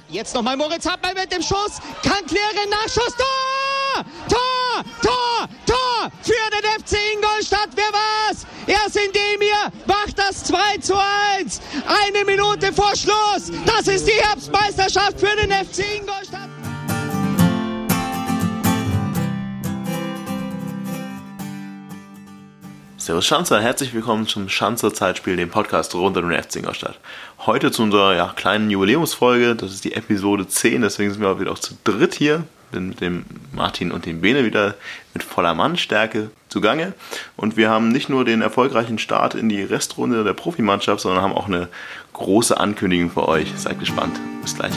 Jetzt nochmal Moritz Hartmann mit dem Schuss. Kann klären, Nachschuss. Tor! Tor! Tor! Tor! Für den FC Ingolstadt. Wer war's? Erst Indemir macht das 2:1. 1 Minute vor Schluss. Das ist die Herbstmeisterschaft für den FC Ingolstadt. Servus Schanzer, herzlich willkommen zum Schanzer Zeitspiel, dem Podcast rund um den FC Ingolstadt. Heute zu unserer kleinen Jubiläumsfolge, das ist die Episode 10, deswegen sind wir auch wieder zu dritt hier. Bin mit dem Martin und dem Bene wieder mit voller Mannstärke zugange. Und wir haben nicht nur den erfolgreichen Start in die Restrunde der Profimannschaft, sondern haben auch eine große Ankündigung für euch. Seid gespannt. Bis gleich.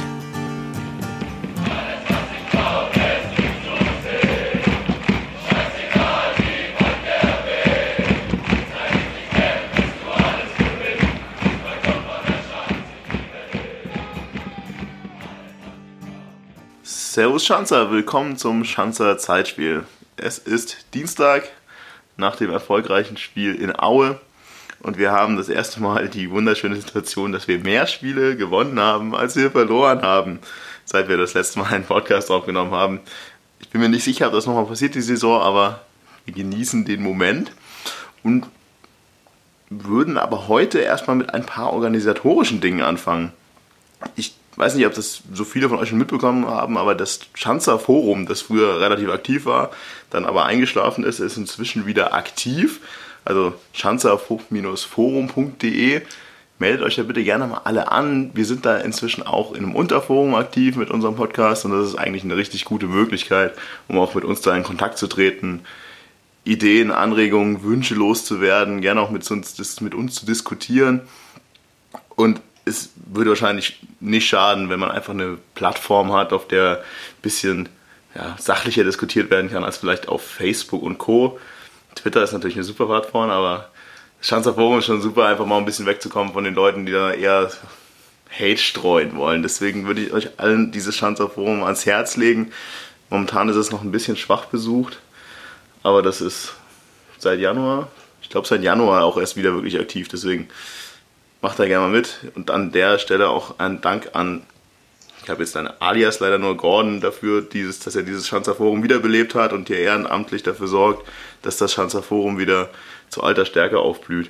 Servus Schanzer, willkommen zum Schanzer Zeitspiel. Es ist Dienstag nach dem erfolgreichen Spiel in Aue und wir haben das erste Mal die wunderschöne Situation, dass wir mehr Spiele gewonnen haben, als wir verloren haben, seit wir das letzte Mal einen Podcast aufgenommen haben. Ich bin mir nicht sicher, ob das nochmal passiert die Saison, aber wir genießen den Moment und würden aber heute erstmal mit ein paar organisatorischen Dingen anfangen. Ich weiß nicht, ob das so viele von euch schon mitbekommen haben, aber das Schanzer Forum, das früher relativ aktiv war, dann aber eingeschlafen ist inzwischen wieder aktiv. Also schanzer-forum.de. Meldet euch da bitte gerne mal alle an. Wir sind da inzwischen auch in einem Unterforum aktiv mit unserem Podcast und das ist eigentlich eine richtig gute Möglichkeit, um auch mit uns da in Kontakt zu treten, Ideen, Anregungen, Wünsche loszuwerden, gerne auch mit uns zu diskutieren. Und es würde wahrscheinlich nicht schaden, wenn man einfach eine Plattform hat, auf der ein bisschen sachlicher diskutiert werden kann, als vielleicht auf Facebook und Co. Twitter ist natürlich eine super Plattform, aber das Schanzer Forum ist schon super, einfach mal ein bisschen wegzukommen von den Leuten, die da eher Hate streuen wollen. Deswegen würde ich euch allen dieses Schanzer Forum ans Herz legen. Momentan ist es noch ein bisschen schwach besucht, aber das ist seit Januar auch erst wieder wirklich aktiv, deswegen macht da gerne mal mit. Und an der Stelle auch ein Dank an, ich habe jetzt ein Alias leider nur Gordon dafür, dass er dieses Schanzer Forum wiederbelebt hat und hier ehrenamtlich dafür sorgt, dass das Schanzer Forum wieder zu alter Stärke aufblüht.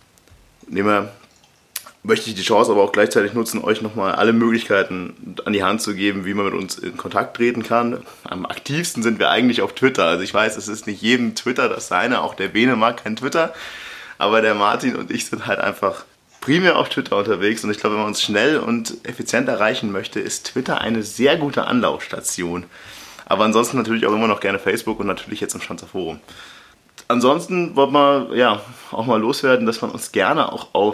Möchte ich die Chance aber auch gleichzeitig nutzen, euch nochmal alle Möglichkeiten an die Hand zu geben, wie man mit uns in Kontakt treten kann. Am aktivsten sind wir eigentlich auf Twitter. Also ich weiß, es ist nicht jedem Twitter das seine, auch der Bene mag kein Twitter, aber der Martin und ich sind halt einfach primär auf Twitter unterwegs und ich glaube, wenn man uns schnell und effizient erreichen möchte, ist Twitter eine sehr gute Anlaufstation. Aber ansonsten natürlich auch immer noch gerne Facebook und natürlich jetzt im Schanzer Forum. Ansonsten wollen wir auch mal loswerden, dass man uns gerne auch auf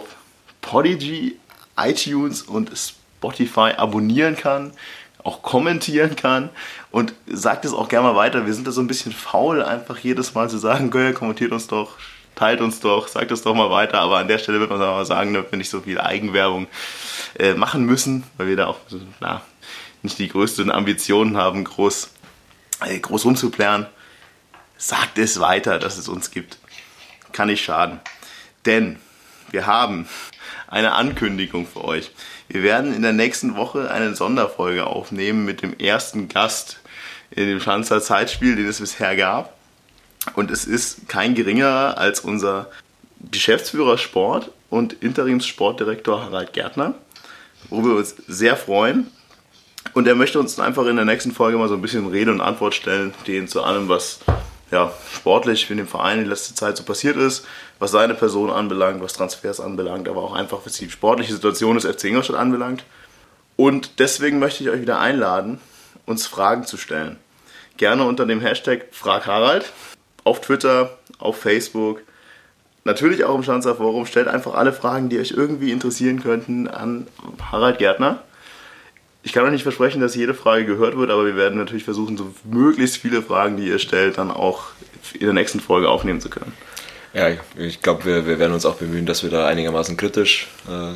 Podigy, iTunes und Spotify abonnieren kann, auch kommentieren kann und sagt es auch gerne mal weiter. Wir sind da so ein bisschen faul, einfach jedes Mal zu sagen, kommentiert uns doch, teilt uns doch, sagt es doch mal weiter, aber an der Stelle wird man mal sagen, dass wir nicht so viel Eigenwerbung machen müssen, weil wir da auch nicht die größten Ambitionen haben, groß rumzuplären. Sagt es weiter, dass es uns gibt. Kann nicht schaden. Denn wir haben eine Ankündigung für euch. Wir werden in der nächsten Woche eine Sonderfolge aufnehmen mit dem ersten Gast in dem Schanzer Zeitspiel, den es bisher gab. Und es ist kein geringerer als unser Geschäftsführer Sport und Interimssportdirektor Harald Gärtner, wo wir uns sehr freuen. Und er möchte uns einfach in der nächsten Folge mal so ein bisschen Rede und Antwort stellen, zu allem, was sportlich in dem Verein in letzter Zeit so passiert ist, was seine Person anbelangt, was Transfers anbelangt, aber auch einfach, was die sportliche Situation des FC Ingolstadt anbelangt. Und deswegen möchte ich euch wieder einladen, uns Fragen zu stellen. Gerne unter dem Hashtag #FragHarald. Auf Twitter, auf Facebook, natürlich auch im Schanzer Forum. Stellt einfach alle Fragen, die euch irgendwie interessieren könnten, an Harald Gärtner. Ich kann euch nicht versprechen, dass jede Frage gehört wird, aber wir werden natürlich versuchen, so möglichst viele Fragen, die ihr stellt, dann auch in der nächsten Folge aufnehmen zu können. Ja, ich glaube, wir werden uns auch bemühen, dass wir da einigermaßen kritisch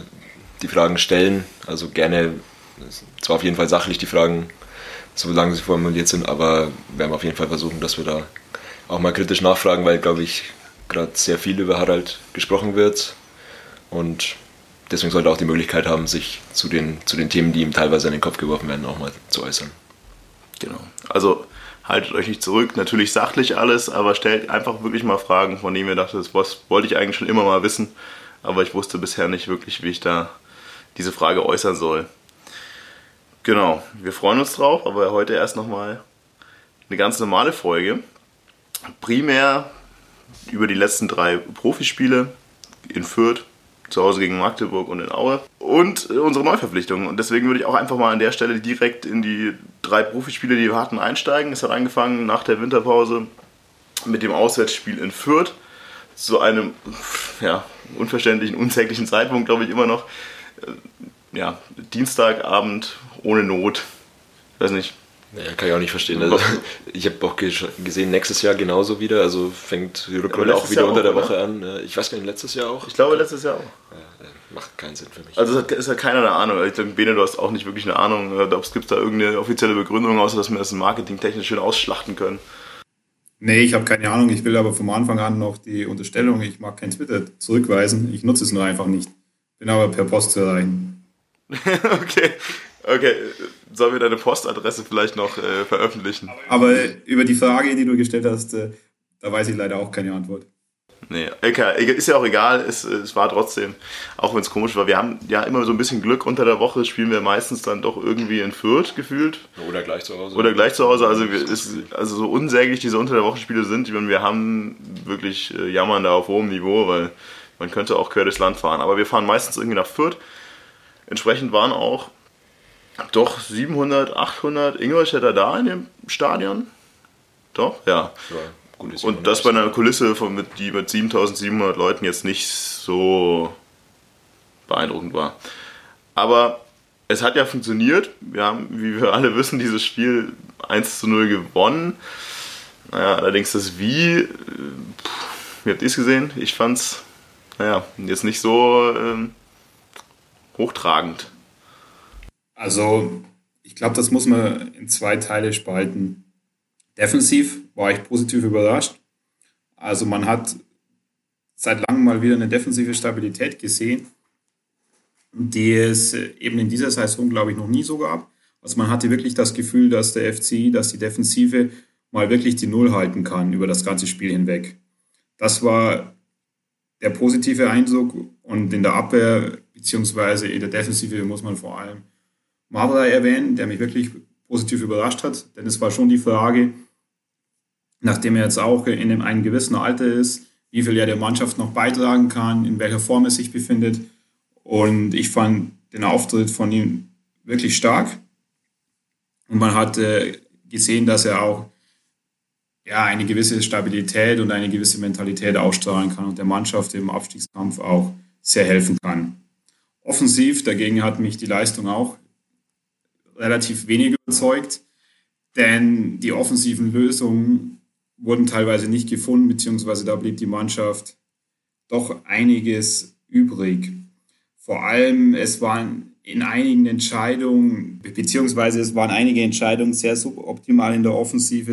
die Fragen stellen. Also gerne, zwar auf jeden Fall sachlich die Fragen, solange sie formuliert sind, aber wir werden auf jeden Fall versuchen, dass wir da auch mal kritisch nachfragen, weil, glaube ich, gerade sehr viel über Harald gesprochen wird und deswegen sollte er auch die Möglichkeit haben, sich zu den Themen, die ihm teilweise in den Kopf geworfen werden, auch mal zu äußern. Genau. Also haltet euch nicht zurück, natürlich sachlich alles, aber stellt einfach wirklich mal Fragen, von denen ihr dachtet, das wollte ich eigentlich schon immer mal wissen, aber ich wusste bisher nicht wirklich, wie ich da diese Frage äußern soll. Genau, wir freuen uns drauf, aber heute erst nochmal eine ganz normale Folge. Primär über die letzten 3 Profispiele in Fürth, zu Hause gegen Magdeburg und in Aue und unsere Neuverpflichtungen. Und deswegen würde ich auch einfach mal an der Stelle direkt in die 3 Profispiele, die wir hatten, einsteigen. Es hat angefangen nach der Winterpause mit dem Auswärtsspiel in Fürth. Zu einem unverständlichen, unsäglichen Zeitpunkt, glaube ich, immer noch. Dienstagabend ohne Not. Ich weiß nicht. Ja, kann ich auch nicht verstehen. Also, ich habe auch gesehen, nächstes Jahr genauso wieder. Also fängt die Rückrunde auch wieder unter der Woche an. Ich weiß gar nicht, letztes Jahr auch? Ich glaube, letztes Jahr auch. Ja, macht keinen Sinn für mich. Also es hat keiner eine Ahnung. Ich glaube, Bene, du hast auch nicht wirklich eine Ahnung. Ob es gibt da irgendeine offizielle Begründung, außer dass wir das marketingtechnisch schön ausschlachten können. Nee, ich habe keine Ahnung. Ich will aber vom Anfang an noch die Unterstellung, ich mag kein Twitter, zurückweisen. Ich nutze es nur einfach nicht. Bin aber per Post zu erreichen. Okay. Sollen wir deine Postadresse vielleicht noch veröffentlichen? Aber über die Frage, die du gestellt hast, da weiß ich leider auch keine Antwort. Nee, okay, ist ja auch egal, es war trotzdem, auch wenn es komisch war, wir haben ja immer so ein bisschen Glück, unter der Woche spielen wir meistens dann doch irgendwie in Fürth gefühlt. Oder gleich zu Hause. Also so unsäglich diese unter der Woche Spiele sind, wir haben wirklich jammern da auf hohem Niveau, weil man könnte auch quer durchs Land fahren, aber wir fahren meistens irgendwie nach Fürth. Entsprechend waren auch doch 700, 800 Ingolstädter da in dem Stadion. Doch, ja. Und das bei einer Kulisse die mit 7700 Leuten jetzt nicht so beeindruckend war. Aber es hat ja funktioniert. Wir haben, wie wir alle wissen, dieses Spiel 1:0 gewonnen. Naja, allerdings das Wie habt ihr es gesehen? Ich fand's, jetzt nicht so hochtragend. Also, ich glaube, das muss man in 2 Teile spalten. Defensiv war ich positiv überrascht. Also man hat seit langem mal wieder eine defensive Stabilität gesehen, die es eben in dieser Saison, glaube ich, noch nie so gab. Also man hatte wirklich das Gefühl, dass der FCI, dass die Defensive mal wirklich die Null halten kann über das ganze Spiel hinweg. Das war der positive Eindruck und in der Abwehr beziehungsweise in der Defensive muss man vor allem Mavra erwähnen, der mich wirklich positiv überrascht hat, denn es war schon die Frage, nachdem er jetzt auch in einem gewissen Alter ist, wie viel er der Mannschaft noch beitragen kann, in welcher Form er sich befindet. Und ich fand den Auftritt von ihm wirklich stark. Und man hat gesehen, dass er auch eine gewisse Stabilität und eine gewisse Mentalität ausstrahlen kann und der Mannschaft im Abstiegskampf auch sehr helfen kann. Offensiv dagegen hat mich die Leistung auch relativ wenig überzeugt, denn die offensiven Lösungen wurden teilweise nicht gefunden, beziehungsweise da blieb die Mannschaft doch einiges übrig. Vor allem, es waren einige Entscheidungen sehr suboptimal in der Offensive.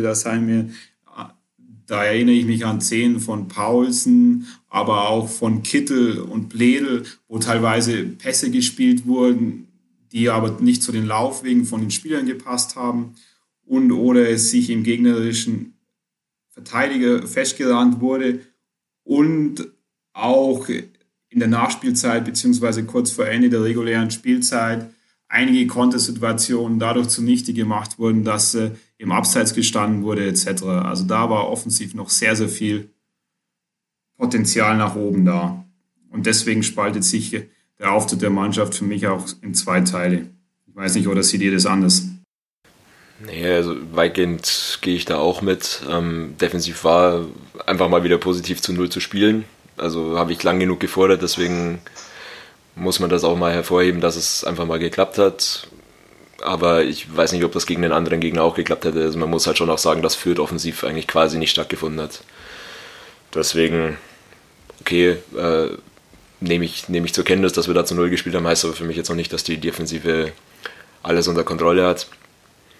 Da erinnere ich mich an Szenen von Paulsen, aber auch von Kittel und Bledel, wo teilweise Pässe gespielt wurden, die aber nicht zu den Laufwegen von den Spielern gepasst haben oder es sich im gegnerischen Verteidiger festgerannt wurde und auch in der Nachspielzeit beziehungsweise kurz vor Ende der regulären Spielzeit einige Kontersituationen dadurch zunichte gemacht wurden, dass im Abseits gestanden wurde etc. Also da war offensiv noch sehr, sehr viel Potenzial nach oben da. Und deswegen spaltet sich der Auftritt der Mannschaft für mich auch in 2 Teile. Ich weiß nicht, oder seht ihr das anders? Nee, also weitgehend gehe ich da auch mit. Defensiv war einfach mal wieder positiv zu 0 zu spielen. Also habe ich lang genug gefordert, deswegen muss man das auch mal hervorheben, dass es einfach mal geklappt hat. Aber ich weiß nicht, ob das gegen den anderen Gegner auch geklappt hätte. Also man muss halt schon auch sagen, dass Fürth offensiv eigentlich quasi nicht stattgefunden hat. Deswegen, okay, nehme ich zur Kenntnis, dass wir da zu 0 gespielt haben, heißt aber für mich jetzt noch nicht, dass die Defensive alles unter Kontrolle hat.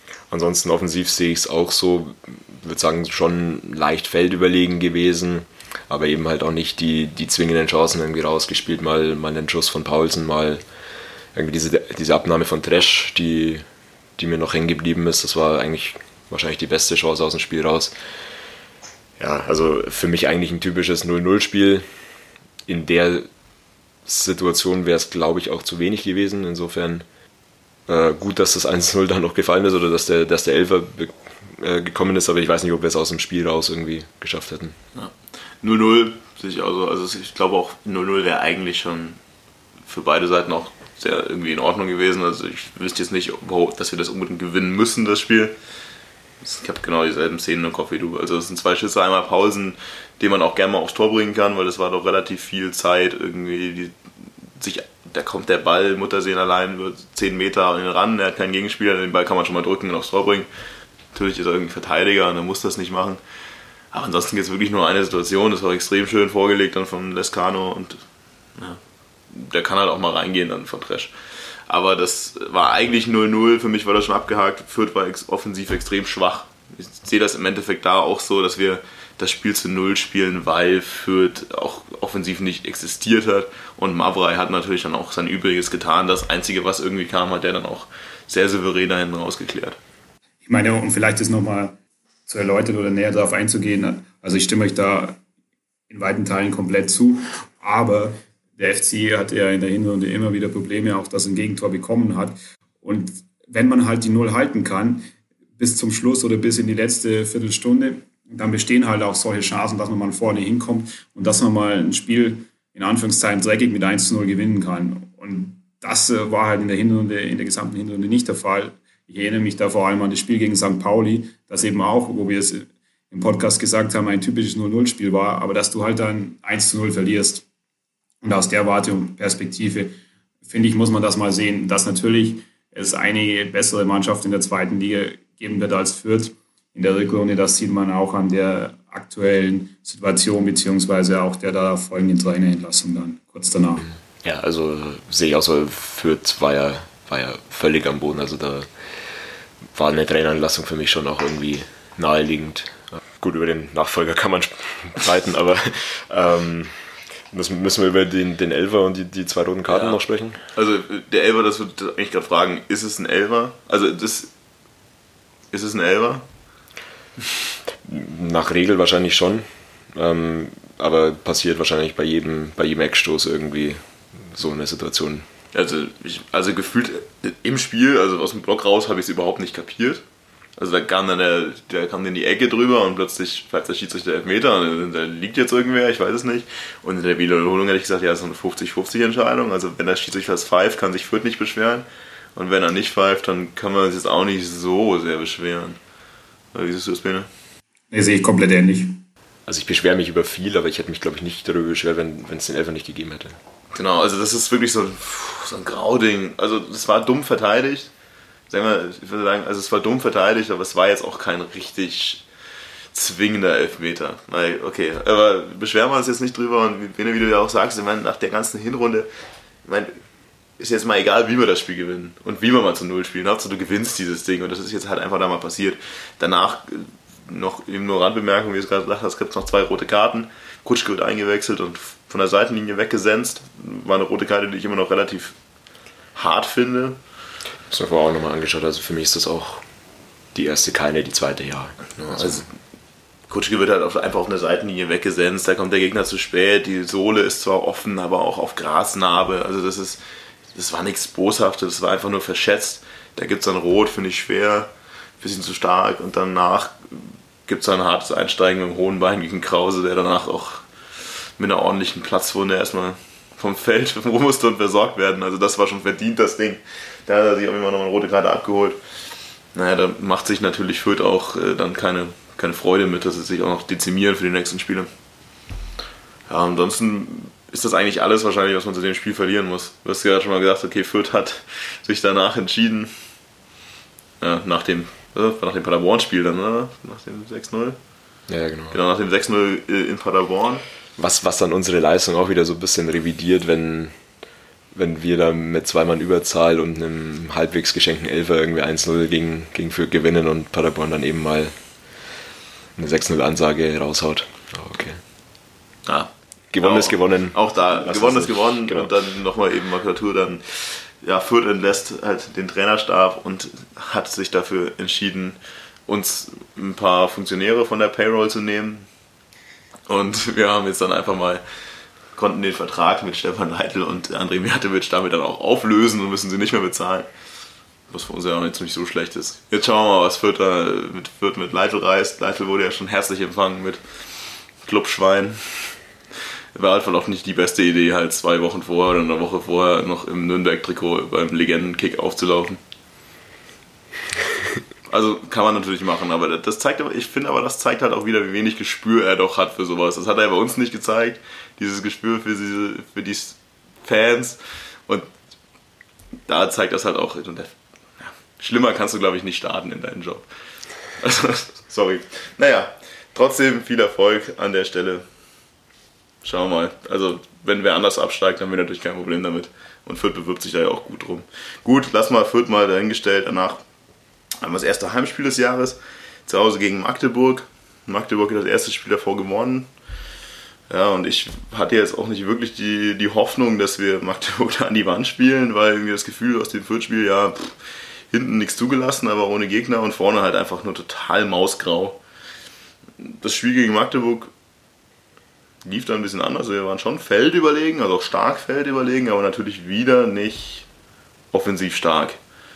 Ansonsten offensiv sehe ich es auch so, würde sagen, schon leicht feldüberlegen gewesen. aber eben halt auch nicht die zwingenden Chancen irgendwie rausgespielt, mal einen Schuss von Paulsen, mal irgendwie diese Abnahme von Tresch, die mir noch hängen geblieben ist. Das war eigentlich wahrscheinlich die beste Chance aus dem Spiel raus. Ja, also für mich eigentlich ein typisches 0-0-Spiel. In der Situation wäre es, glaube ich, auch zu wenig gewesen. Insofern gut, dass das 1-0 dann noch gefallen ist oder dass der Elfer gekommen ist, aber ich weiß nicht, ob wir es aus dem Spiel raus irgendwie geschafft hätten. Ja. 0-0 sehe ich also ich glaube auch 0-0 wäre eigentlich schon für beide Seiten auch sehr irgendwie in Ordnung gewesen. Also ich wüsste jetzt nicht, dass wir das unbedingt gewinnen müssen, das Spiel. Ich habe genau dieselben Szenen im Kopf wie du. Also es sind 2 Schüsse, einmal Pausen, die man auch gerne mal aufs Tor bringen kann, weil das war doch relativ viel Zeit irgendwie, da kommt der Ball, Muttersehen allein über 10 Meter an den ran, er hat keinen Gegenspieler, den Ball kann man schon mal drücken und aufs Tor bringen. Natürlich ist er irgendwie Verteidiger und er muss das nicht machen. Aber ansonsten gibt es wirklich nur eine Situation, das war extrem schön vorgelegt dann von Lescano und ja, der kann halt auch mal reingehen dann von Tresch. Aber das war eigentlich 0-0, für mich war das schon abgehakt. Fürth war offensiv extrem schwach. Ich sehe das im Endeffekt da auch so, dass wir das Spiel zu 0 spielen, weil Fürth auch offensiv nicht existiert hat. Und Mavrei hat natürlich dann auch sein Übriges getan. Das Einzige, was irgendwie kam, hat der dann auch sehr souverän da hinten rausgeklärt. Ich meine, um vielleicht das nochmal zu erläutern oder näher darauf einzugehen, also ich stimme euch da in weiten Teilen komplett zu, aber der FC hat ja in der Hinrunde immer wieder Probleme, auch dass er ein Gegentor bekommen hat. Und wenn man halt die 0 halten kann, bis zum Schluss oder bis in die letzte Viertelstunde, dann bestehen halt auch solche Chancen, dass man mal vorne hinkommt und dass man mal ein Spiel in Anführungszeichen dreckig mit 1-0 gewinnen kann. Und das war halt in der gesamten Hinrunde nicht der Fall. Ich erinnere mich da vor allem an das Spiel gegen St. Pauli, das eben auch, wo wir es im Podcast gesagt haben, ein typisches 0-0-Spiel war, aber dass du halt dann 1-0 verlierst. Und aus der Warte und Perspektive, finde ich, muss man das mal sehen, dass natürlich es einige bessere Mannschaften in der zweiten Liga geben wird als Fürth in der Rückrunde. Das sieht man auch an der aktuellen Situation, beziehungsweise auch der da folgenden Trainerentlassung dann kurz danach. Ja, also sehe ich auch so, Fürth war ja völlig am Boden. Also da war eine Trainerentlassung für mich schon auch irgendwie naheliegend. Gut, über den Nachfolger kann man streiten, aber müssen wir über den Elfer und die 2 roten Karten noch sprechen? Also der Elfer, das würde ich eigentlich gerade fragen, ist es ein Elfer? Also ist es ein Elfer? Nach Regel wahrscheinlich schon, aber passiert wahrscheinlich bei jedem Eckstoß irgendwie so eine Situation. Also gefühlt im Spiel, also aus dem Block raus, habe ich es überhaupt nicht kapiert. Also da kam dann der kam in die Ecke drüber und plötzlich pfeift der Schiedsrichter Elfmeter und da liegt jetzt irgendwer, ich weiß es nicht. Und in der Wiederholung hätte ich gesagt, ja, das ist eine 50-50 Entscheidung. Also wenn der Schiedsrichter das pfeift, kann sich Fürth nicht beschweren. Und wenn er nicht pfeift, dann kann man sich jetzt auch nicht so sehr beschweren. Wie siehst du das, Bene? Nee, sehe ich komplett ähnlich. Also ich beschwere mich über viel, aber ich hätte mich, glaube ich, nicht darüber beschwert, wenn es den Elfer nicht gegeben hätte. Genau, also das ist wirklich so ein Grauding. Also das war dumm verteidigt. Ich würde sagen, also es war dumm verteidigt, aber es war jetzt auch kein richtig zwingender Elfmeter. Okay, aber beschweren wir uns jetzt nicht drüber und wie du ja auch sagst, ich meine, nach der ganzen Hinrunde, ich meine, ist jetzt mal egal, wie wir das Spiel gewinnen und wie wir mal zu 0 spielen. Hauptsache du gewinnst dieses Ding und das ist jetzt halt einfach da mal passiert. Danach noch eben nur Randbemerkung, wie du es gerade gesagt hast, gibt es noch 2 rote Karten. Kutschke wird eingewechselt und von der Seitenlinie weggesenzt. War eine rote Karte, die ich immer noch relativ hart finde. Das habe ich vorher auch nochmal angeschaut, also für mich ist das auch die erste keine, die zweite ja. Also Kutschke wird halt einfach auf einer Seitenlinie weggesenzt, da kommt der Gegner zu spät, die Sohle ist zwar offen, aber auch auf Grasnarbe, also das war nichts Boshaftes, das war einfach nur verschätzt. Da gibt es dann Rot, finde ich schwer, ein bisschen zu stark und danach gibt es ein hartes Einsteigen mit dem hohen Bein gegen Krause, der danach auch mit einer ordentlichen Platzwunde erstmal vom Feld musste und versorgt werden, also das war schon verdient, das Ding. Da hat er sich auch immer noch eine rote Karte abgeholt. Naja, da macht sich natürlich Fürth auch dann keine Freude mit, dass sie sich auch noch dezimieren für die nächsten Spiele. Ja, ansonsten ist das eigentlich alles wahrscheinlich, was man zu dem Spiel verlieren muss. Du hast ja schon mal gesagt, okay, Fürth hat sich danach entschieden, nach dem Paderborn-Spiel dann, oder? Nach dem 6-0? Ja, genau. Genau, nach dem 6-0 in Paderborn. Was dann unsere Leistung auch wieder so ein bisschen revidiert, wenn wir da mit 2 Mann Überzahl und einem halbwegs geschenkten Elfer irgendwie 1-0 gegen Fürth gewinnen und Paderborn dann eben mal eine 6-0 Ansage raushaut. Oh, okay. Ja, gewonnen ist gewonnen. Auch da, gewonnen ist gewonnen. Genau. Und dann nochmal eben Makulatur dann, ja, Fürth entlässt halt den Trainerstab und hat sich dafür entschieden, uns ein paar Funktionäre von der Payroll zu nehmen. Und wir haben jetzt dann einfach mal, konnten den Vertrag mit Stefan Leitl und André Mijatovic damit dann auch auflösen und müssen sie nicht mehr bezahlen. Was für uns ja auch jetzt nicht so schlecht ist. Jetzt schauen wir mal, was Fürth mit Leitl reißt. Leitl wurde ja schon herzlich empfangen mit Clubschwein. War halt auch nicht die beste Idee, halt 2 Wochen vorher oder eine Woche vorher noch im Nürnberg-Trikot beim Legendenkick aufzulaufen. Also kann man natürlich machen, aber das zeigt, ich finde aber, das zeigt halt auch wieder, wie wenig Gespür er doch hat für sowas. Das hat er bei uns nicht gezeigt, dieses Gespür für die Fans. Und da zeigt das halt auch. Schlimmer kannst du, glaube ich, nicht starten in deinem Job. Also, sorry. Naja, trotzdem viel Erfolg an der Stelle. Schauen wir mal. Also, wenn wer anders absteigt, dann haben wir natürlich kein Problem damit. Und Fürth bewirbt sich da ja auch gut drum. Gut, lass mal Fürth mal dahingestellt. Danach haben wir das erste Heimspiel des Jahres. Zu Hause gegen Magdeburg. Magdeburg hat das erste Spiel davor gewonnen. Ja, und ich hatte jetzt auch nicht wirklich die Hoffnung, dass wir Magdeburg da an die Wand spielen, weil mir das Gefühl aus dem Fürth-Spiel, ja, hinten nichts zugelassen, aber ohne Gegner und vorne halt einfach nur total mausgrau. Das Spiel gegen Magdeburg lief da ein bisschen anders. Wir waren schon feldüberlegen, also auch stark feldüberlegen, aber natürlich wieder nicht offensiv stark.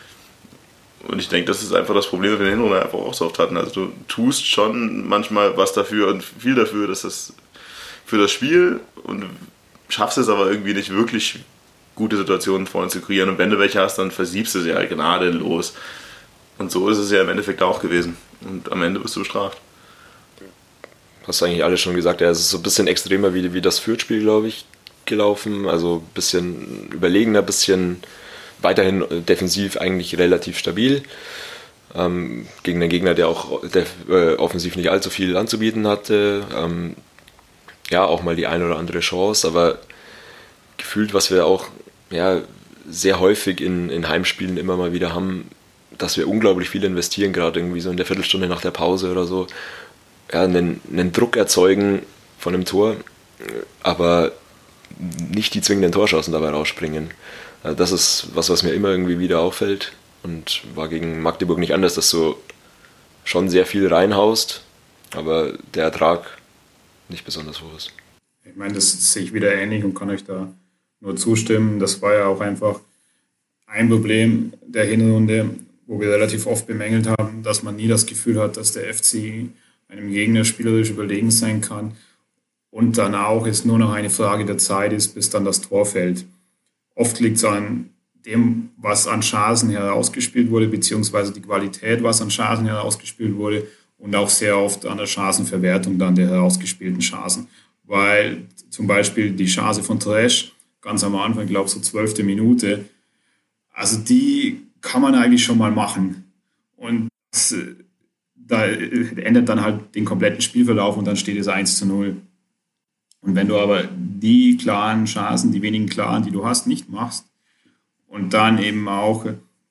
Und ich denke, das ist einfach das Problem, das wir in der Hinrunde einfach auch so oft hatten. Also du tust schon manchmal was dafür und viel dafür, dass das für das Spiel und schaffst es aber irgendwie nicht wirklich gute Situationen vorne zu kreieren. Und wenn du welche hast, dann versiebst du sie halt gnadenlos. Und so ist es ja im Endeffekt auch gewesen. Und am Ende bist du bestraft. Hast du eigentlich alles schon gesagt. Ja, es ist so ein bisschen extremer wie das Fürth-Spiel, glaube ich, gelaufen. Also ein bisschen überlegener, ein bisschen weiterhin defensiv eigentlich relativ stabil. Gegen einen Gegner, der auch offensiv nicht allzu viel anzubieten hatte. Ja, auch mal die eine oder andere Chance, aber gefühlt, was wir auch sehr häufig in Heimspielen immer mal wieder haben, dass wir unglaublich viel investieren, gerade irgendwie so in der Viertelstunde nach der Pause oder so. Ja, einen Druck erzeugen von einem Tor, aber nicht die zwingenden Torchancen dabei rausspringen. Das ist was mir immer irgendwie wieder auffällt und war gegen Magdeburg nicht anders, dass du schon sehr viel reinhaust, aber der Ertrag nicht besonders hoch ist. Ich meine, das sehe ich wieder ähnlich und kann euch da nur zustimmen. Das war ja auch einfach ein Problem der Hinrunde, wo wir relativ oft bemängelt haben, dass man nie das Gefühl hat, dass der FC einem Gegner spielerisch überlegen sein kann und dann auch es nur noch eine Frage der Zeit ist, bis dann das Tor fällt. Oft liegt es an dem, was an Chancen herausgespielt wurde, beziehungsweise die Qualität, was an Chancen herausgespielt wurde und auch sehr oft an der Chancenverwertung dann der herausgespielten Chancen. Weil zum Beispiel die Chance von Tresch, ganz am Anfang, ich glaube so 12. Minute, also die kann man eigentlich schon mal machen. Und das, da ändert dann halt den kompletten Spielverlauf und dann steht es 1:0. Und wenn du aber die klaren Chancen, die wenigen klaren, die du hast, nicht machst und dann eben auch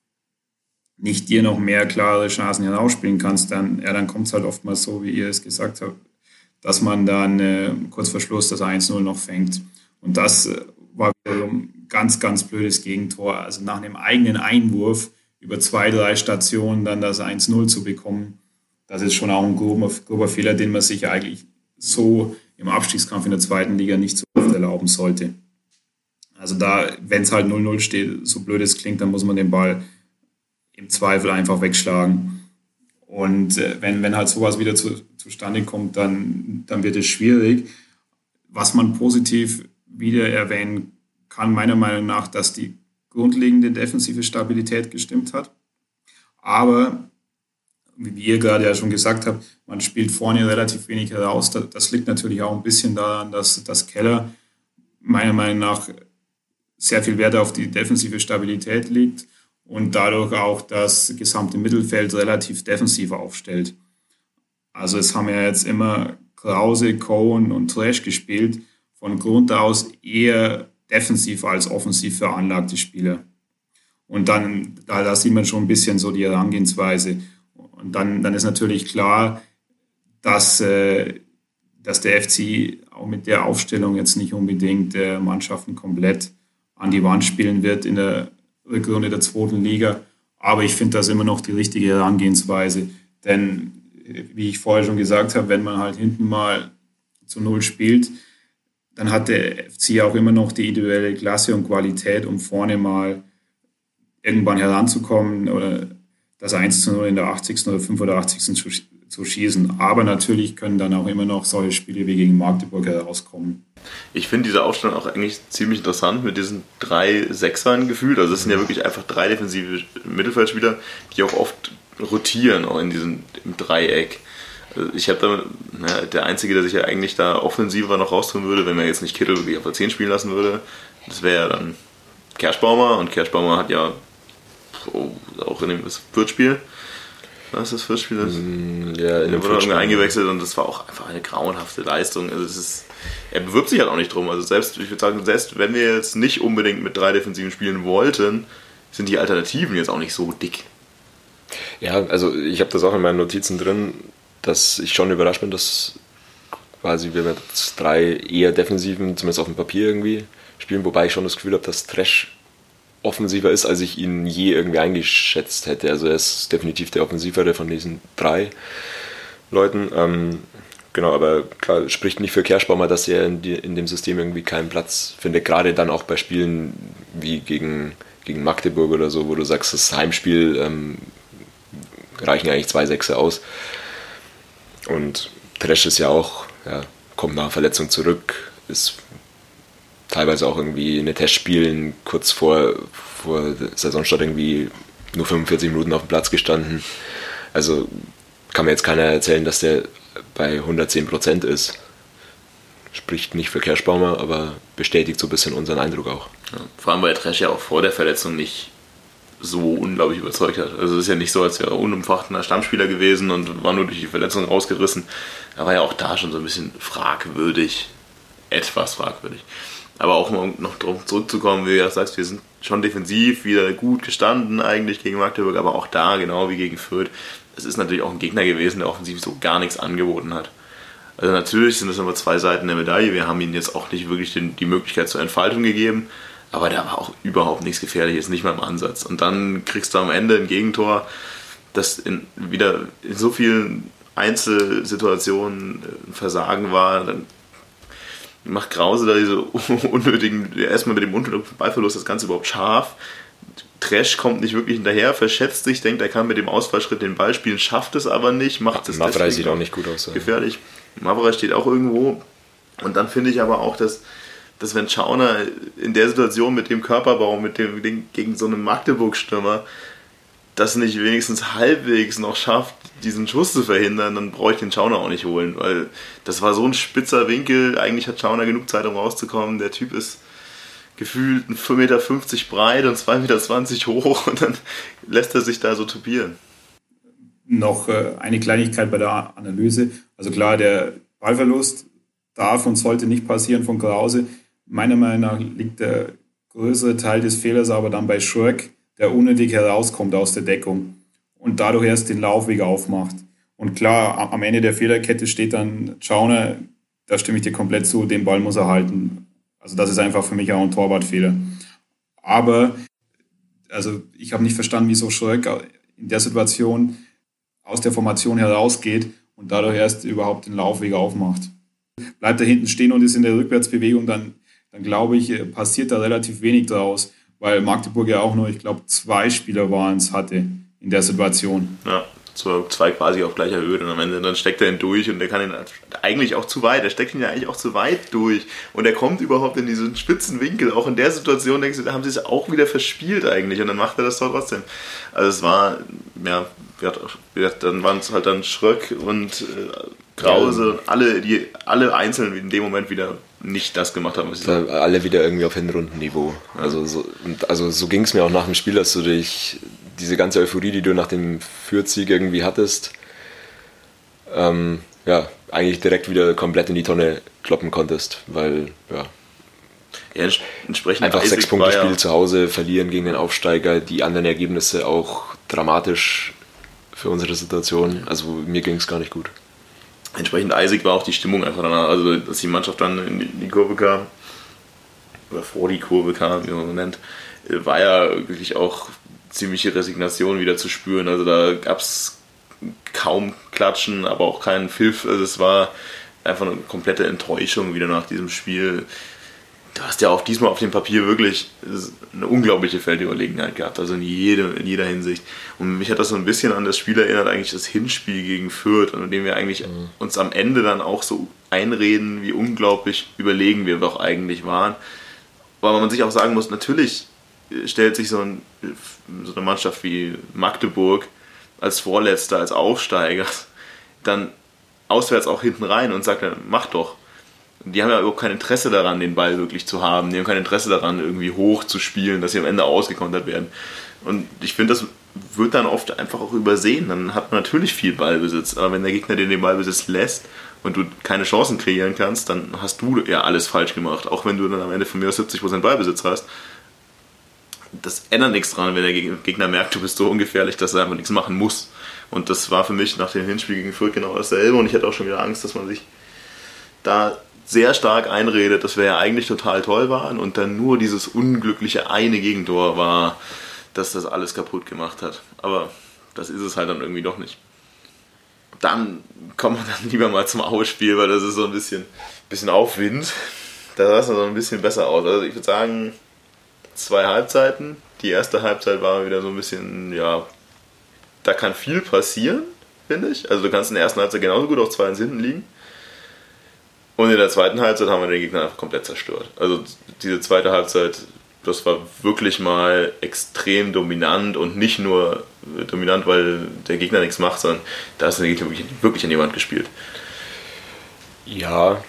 nicht dir noch mehr klare Chancen herausspielen kannst, dann kommt es halt oftmals so, wie ihr es gesagt habt, dass man dann kurz vor Schluss das 1:0 noch fängt. Und das war ein ganz, ganz blödes Gegentor. Also nach einem eigenen Einwurf über 2, 3 Stationen dann das 1:0 zu bekommen, das ist schon auch ein grober Fehler, den man sich eigentlich so im Abstiegskampf in der zweiten Liga nicht so oft erlauben sollte. Also da, wenn es halt 0:0 steht, so blöd es klingt, dann muss man den Ball im Zweifel einfach wegschlagen. Und wenn halt sowas wieder zustande kommt, dann wird es schwierig. Was man positiv wieder erwähnen kann, meiner Meinung nach, dass die grundlegende defensive Stabilität gestimmt hat. Aber wie ihr gerade ja schon gesagt habt, man spielt vorne relativ wenig heraus. Das liegt natürlich auch ein bisschen daran, dass Keller meiner Meinung nach sehr viel Wert auf die defensive Stabilität legt und dadurch auch das gesamte Mittelfeld relativ defensiv aufstellt. Also es haben ja jetzt immer Krause, Cohen und Tresch gespielt, von Grund aus eher defensiv als offensiv veranlagte Spieler. Und dann, da sieht man schon ein bisschen so die Herangehensweise. Und dann ist natürlich klar, dass dass der FC auch mit der Aufstellung jetzt nicht unbedingt Mannschaften komplett an die Wand spielen wird in der Rückrunde der 2. Liga. Aber ich finde das immer noch die richtige Herangehensweise. Denn, wie ich vorher schon gesagt habe, wenn man halt hinten mal zu 0 spielt, dann hat der FC auch immer noch die individuelle Klasse und Qualität, um vorne mal irgendwann heranzukommen oder das 1:0 in der 80. oder 85. zu schießen. Aber natürlich können dann auch immer noch solche Spiele wie gegen Magdeburg herauskommen. Ich finde diese Aufstellung auch eigentlich ziemlich interessant mit diesen 3 Sechsern gefühlt. Also es sind ja wirklich einfach 3 defensive Mittelfeldspieler, die auch oft rotieren, auch im Dreieck. Also ich habe da, der Einzige, der sich ja eigentlich da offensiver noch raustun würde, wenn man jetzt nicht Kittel wirklich auf der 10 spielen lassen würde, das wäre ja dann Kerschbaumer. Und Kerschbaumer hat ja auch in dem Fürth-Spiel, was ist das Fürth-Spiel? Ja, in dem wurde eingewechselt und das war auch einfach eine grauenhafte Leistung. Also er bewirbt sich halt auch nicht drum. Also ich würde sagen, selbst wenn wir jetzt nicht unbedingt mit 3 Defensiven spielen wollten, sind die Alternativen jetzt auch nicht so dick. Ja, also ich habe das auch in meinen Notizen drin, dass ich schon überrascht bin, dass quasi wir mit 3 eher Defensiven, zumindest auf dem Papier irgendwie, spielen, wobei ich schon das Gefühl habe, dass Tresch offensiver ist, als ich ihn je irgendwie eingeschätzt hätte. Also er ist definitiv der offensivere von diesen 3 Leuten. Genau, aber klar, spricht nicht für Kerschbaumer, dass er in dem System irgendwie keinen Platz findet. Gerade dann auch bei Spielen wie gegen Magdeburg oder so, wo du sagst, das Heimspiel reichen eigentlich 2 Sechse aus. Und Tresch ist ja auch, kommt nach Verletzung zurück, ist teilweise auch irgendwie in den Testspielen kurz vor Saisonstart irgendwie nur 45 Minuten auf dem Platz gestanden. Also kann mir jetzt keiner erzählen, dass der bei 110% ist. Spricht nicht für Kerschbaumer, aber bestätigt so ein bisschen unseren Eindruck auch. Ja, vor allem, weil Tresch ja auch vor der Verletzung nicht so unglaublich überzeugt hat. Also es ist ja nicht so, als wäre er unumfachtener Stammspieler gewesen und war nur durch die Verletzung rausgerissen. Er war ja auch da schon so ein bisschen fragwürdig. Etwas fragwürdig. Aber auch um noch darauf zurückzukommen, wie du sagst, wir sind schon defensiv wieder gut gestanden eigentlich gegen Magdeburg, aber auch da, genau wie gegen Fürth, es ist natürlich auch ein Gegner gewesen, der offensiv so gar nichts angeboten hat. Also natürlich sind das aber 2 Seiten der Medaille, wir haben ihnen jetzt auch nicht wirklich die Möglichkeit zur Entfaltung gegeben, aber da war auch überhaupt nichts Gefährliches, nicht mal im Ansatz. Und dann kriegst du am Ende ein Gegentor, das wieder in so vielen Einzelsituationen ein Versagen war. Dann macht Krause da diese unnötigen, erstmal mit dem unnötigen Ballverlust das Ganze überhaupt scharf. Tresch kommt nicht wirklich hinterher, verschätzt sich, denkt, er kann mit dem Ausfallschritt den Ball spielen, schafft es aber nicht, macht es Mavrei sieht auch nicht gut aus. Gefährlich. Mavrei steht auch irgendwo. Und dann finde ich aber auch, dass wenn Schauner in der Situation mit dem Körperbau, gegen so einen Magdeburg-Stürmer, das nicht wenigstens halbwegs noch schafft, diesen Schuss zu verhindern, dann brauche ich den Schauner auch nicht holen, weil das war so ein spitzer Winkel, eigentlich hat Schauner genug Zeit, um rauszukommen, der Typ ist gefühlt 1,50 Meter breit und 2,20 Meter hoch und dann lässt er sich da so tupieren. Noch eine Kleinigkeit bei der Analyse, also klar, der Ballverlust darf und sollte nicht passieren von Krause. Meiner Meinung nach liegt der größere Teil des Fehlers aber dann bei Schurk, der unnötig herauskommt aus der Deckung und dadurch erst den Laufweg aufmacht. Und klar, am Ende der Fehlerkette steht dann Schauner, da stimme ich dir komplett zu, den Ball muss er halten. Also das ist einfach für mich auch ein Torwartfehler. Aber also ich habe nicht verstanden, wieso Schurk in der Situation aus der Formation herausgeht und dadurch erst überhaupt den Laufweg aufmacht. Bleibt er hinten stehen und ist in der Rückwärtsbewegung, dann glaube ich, passiert da relativ wenig draus, weil Magdeburg ja auch nur, ich glaube, 2 Spieler waren es hatte in der Situation. Ja, 2 quasi auf gleicher Höhe und am Ende dann steckt er ihn durch und der kann ihn eigentlich auch zu weit, der steckt ihn ja eigentlich auch zu weit durch und er kommt überhaupt in diesen spitzen Winkel, auch in der Situation denkst du, da haben sie es auch wieder verspielt eigentlich und dann macht er das doch trotzdem. Also es war, ja, dann waren es halt dann Schröck und Krause, alle einzeln in dem Moment wieder nicht das gemacht haben, was sie sagen. Alle wieder irgendwie auf Hinrundenniveau. Also so ging es mir auch nach dem Spiel, dass du diese ganze Euphorie, die du nach dem Fürth-Sieg irgendwie hattest, eigentlich direkt wieder komplett in die Tonne kloppen konntest, weil entsprechend einfach 6-Punkte-Spiel zu Hause verlieren gegen den Aufsteiger, die anderen Ergebnisse auch dramatisch für unsere Situation. Also mir ging es gar nicht gut. entsprechend eisig war auch die Stimmung einfach danach. Also, dass die Mannschaft dann in die Kurve kam, oder vor die Kurve kam, wie man so nennt, war ja wirklich auch ziemliche Resignation wieder zu spüren. Also da gab es kaum Klatschen, aber auch keinen Pfiff. Also es war einfach eine komplette Enttäuschung wieder nach diesem Spiel. Du hast ja auch diesmal auf dem Papier wirklich eine unglaubliche Feldüberlegenheit gehabt, also in jeder Hinsicht. Und mich hat das so ein bisschen an das Spiel erinnert, eigentlich das Hinspiel gegen Fürth, an dem wir eigentlich uns am Ende dann auch so einreden, wie unglaublich überlegen wir doch eigentlich waren. Weil man sich auch sagen muss, natürlich stellt sich so eine Mannschaft wie Magdeburg als Vorletzter, als Aufsteiger, dann auswärts auch hinten rein und sagt dann, mach doch. Die haben ja überhaupt kein Interesse daran, den Ball wirklich zu haben. Die haben kein Interesse daran, irgendwie hoch zu spielen, dass sie am Ende ausgekontert werden. Und ich finde, das wird dann oft einfach auch übersehen. Dann hat man natürlich viel Ballbesitz, aber wenn der Gegner dir den Ballbesitz lässt und du keine Chancen kreieren kannst, dann hast du ja alles falsch gemacht. Auch wenn du dann am Ende von mir aus 70% Ballbesitz hast. Das ändert nichts dran, wenn der Gegner merkt, du bist so ungefährlich, dass er einfach nichts machen muss. Und das war für mich nach dem Hinspiel gegen Fürth genau dasselbe. Und ich hatte auch schon wieder Angst, dass man sich da sehr stark einredet, dass wir ja eigentlich total toll waren und dann nur dieses unglückliche eine Gegentor war, dass das alles kaputt gemacht hat. Aber das ist es halt dann irgendwie doch nicht. Dann kommen wir dann lieber mal zum Ausspiel, weil das ist so ein bisschen Aufwind. Da sah es dann so ein bisschen besser aus. Also ich würde sagen, 2 Halbzeiten. Die erste Halbzeit war wieder so ein bisschen, ja, da kann viel passieren, finde ich. Also du kannst in der ersten Halbzeit genauso gut auf 2-1 hinten liegen. Und in der zweiten Halbzeit haben wir den Gegner einfach komplett zerstört. Also diese zweite Halbzeit, das war wirklich mal extrem dominant und nicht nur dominant, weil der Gegner nichts macht, sondern da ist der Gegner wirklich an die Wand gespielt. Ja,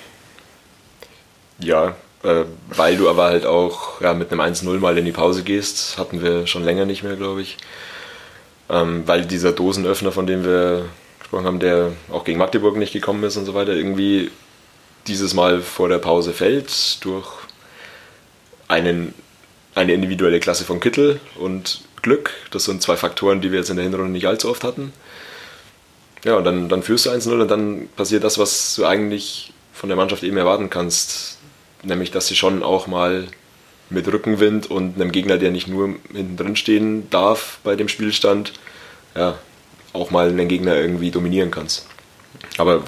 weil du aber halt auch mit einem 1-0 mal in die Pause gehst, hatten wir schon länger nicht mehr, glaube ich. Weil dieser Dosenöffner, von dem wir gesprochen haben, der auch gegen Magdeburg nicht gekommen ist und so weiter, irgendwie dieses Mal vor der Pause fällt durch eine individuelle Klasse von Kittel und Glück. Das sind 2 Faktoren, die wir jetzt in der Hinrunde nicht allzu oft hatten. Ja, und dann führst du 1-0 und dann passiert das, was du eigentlich von der Mannschaft eben erwarten kannst. Nämlich, dass sie schon auch mal mit Rückenwind und einem Gegner, der nicht nur hinten drin stehen darf bei dem Spielstand, ja, auch mal einen Gegner irgendwie dominieren kannst. Aber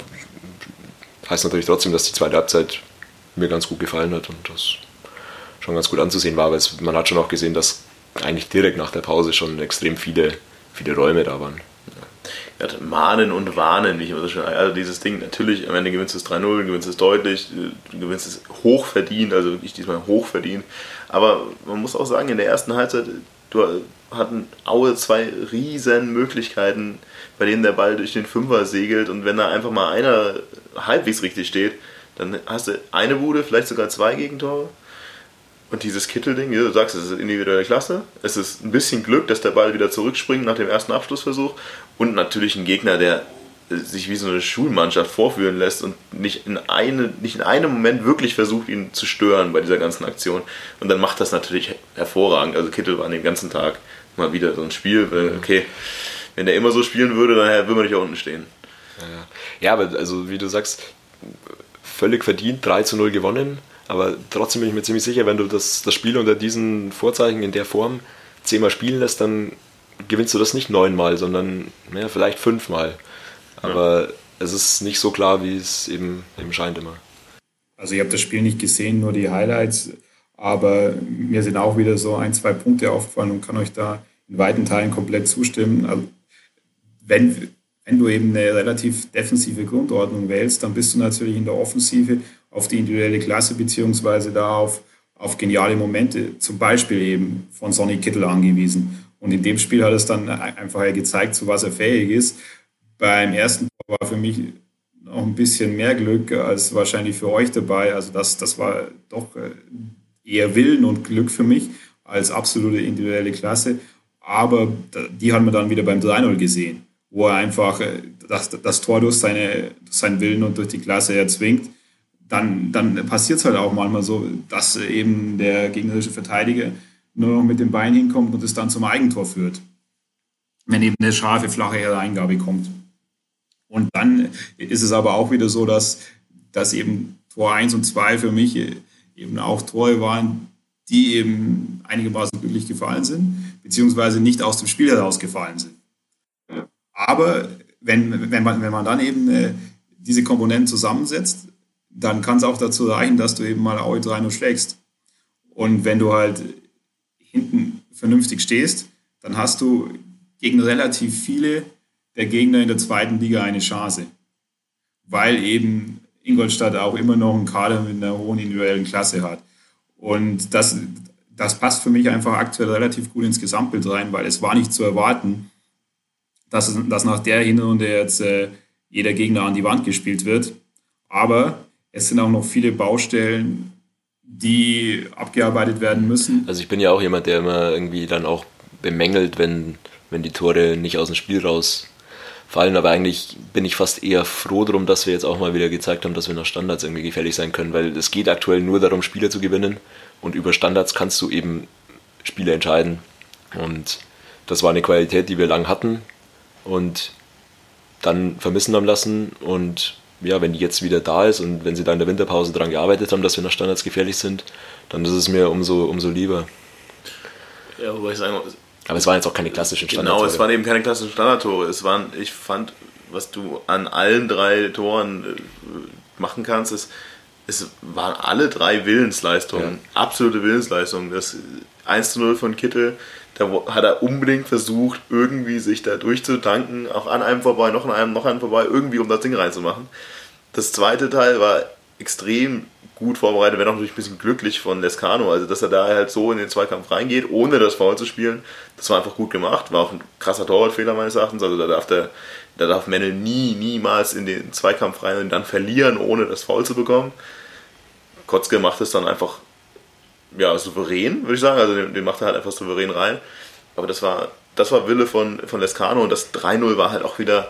heißt natürlich trotzdem, dass die zweite Halbzeit mir ganz gut gefallen hat und das schon ganz gut anzusehen war, weil man hat schon auch gesehen, dass eigentlich direkt nach der Pause schon extrem viele Räume da waren. Ja, mahnen und warnen, wie ich immer so schön. Also dieses Ding, natürlich, am Ende gewinnst du es 3-0, gewinnst es deutlich, du gewinnst es hochverdient, also wirklich diesmal hochverdient. Aber man muss auch sagen, in der ersten Halbzeit hatten Aue 2 riesen Möglichkeiten, bei denen der Ball durch den Fünfer segelt und wenn da einfach mal einer halbwegs richtig steht, dann hast du eine Bude, vielleicht sogar 2 Gegentore. Und dieses Kittel-Ding, wie du sagst, es ist individuelle Klasse. Es ist ein bisschen Glück, dass der Ball wieder zurückspringt nach dem ersten Abschlussversuch. Und natürlich ein Gegner, der sich wie so eine Schulmannschaft vorführen lässt und nicht in einem Moment wirklich versucht, ihn zu stören bei dieser ganzen Aktion. Und dann macht das natürlich hervorragend. Also Kittel war an dem ganzen Tag mal wieder so ein Spiel. Okay, wenn der immer so spielen würde, dann würde man nicht auch unten stehen. Ja, aber also wie du sagst, völlig verdient, 3-0 gewonnen. Aber trotzdem bin ich mir ziemlich sicher, wenn du das Spiel unter diesen Vorzeichen in der Form 10-mal spielen lässt, dann gewinnst du das nicht 9-mal, sondern vielleicht 5-mal. Aber es ist nicht so klar, wie es eben scheint immer. Also ich habe das Spiel nicht gesehen, nur die Highlights, aber mir sind auch wieder so 1-2 Punkte aufgefallen und kann euch da in weiten Teilen komplett zustimmen. Also wenn du eben eine relativ defensive Grundordnung wählst, dann bist du natürlich in der Offensive auf die individuelle Klasse beziehungsweise da auf geniale Momente, zum Beispiel eben von Sonny Kittel angewiesen. Und in dem Spiel hat es dann einfach gezeigt, zu was er fähig ist. Beim ersten Tor war für mich noch ein bisschen mehr Glück als wahrscheinlich für euch dabei. Also das war doch eher Willen und Glück für mich als absolute individuelle Klasse. Aber die haben wir dann wieder beim 3-0 gesehen, wo er einfach das Tor durch seinen Willen und durch die Klasse erzwingt. Dann passiert es halt auch manchmal so, dass eben der gegnerische Verteidiger nur noch mit dem Bein hinkommt und es dann zum Eigentor führt, wenn eben eine scharfe, flache Hereingabe kommt. Und dann ist es aber auch wieder so, dass eben Tor 1 und 2 für mich eben auch Tore waren, die eben einigermaßen glücklich gefallen sind, beziehungsweise nicht aus dem Spiel herausgefallen sind. Aber wenn man dann eben diese Komponenten zusammensetzt, dann kann es auch dazu reichen, dass du eben mal Aue 3-0 schlägst. Und wenn du halt hinten vernünftig stehst, dann hast du gegen relativ viele der Gegner in der zweiten Liga eine Chance. Weil eben Ingolstadt auch immer noch einen Kader mit einer hohen individuellen Klasse hat. Und das passt für mich einfach aktuell relativ gut ins Gesamtbild rein, weil es war nicht zu erwarten, dass nach der Hinrunde jetzt jeder Gegner an die Wand gespielt wird. Aber es sind auch noch viele Baustellen, die abgearbeitet werden müssen. Also ich bin ja auch jemand, der immer irgendwie dann auch bemängelt, wenn die Tore nicht aus dem Spiel rausfallen. Aber eigentlich bin ich fast eher froh darum, dass wir jetzt auch mal wieder gezeigt haben, dass wir nach Standards irgendwie gefährlich sein können. Weil es geht aktuell nur darum, Spiele zu gewinnen. Und über Standards kannst du eben Spiele entscheiden. Und das war eine Qualität, die wir lang hatten und dann vermissen haben lassen. Und ja, wenn die jetzt wieder da ist und wenn sie da in der Winterpause daran gearbeitet haben, dass wir nach Standards gefährlich sind, dann ist es mir umso lieber. Ja, wobei ich sagen muss, aber es waren jetzt auch keine klassischen Standardtore. Genau, es waren eben keine klassischen Standardtore. Ich fand, was du an allen 3 Toren machen kannst, es waren alle 3 Willensleistungen, absolute Willensleistungen. Das 1:0 von Kittel, da hat er unbedingt versucht, irgendwie sich da durchzutanken, auch an einem vorbei, noch an einem vorbei, irgendwie um das Ding reinzumachen. Das zweite Teil war extrem gut vorbereitet, wenn auch natürlich ein bisschen glücklich von Lescano, also dass er da halt so in den Zweikampf reingeht, ohne das Foul zu spielen. Das war einfach gut gemacht, war auch ein krasser Torwartfehler meines Erachtens, also da darf Mennel niemals in den Zweikampf rein und dann verlieren, ohne das Foul zu bekommen. Kotzke macht es dann einfach souverän, würde ich sagen, also den macht er halt einfach souverän rein, aber das war Wille von Lescano und das 3-0 war halt auch wieder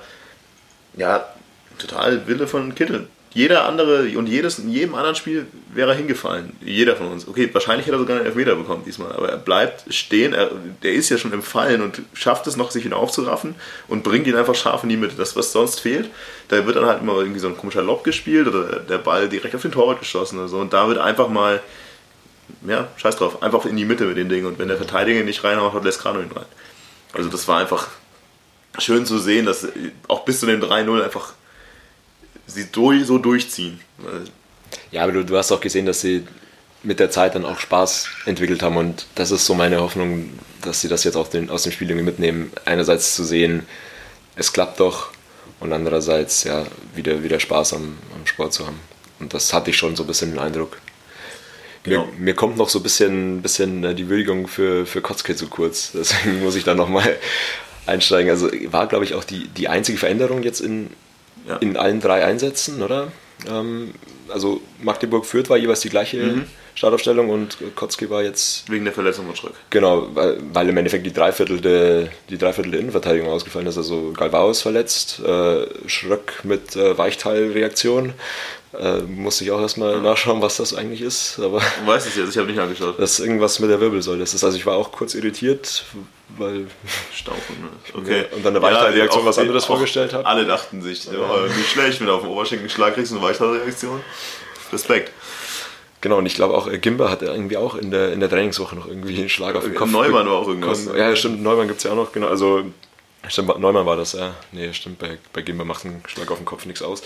total Wille von Kittel. Jeder andere und in jedem anderen Spiel wäre er hingefallen. Jeder von uns. Okay, wahrscheinlich hätte er sogar einen Elfmeter bekommen diesmal, aber er bleibt stehen. Der ist ja schon im Fallen und schafft es noch, sich wieder aufzuraffen und bringt ihn einfach scharf in die Mitte. Das, was sonst fehlt, da wird dann halt immer irgendwie so ein komischer Lob gespielt oder der Ball direkt auf den Torwart geschossen oder so. Und da wird einfach mal, scheiß drauf, einfach in die Mitte mit den Dingen. Und wenn der Verteidiger nicht reinhaut, hat Lescano ihn rein. Also das war einfach schön zu sehen, dass auch bis zu dem 3-0 einfach sie so durchziehen. Ja, aber du hast auch gesehen, dass sie mit der Zeit dann auch Spaß entwickelt haben und das ist so meine Hoffnung, dass sie das jetzt aus dem Spiel irgendwie mitnehmen. Einerseits zu sehen, es klappt doch und andererseits wieder Spaß am Sport zu haben. Und das hatte ich schon so ein bisschen den Eindruck. Genau. Mir kommt noch so ein bisschen die Würdigung für Kotzke zu kurz, deswegen muss ich da nochmal einsteigen. Also war, glaube ich, auch die einzige Veränderung jetzt in allen 3 Einsätzen, oder? Also Magdeburg-Fürth war jeweils die gleiche Startaufstellung und Kotzke war jetzt... Wegen der Verletzung von Schröck. Genau, weil im Endeffekt die Dreiviertel der Innenverteidigung ausgefallen ist. Also Galvao ist verletzt, Schröck mit Weichteilreaktion. Musste ich auch erstmal nachschauen, was das eigentlich ist. Aber du weißt es jetzt, ich habe nicht nachgeschaut. Das ist irgendwas mit der Wirbelsäule. Also ich war auch kurz irritiert, weil... Stauchen, ne? Okay. Und dann eine Weichteilreaktion was anderes vorgestellt habe. Alle dachten sich, nicht schlecht, wenn du auf den Oberschenkelschlag kriegst und eine Weichteilreaktion. Respekt. Genau, und ich glaube auch, Gimba hat irgendwie auch in der Trainingswoche noch irgendwie einen Schlag auf den Kopf. Neumann war auch irgendwas. Ja, stimmt, Neumann gibt es ja auch noch, genau. Also, stimmt, Neumann war das, ja. Nee, stimmt, bei Gimba macht ein Schlag auf den Kopf nichts aus.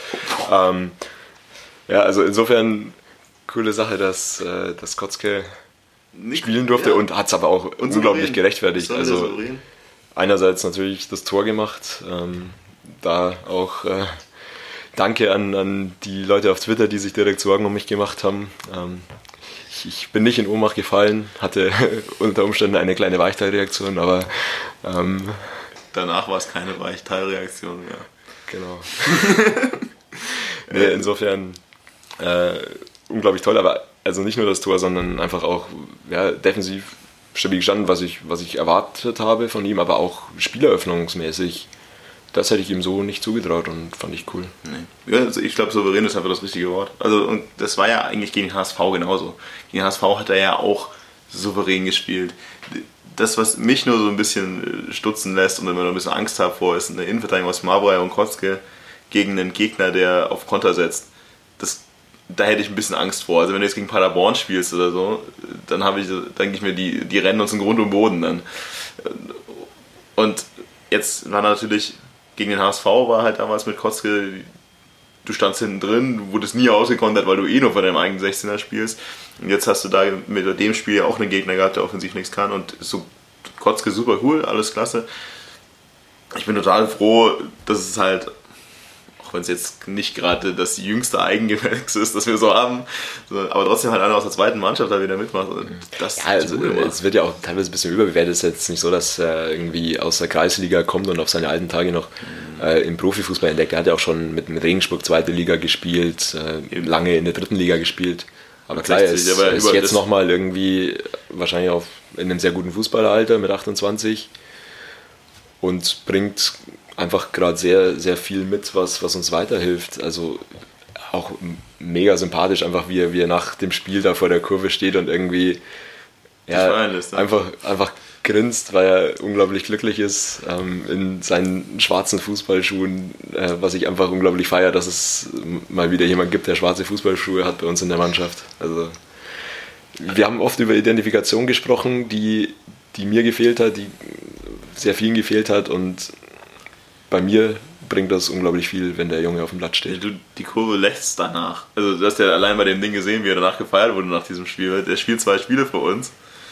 Also insofern coole Sache, dass Kotzke spielen durfte und hat es aber auch unglaublich gerechtfertigt. Also einerseits natürlich das Tor gemacht, da auch danke an die Leute auf Twitter, die sich direkt Sorgen um mich gemacht haben. Ich bin nicht in Ohnmacht gefallen, hatte unter Umständen eine kleine Weichteilreaktion, aber danach war es keine Weichteilreaktion mehr. Genau. Nee, insofern unglaublich toll, aber also nicht nur das Tor, sondern einfach auch defensiv stabil gestanden, was ich erwartet habe von ihm, aber auch spieleröffnungsmäßig. Das hätte ich ihm so nicht zugetraut und fand ich cool. Nee. Ja, also ich glaube, souverän ist einfach das richtige Wort. Also, und das war ja eigentlich gegen HSV genauso. Gegen HSV hat er ja auch souverän gespielt. Das, was mich nur so ein bisschen stutzen lässt und immer noch ein bisschen Angst habe vor, ist eine Innenverteidigung aus Marbury und Kotzke gegen einen Gegner, der auf Konter setzt. Da hätte ich ein bisschen Angst vor. Also wenn du jetzt gegen Paderborn spielst oder so, dann denke ich mir, die rennen uns in Grund und Boden dann. Und jetzt war natürlich gegen den HSV war halt damals mit Kotzke, du standst hinten drin, du wurdest nie ausgekontert, weil du nur vor deinem eigenen 16er spielst. Und jetzt hast du da mit dem Spiel ja auch einen Gegner gehabt, der offensiv nichts kann. Und so Kotzke super cool, alles klasse. Ich bin total froh, dass es halt, auch wenn es jetzt nicht gerade das jüngste Eigengewächs ist, das wir so haben, aber trotzdem halt einer aus der zweiten Mannschaft da wieder mitmacht. Das also es wird ja auch teilweise ein bisschen überbewertet. Es ist jetzt nicht so, dass er irgendwie aus der Kreisliga kommt und auf seine alten Tage noch im Profifußball entdeckt. Er hat ja auch schon mit Regensburg zweite Liga gespielt, lange in der dritten Liga gespielt. Aber klar, er ist jetzt nochmal irgendwie wahrscheinlich auch in einem sehr guten Fußballeralter mit 28 und bringt einfach gerade sehr, sehr viel mit, was uns weiterhilft. Also auch mega sympathisch, einfach wie er nach dem Spiel da vor der Kurve steht und irgendwie einfach grinst, weil er unglaublich glücklich ist in seinen schwarzen Fußballschuhen, was ich einfach unglaublich feiere, dass es mal wieder jemand gibt, der schwarze Fußballschuhe hat bei uns in der Mannschaft. Also wir haben oft über Identifikation gesprochen, die mir gefehlt hat, die sehr vielen gefehlt hat, und bei mir bringt das unglaublich viel, wenn der Junge auf dem Blatt steht. Die Kurve lässt danach. Also du hast ja allein bei dem Ding gesehen, wie er danach gefeiert wurde nach diesem Spiel. Der spielt 2 Spiele für uns.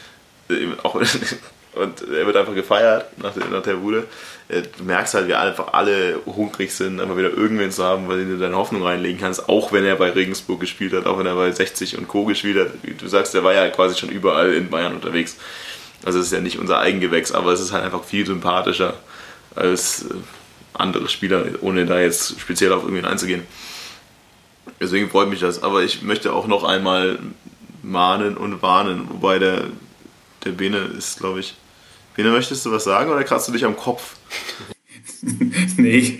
Und er wird einfach gefeiert nach der Bude. Du merkst halt, wie einfach alle hungrig sind, einfach wieder irgendwen zu haben, weil du deine Hoffnung reinlegen kannst, auch wenn er bei Regensburg gespielt hat, auch wenn er bei 60 und Co. gespielt hat. Wie du sagst, der war ja quasi schon überall in Bayern unterwegs. Also es ist ja nicht unser Eigengewächs, aber es ist halt einfach viel sympathischer als andere Spieler, ohne da jetzt speziell auf irgendwen einzugehen. Deswegen freut mich das. Aber ich möchte auch noch einmal mahnen und warnen, wobei der Bene ist, glaube ich... Bene, möchtest du was sagen oder kratzt du dich am Kopf? Nee,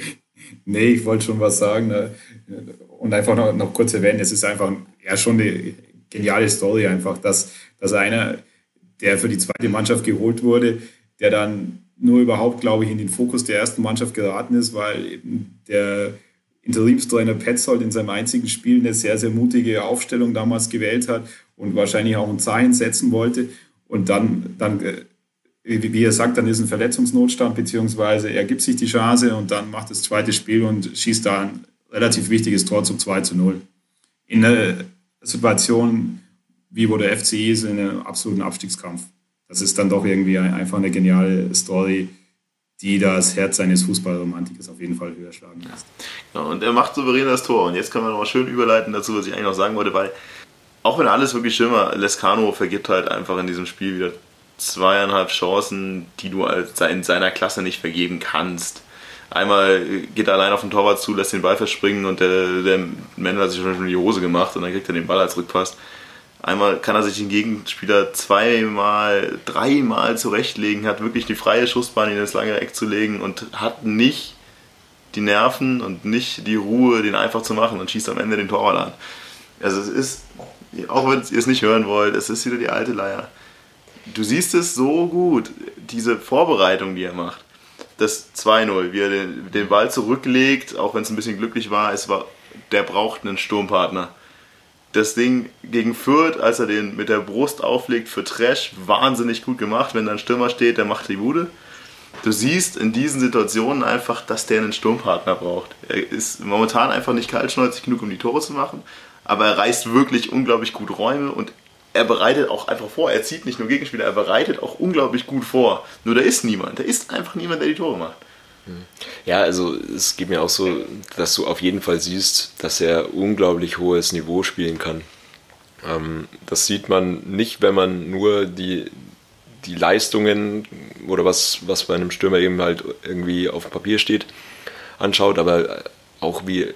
ich wollte schon was sagen. Ne? Und einfach noch kurz erwähnen, es ist einfach schon eine geniale Story einfach, dass einer, der für die zweite Mannschaft geholt wurde, der dann nur überhaupt, glaube ich, in den Fokus der ersten Mannschaft geraten ist, weil eben der Interimstrainer Petzold in seinem einzigen Spiel eine sehr, sehr mutige Aufstellung damals gewählt hat und wahrscheinlich auch ein Zeichen setzen wollte. Und dann wie er sagt, dann ist ein Verletzungsnotstand, beziehungsweise er gibt sich die Chance und dann macht das zweite Spiel und schießt da ein relativ wichtiges Tor zum 2:0. In einer Situation, wie wo der FCI ist, in einem absoluten Abstiegskampf. Das ist dann doch irgendwie einfach eine geniale Story, die das Herz seines Fußballromantikers auf jeden Fall höher schlagen lässt. Ja, und er macht souverän das Tor. Und jetzt können wir nochmal schön überleiten dazu, was ich eigentlich noch sagen wollte, weil auch wenn alles wirklich schlimm war, Lescano vergibt halt einfach in diesem Spiel wieder 2,5 Chancen, die du in seiner Klasse nicht vergeben kannst. Einmal geht er allein auf den Torwart zu, lässt den Ball verspringen und der Mendel hat sich schon in die Hose gemacht und dann kriegt er den Ball als Rückpass. Einmal kann er sich den Gegenspieler 2-mal, 3-mal zurechtlegen, hat wirklich die freie Schussbahn in das lange Eck zu legen und hat nicht die Nerven und nicht die Ruhe, den einfach zu machen und schießt am Ende den Torwart an. Also es ist, auch wenn ihr es nicht hören wollt, es ist wieder die alte Leier. Du siehst es so gut, diese Vorbereitung, die er macht. Das 2-0, wie er den Ball zurücklegt, auch wenn es ein bisschen glücklich war, der braucht einen Sturmpartner. Das Ding gegen Fürth, als er den mit der Brust auflegt für Tresch, wahnsinnig gut gemacht. Wenn da ein Stürmer steht, der macht die Bude. Du siehst in diesen Situationen einfach, dass der einen Sturmpartner braucht. Er ist momentan einfach nicht kaltschnäuzig genug, um die Tore zu machen, aber er reißt wirklich unglaublich gut Räume und er bereitet auch einfach vor. Er zieht nicht nur Gegenspieler, er bereitet auch unglaublich gut vor. Nur da ist niemand. Da ist einfach niemand, der die Tore macht. Ja, also es geht mir auch so, dass du auf jeden Fall siehst, dass er unglaublich hohes Niveau spielen kann. Das sieht man nicht, wenn man nur die Leistungen oder was bei einem Stürmer eben halt irgendwie auf dem Papier steht, anschaut, aber auch wie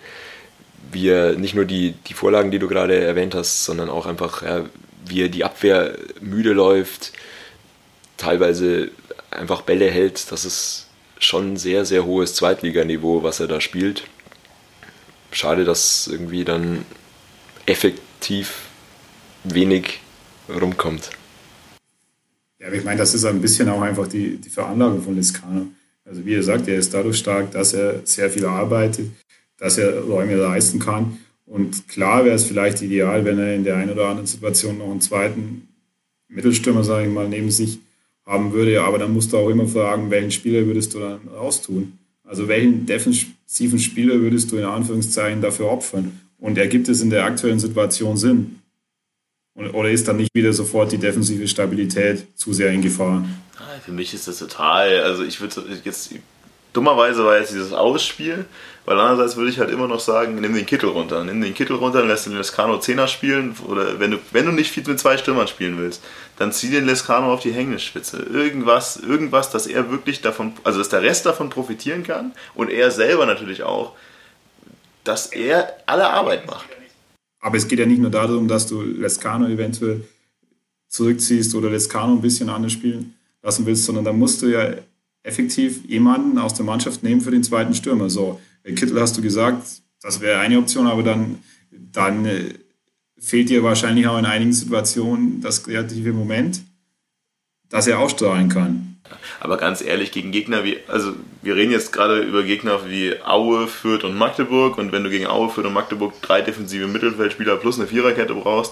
er nicht nur die Vorlagen, die du gerade erwähnt hast, sondern auch einfach, wie er die Abwehr müde läuft, teilweise einfach Bälle hält. Das ist schon sehr, sehr hohes Zweitliganiveau, was er da spielt. Schade, dass irgendwie dann effektiv wenig rumkommt. Ja, aber ich meine, das ist ein bisschen auch einfach die Veranlagung von Lescano. Also wie er sagt, er ist dadurch stark, dass er sehr viel arbeitet, dass er Räume leisten kann. Und klar wäre es vielleicht ideal, wenn er in der einen oder anderen Situation noch einen zweiten Mittelstürmer, sage ich mal, neben sich haben würde. Aber dann musst du auch immer fragen, welchen Spieler würdest du dann raustun? Also welchen defensiven Spieler würdest du in Anführungszeichen dafür opfern? Und ergibt es in der aktuellen Situation Sinn? Oder ist dann nicht wieder sofort die defensive Stabilität zu sehr in Gefahr? Für mich ist das total, also ich würde jetzt, dummerweise war jetzt dieses Ausspiel, weil andererseits würde ich halt immer noch sagen, nimm den Kittel runter, dann lässt den Lescano 10er spielen, oder wenn du nicht viel mit 2 Stürmern spielen willst, dann zieh den Lescano auf die hängende Spitze. Irgendwas, dass er wirklich davon, also dass der Rest davon profitieren kann und er selber natürlich auch, dass er alle Arbeit macht. Aber es geht ja nicht nur darum, dass du Lescano eventuell zurückziehst oder Lescano ein bisschen anders spielen lassen willst, sondern da musst du ja effektiv jemanden aus der Mannschaft nehmen für den zweiten Stürmer. So, Kittel hast du gesagt, das wäre eine Option, aber dann fehlt dir wahrscheinlich auch in einigen Situationen das kreative Moment, dass er ausstrahlen kann. Aber ganz ehrlich, gegen Gegner wir reden jetzt gerade über Gegner wie Aue, Fürth und Magdeburg, und wenn du gegen Aue, Fürth und Magdeburg 3 defensive Mittelfeldspieler plus eine Viererkette brauchst,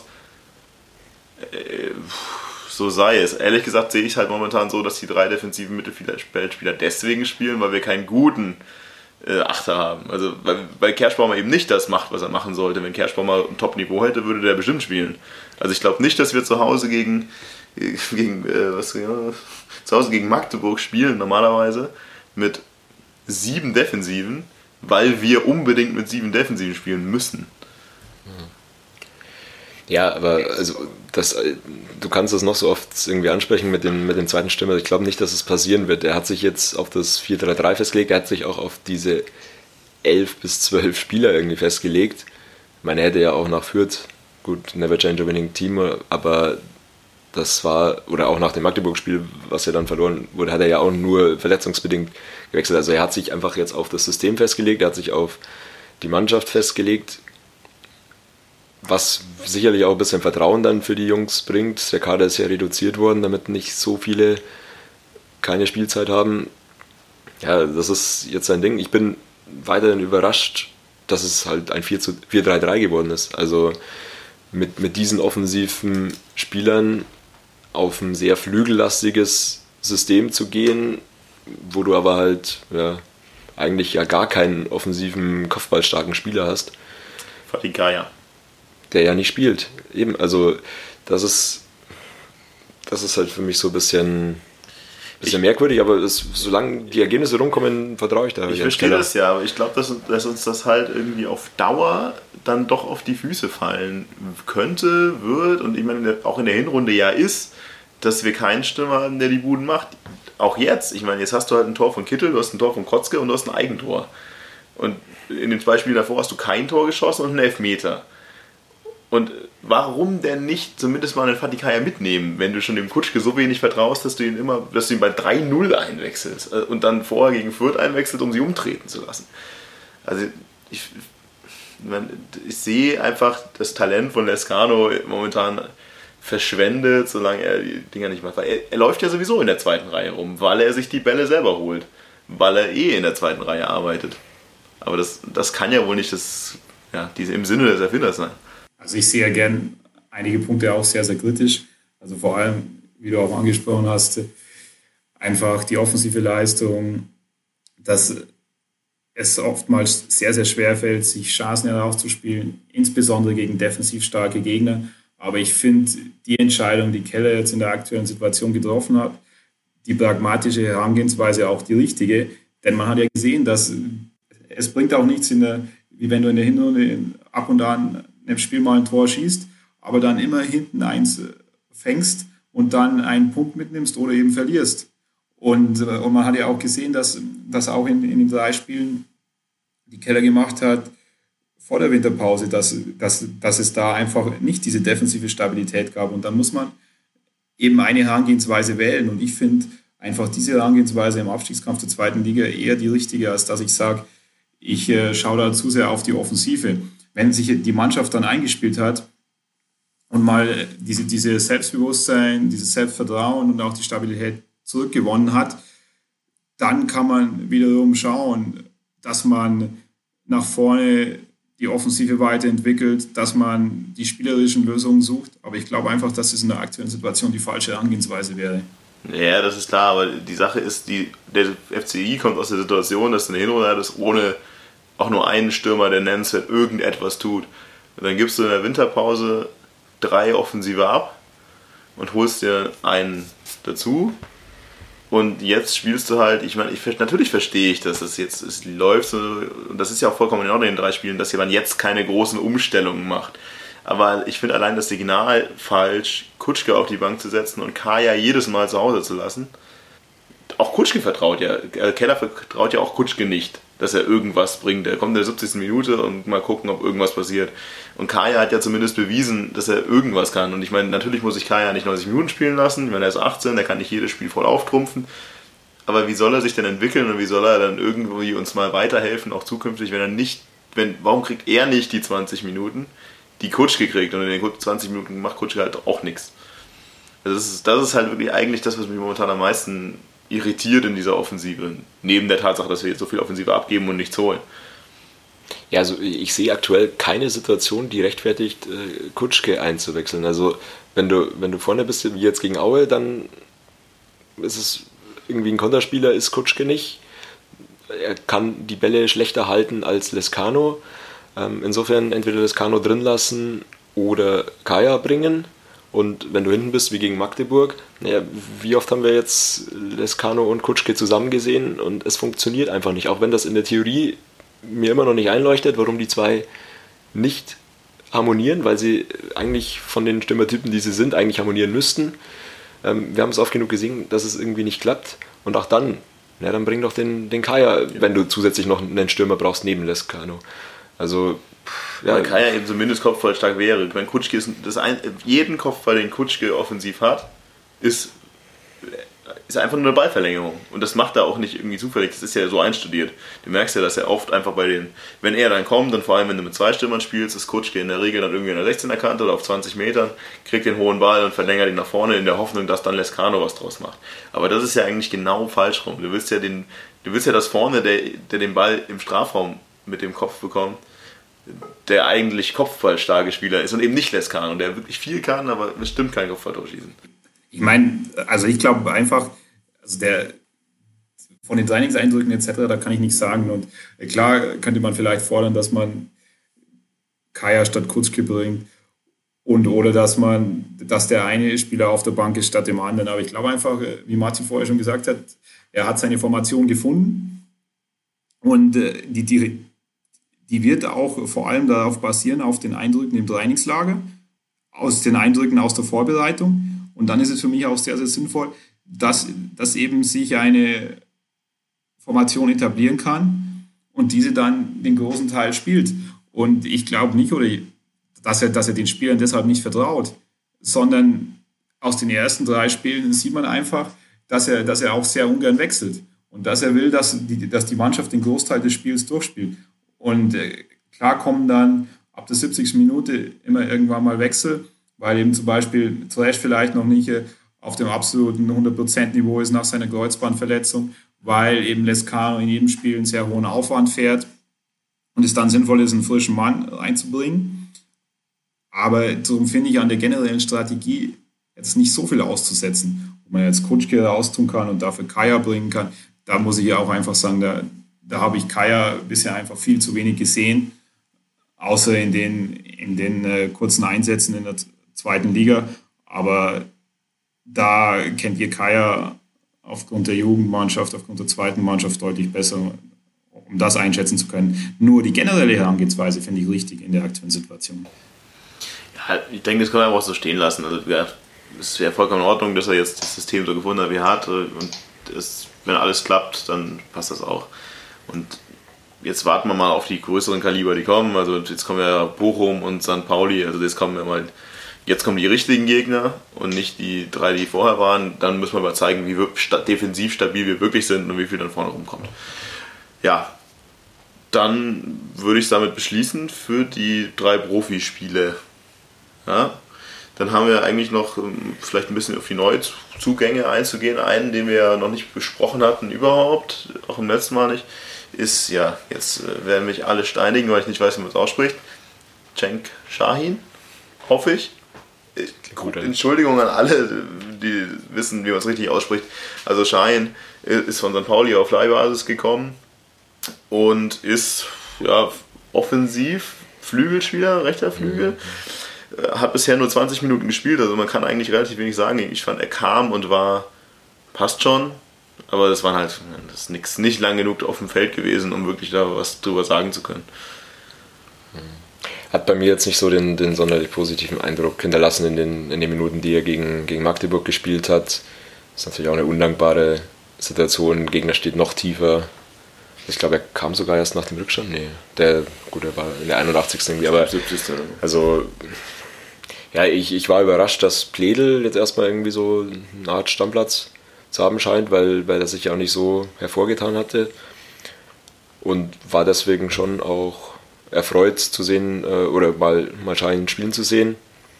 so sei es. Ehrlich gesagt sehe ich es halt momentan so, dass die 3 defensiven Mittelfeldspieler deswegen spielen, weil wir keinen guten Achter haben. Also weil Kerschbaumer eben nicht das macht, was er machen sollte. Wenn Kerschbaumer ein Top-Niveau hätte, würde der bestimmt spielen. Also ich glaube nicht, dass wir zu Hause gegen Magdeburg spielen normalerweise mit 7 Defensiven, weil wir unbedingt mit 7 Defensiven spielen müssen. Ja, aber also du kannst das noch so oft irgendwie ansprechen mit dem zweiten Stürmer. Ich glaube nicht, dass es passieren wird. Er hat sich jetzt auf das 4-3-3 festgelegt. Er hat sich auch auf diese 11 bis 12 Spieler irgendwie festgelegt. Ich meine, er hätte ja auch nach Fürth, gut, never change a winning team, aber das war, oder auch nach dem Magdeburg-Spiel, was ja dann verloren wurde, hat er ja auch nur verletzungsbedingt gewechselt. Also er hat sich einfach jetzt auf das System festgelegt, er hat sich auf die Mannschaft festgelegt, was sicherlich auch ein bisschen Vertrauen dann für die Jungs bringt. Der Kader ist ja reduziert worden, damit nicht so viele keine Spielzeit haben. Ja, das ist jetzt sein Ding. Ich bin weiterhin überrascht, dass es halt ein 4-3-3 geworden ist. Also mit diesen offensiven Spielern auf ein sehr flügellastiges System zu gehen, wo du aber halt eigentlich ja gar keinen offensiven, kopfballstarken Spieler hast. Fatih Gaya. Der ja nicht spielt. Eben, also das ist halt für mich so ein bisschen merkwürdig, aber solange die Ergebnisse rumkommen, vertraue ich da. Ich verstehe das ja, aber ich glaube, dass uns das halt irgendwie auf Dauer dann doch auf die Füße fallen könnte, wird, und ich meine, auch in der Hinrunde ja ist, dass wir keinen Stürmer haben, der die Buden macht. Auch jetzt, ich meine, jetzt hast du halt ein Tor von Kittel, du hast ein Tor von Kotzke und du hast ein Eigentor. Und in den 2 Spielen davor hast du kein Tor geschossen und einen Elfmeter. Und warum denn nicht zumindest mal einen Fatih Gaya mitnehmen, wenn du schon dem Kutschke so wenig vertraust, dass du ihn bei 3-0 einwechselst und dann vorher gegen Fürth einwechselt, um sie umtreten zu lassen. Also ich sehe einfach das Talent von Lescano momentan verschwendet, solange er die Dinger nicht macht. Weil er läuft ja sowieso in der zweiten Reihe rum, weil er sich die Bälle selber holt, weil er in der zweiten Reihe arbeitet. Aber das kann ja wohl nicht im Sinne des Erfinders sein. Also ich sehe ja gern einige Punkte auch sehr, sehr kritisch. Also vor allem, wie du auch angesprochen hast, einfach die offensive Leistung, dass es oftmals sehr, sehr schwer fällt, sich Chancen herauszuspielen, insbesondere gegen defensiv starke Gegner. Aber ich finde, die Entscheidung, die Keller jetzt in der aktuellen Situation getroffen hat, die pragmatische Herangehensweise auch die richtige. Denn man hat ja gesehen, dass es bringt auch nichts, wie wenn du in der Hinrunde ab und an im Spiel mal ein Tor schießt, aber dann immer hinten eins fängst und dann einen Punkt mitnimmst oder eben verlierst. Und man hat ja auch gesehen, dass auch in den 3 Spielen, die Keller gemacht hat, vor der Winterpause, dass es da einfach nicht diese defensive Stabilität gab. Und dann muss man eben eine Herangehensweise wählen. Und ich finde einfach diese Herangehensweise im Abstiegskampf der 2. Liga eher die richtige, als dass ich sage, ich schaue da zu sehr auf die Offensive. Wenn sich die Mannschaft dann eingespielt hat und mal dieses Selbstbewusstsein, dieses Selbstvertrauen und auch die Stabilität zurückgewonnen hat, dann kann man wiederum schauen, dass man nach vorne die Offensive weiterentwickelt, dass man die spielerischen Lösungen sucht. Aber ich glaube einfach, dass es in der aktuellen Situation die falsche Herangehensweise wäre. Ja, das ist klar, aber die Sache ist, der FCI kommt aus der Situation, dass eine Hinrunde hat, ist ohne auch nur einen Stürmer, der nennenswert irgendetwas tut. Und dann gibst du in der Winterpause 3 Offensive ab und holst dir einen dazu. Und jetzt spielst du halt, ich meine, natürlich verstehe ich, dass es läuft, und das ist ja auch vollkommen in Ordnung in den 3 Spielen, dass man jetzt keine großen Umstellungen macht. Aber ich finde allein das Signal falsch, Kutschke auf die Bank zu setzen und Kaya jedes Mal zu Hause zu lassen. Auch Kutschke Keller vertraut ja auch Kutschke nicht, dass er irgendwas bringt. Er kommt in der 70. Minute und mal gucken, ob irgendwas passiert. Und Kaya hat ja zumindest bewiesen, dass er irgendwas kann. Und ich meine, natürlich muss ich Kaya nicht 90 Minuten spielen lassen. Ich meine, er ist 18, der kann nicht jedes Spiel voll auftrumpfen. Aber wie soll er sich denn entwickeln und wie soll er dann irgendwie uns mal weiterhelfen, auch zukünftig, warum kriegt er nicht die 20 Minuten, die Kutschke kriegt, und in den 20 Minuten macht Kutschke halt auch nichts. Also das ist halt wirklich eigentlich das, was mich momentan am meisten irritiert in dieser Offensive, neben der Tatsache, dass wir jetzt so viel Offensive abgeben und nichts holen. Ja, also ich sehe aktuell keine Situation, die rechtfertigt, Kutschke einzuwechseln. Also wenn du vorne bist, wie jetzt gegen Aue, dann ist es irgendwie ein Konterspieler, ist Kutschke nicht. Er kann die Bälle schlechter halten als Lescano. Insofern entweder Lescano drin lassen oder Kaya bringen. Und wenn du hinten bist, wie gegen Magdeburg, wie oft haben wir jetzt Lescano und Kutschke zusammen gesehen und es funktioniert einfach nicht. Auch wenn das in der Theorie mir immer noch nicht einleuchtet, warum die zwei nicht harmonieren, weil sie eigentlich von den Stürmertypen, die sie sind, eigentlich harmonieren müssten. Wir haben es oft genug gesehen, dass es irgendwie nicht klappt. Und auch dann bring doch den Kaya, wenn du zusätzlich noch einen Stürmer brauchst neben Lescano. Also, weil Kaya eben zumindest kopfballstark wäre. Ich meine, Kutschke ist jeden Kopfball, den Kutschke offensiv hat, ist einfach nur eine Ballverlängerung. Und das macht er auch nicht irgendwie zufällig, das ist ja so einstudiert. Du merkst ja, dass er oft einfach wenn er dann kommt, und vor allem wenn du mit 2 Stürmern spielst, ist Kutschke in der Regel dann irgendwie in der 16er Kante oder auf 20 Metern, kriegt den hohen Ball und verlängert ihn nach vorne in der Hoffnung, dass dann Lescano was draus macht. Aber das ist ja eigentlich genau falsch rum. Du willst ja dass vorne, der den Ball im Strafraum mit dem Kopf bekommt, der eigentlich kopfballstarke Spieler ist und eben nicht Lescano, der wirklich viel kann, aber bestimmt kein Kopfballtor schießen. Ich meine, also ich glaube einfach, von den Trainingseindrücken etc., da kann ich nichts sagen. Und klar könnte man vielleicht fordern, dass man Kaya statt Kutschke bringt oder dass der eine Spieler auf der Bank ist statt dem anderen. Aber ich glaube einfach, wie Martin vorher schon gesagt hat, er hat seine Formation gefunden und die wird auch vor allem darauf basieren, auf den Eindrücken im Trainingslager, aus den Eindrücken aus der Vorbereitung. Und dann ist es für mich auch sehr, sehr sinnvoll, dass eben sich eine Formation etablieren kann und diese dann den großen Teil spielt. Und ich glaube nicht, dass er den Spielern deshalb nicht vertraut, sondern aus den ersten 3 Spielen sieht man einfach, dass er auch sehr ungern wechselt und dass er will, dass die Mannschaft den Großteil des Spiels durchspielt. Und klar kommen dann ab der 70. Minute immer irgendwann mal Wechsel, weil eben zum Beispiel Thresh vielleicht noch nicht auf dem absoluten 100%-Niveau ist nach seiner Kreuzbandverletzung, weil eben Lescano in jedem Spiel einen sehr hohen Aufwand fährt und es dann sinnvoll ist, einen frischen Mann reinzubringen. Aber darum finde ich an der generellen Strategie jetzt nicht so viel auszusetzen. Ob man jetzt Kutschke raustun kann und dafür Kaya bringen kann, da muss ich auch einfach sagen, da habe ich Kaya bisher einfach viel zu wenig gesehen, außer in den kurzen Einsätzen in der 2. Liga. Aber da kennt ihr Kaya aufgrund der Jugendmannschaft, aufgrund der 2. Mannschaft deutlich besser, um das einschätzen zu können. Nur die generelle Herangehensweise finde ich richtig in der aktuellen Situation. Ja, ich denke, das können wir einfach so stehen lassen. Also es wäre vollkommen in Ordnung, dass er jetzt das System so gefunden hat, wie er hat. Und wenn alles klappt, dann passt das auch. Und jetzt warten wir mal auf die größeren Kaliber, die kommen. Also jetzt kommen ja Bochum und St. Pauli. Also jetzt kommen die richtigen Gegner und nicht die 3, die vorher waren. Dann müssen wir mal zeigen, wie defensiv stabil wir wirklich sind und wie viel dann vorne rumkommt. Ja, dann würde ich es damit beschließen für die 3 Profispiele. Ja? Dann haben wir eigentlich noch vielleicht ein bisschen auf die Neuzugänge einzugehen. Einen, den wir ja noch nicht besprochen hatten überhaupt, auch im letzten Mal nicht, ist, ja, jetzt werden mich alle steinigen, weil ich nicht weiß, wie man es ausspricht. Cenk Şahin, hoffe ich. Entschuldigung an alle, die wissen, wie man es richtig ausspricht. Also Şahin ist von St. Pauli auf Leihbasis gekommen und ist ja offensiv Flügelspieler, rechter Flügel. Hat bisher nur 20 Minuten gespielt, also man kann eigentlich relativ wenig sagen. Ich fand, er kam und passt schon, aber das ist nicht lang genug auf dem Feld gewesen, um wirklich da was drüber sagen zu können. Hat bei mir jetzt nicht so den sonderlich positiven Eindruck hinterlassen in den Minuten, die er gegen Magdeburg gespielt hat. Das ist natürlich auch eine undankbare Situation. Der Gegner steht noch tiefer. Ich glaube, er kam sogar erst nach dem Rückstand. Nee, der war in der 81. irgendwie. Aber also, ja, ich war überrascht, dass Pledl jetzt erstmal irgendwie so eine Art Stammplatz zu haben scheint, weil er sich ja auch nicht so hervorgetan hatte. Und war deswegen schon auch erfreut zu sehen oder mal Şahin spielen zu sehen,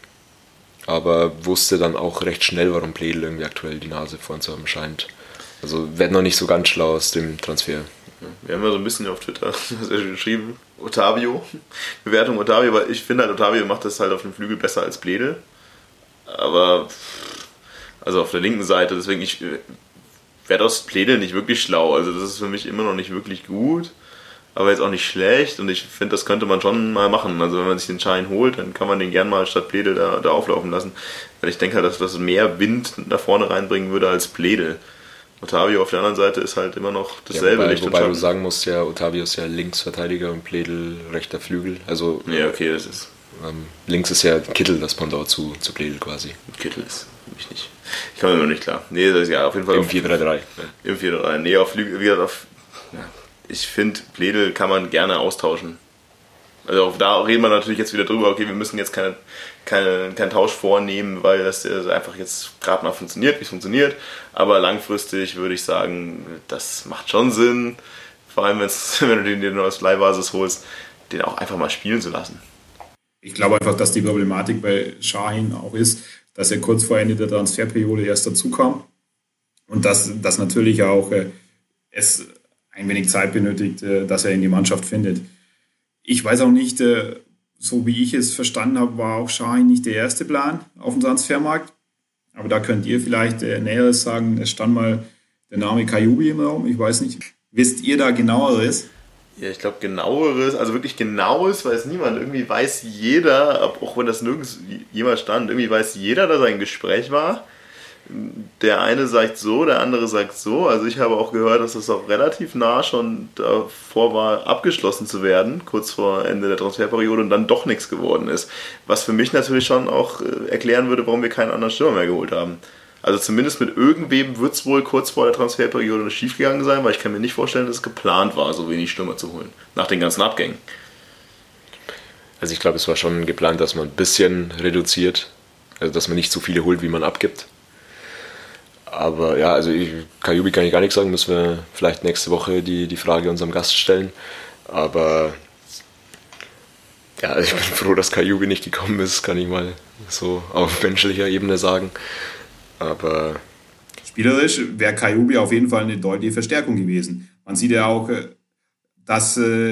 aber wusste dann auch recht schnell, warum Pledl irgendwie aktuell die Nase vorn zu haben scheint. Also wird noch nicht so ganz schlau aus dem Transfer. Wir haben ja so ein bisschen auf Twitter geschrieben, Otavio, Bewertung Otavio, weil ich finde halt, Otavio macht das halt auf dem Flügel besser als Pledl, aber also auf der linken Seite, deswegen werde aus Pledl nicht wirklich schlau, also das ist für mich immer noch nicht wirklich gut. Aber jetzt auch nicht schlecht und ich finde, das könnte man schon mal machen. Also wenn man sich den Şahin holt, dann kann man den gern mal statt Pledl da auflaufen lassen. Weil ich denke halt, dass das mehr Wind da vorne reinbringen würde als Pledl. Otavio auf der anderen Seite ist halt immer noch dasselbe. Ja, wobei du sagen musst, ja, Otavio ist ja Linksverteidiger und Pledl rechter Flügel. Also ja, okay, das ist... links ist ja Kittel das Pendant zu Pledl quasi. Kittel ist für mich nicht. Ich komme mir noch nicht klar. Nee, das ist ja auf jeden Fall... Im 4-3-3. Im 4-3-3. Nee, auf Flügel, wieder auf... Ja. Ich finde, Pledl kann man gerne austauschen. Also auch da reden wir natürlich jetzt wieder drüber, okay, wir müssen jetzt keinen Tausch vornehmen, weil das einfach jetzt gerade mal funktioniert, wie es funktioniert. Aber langfristig würde ich sagen, das macht schon Sinn, vor allem wenn du den aus Leihbasis holst, den auch einfach mal spielen zu lassen. Ich glaube einfach, dass die Problematik bei Şahin auch ist, dass er kurz vor Ende der Transferperiode erst dazu kam und dass natürlich auch es ein wenig Zeit benötigt, dass er in die Mannschaft findet. Ich weiß auch nicht, so wie ich es verstanden habe, war auch Şahin nicht der erste Plan auf dem Transfermarkt. Aber da könnt ihr vielleicht Näheres sagen. Es stand mal der Name Kajubi im Raum, ich weiß nicht. Wisst ihr da Genaueres? Ja, ich glaube Genaueres, also wirklich Genaues weiß niemand. Irgendwie weiß jeder, auch wenn das nirgends jemals stand, irgendwie weiß jeder, dass ein Gespräch war. Der eine sagt so, der andere sagt so. Also ich habe auch gehört, dass das auch relativ nah schon davor war, abgeschlossen zu werden, kurz vor Ende der Transferperiode und dann doch nichts geworden ist. Was für mich natürlich schon auch erklären würde, warum wir keinen anderen Stürmer mehr geholt haben. Also zumindest mit irgendwem wird es wohl kurz vor der Transferperiode schiefgegangen sein, weil ich kann mir nicht vorstellen, dass es geplant war, so wenig Stürmer zu holen, nach den ganzen Abgängen. Also ich glaube, es war schon geplant, dass man ein bisschen reduziert, also dass man nicht so viele holt, wie man abgibt. Aber ja, also Kajubi kann ich gar nichts sagen, müssen wir vielleicht nächste Woche die Frage unserem Gast stellen. Aber ja, also ich bin froh, dass Kajubi nicht gekommen ist, kann ich mal so auf menschlicher Ebene sagen. Aber spielerisch wäre Kajubi auf jeden Fall eine deutliche Verstärkung gewesen. Man sieht ja auch, dass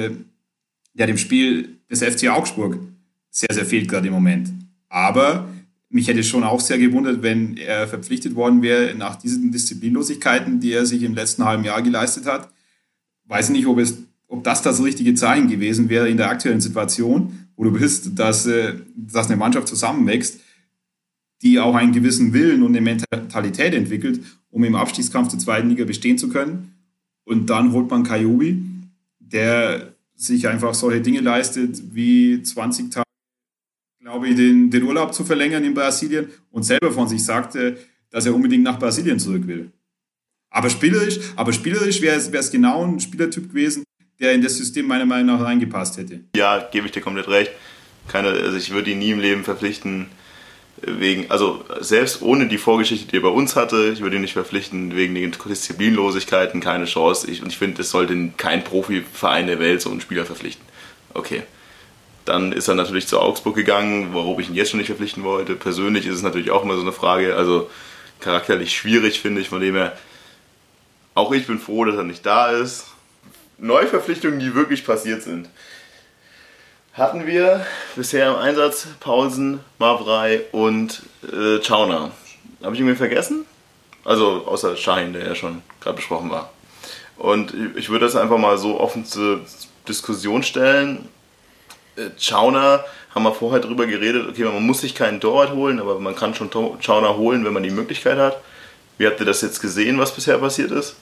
dem Spiel des FC Augsburg sehr, sehr fehlt gerade im Moment. Aber mich hätte schon auch sehr gewundert, wenn er verpflichtet worden wäre nach diesen Disziplinlosigkeiten, die er sich im letzten halben Jahr geleistet hat. Weiß nicht, ob das richtige Zeichen gewesen wäre in der aktuellen Situation, wo du bist, dass eine Mannschaft zusammenwächst, die auch einen gewissen Willen und eine Mentalität entwickelt, um im Abstiegskampf zur zweiten Liga bestehen zu können. Und dann holt man Kajubi, der sich einfach solche Dinge leistet, wie 20 Tage, glaube ich, den Urlaub zu verlängern in Brasilien und selber von sich sagte, dass er unbedingt nach Brasilien zurück will. Aber spielerisch wäre es genau ein Spielertyp gewesen, der in das System meiner Meinung nach reingepasst hätte. Ja, gebe ich dir komplett recht. Also ich würde ihn nie im Leben verpflichten, also selbst ohne die Vorgeschichte, die er bei uns hatte, ich würde ihn nicht verpflichten wegen den Disziplinlosigkeiten, keine Chance. Und ich finde, es sollte kein Profiverein der Welt so einen Spieler verpflichten. Okay. Dann ist er natürlich zu Augsburg gegangen, warum ich ihn jetzt schon nicht verpflichten wollte. Persönlich ist es natürlich auch immer so eine Frage, also charakterlich schwierig, finde ich, von dem her, auch ich bin froh, dass er nicht da ist. Neuverpflichtungen, die wirklich passiert sind, hatten wir bisher im Einsatz Paulsen, Mavrei und Czauner. Habe ich irgendwie vergessen? Also außer Schein, der ja schon gerade besprochen war. Und ich würde das einfach mal so offen zur Diskussion stellen. Czauner, haben wir vorher drüber geredet, okay, man muss sich keinen Torwart holen, aber man kann schon Czauner holen, wenn man die Möglichkeit hat. Wie habt ihr das jetzt gesehen, was bisher passiert ist?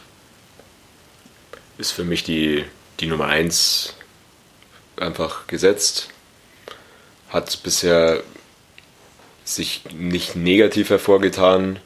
Ist für mich die Nummer 1 einfach gesetzt. Hat bisher sich nicht negativ hervorgetan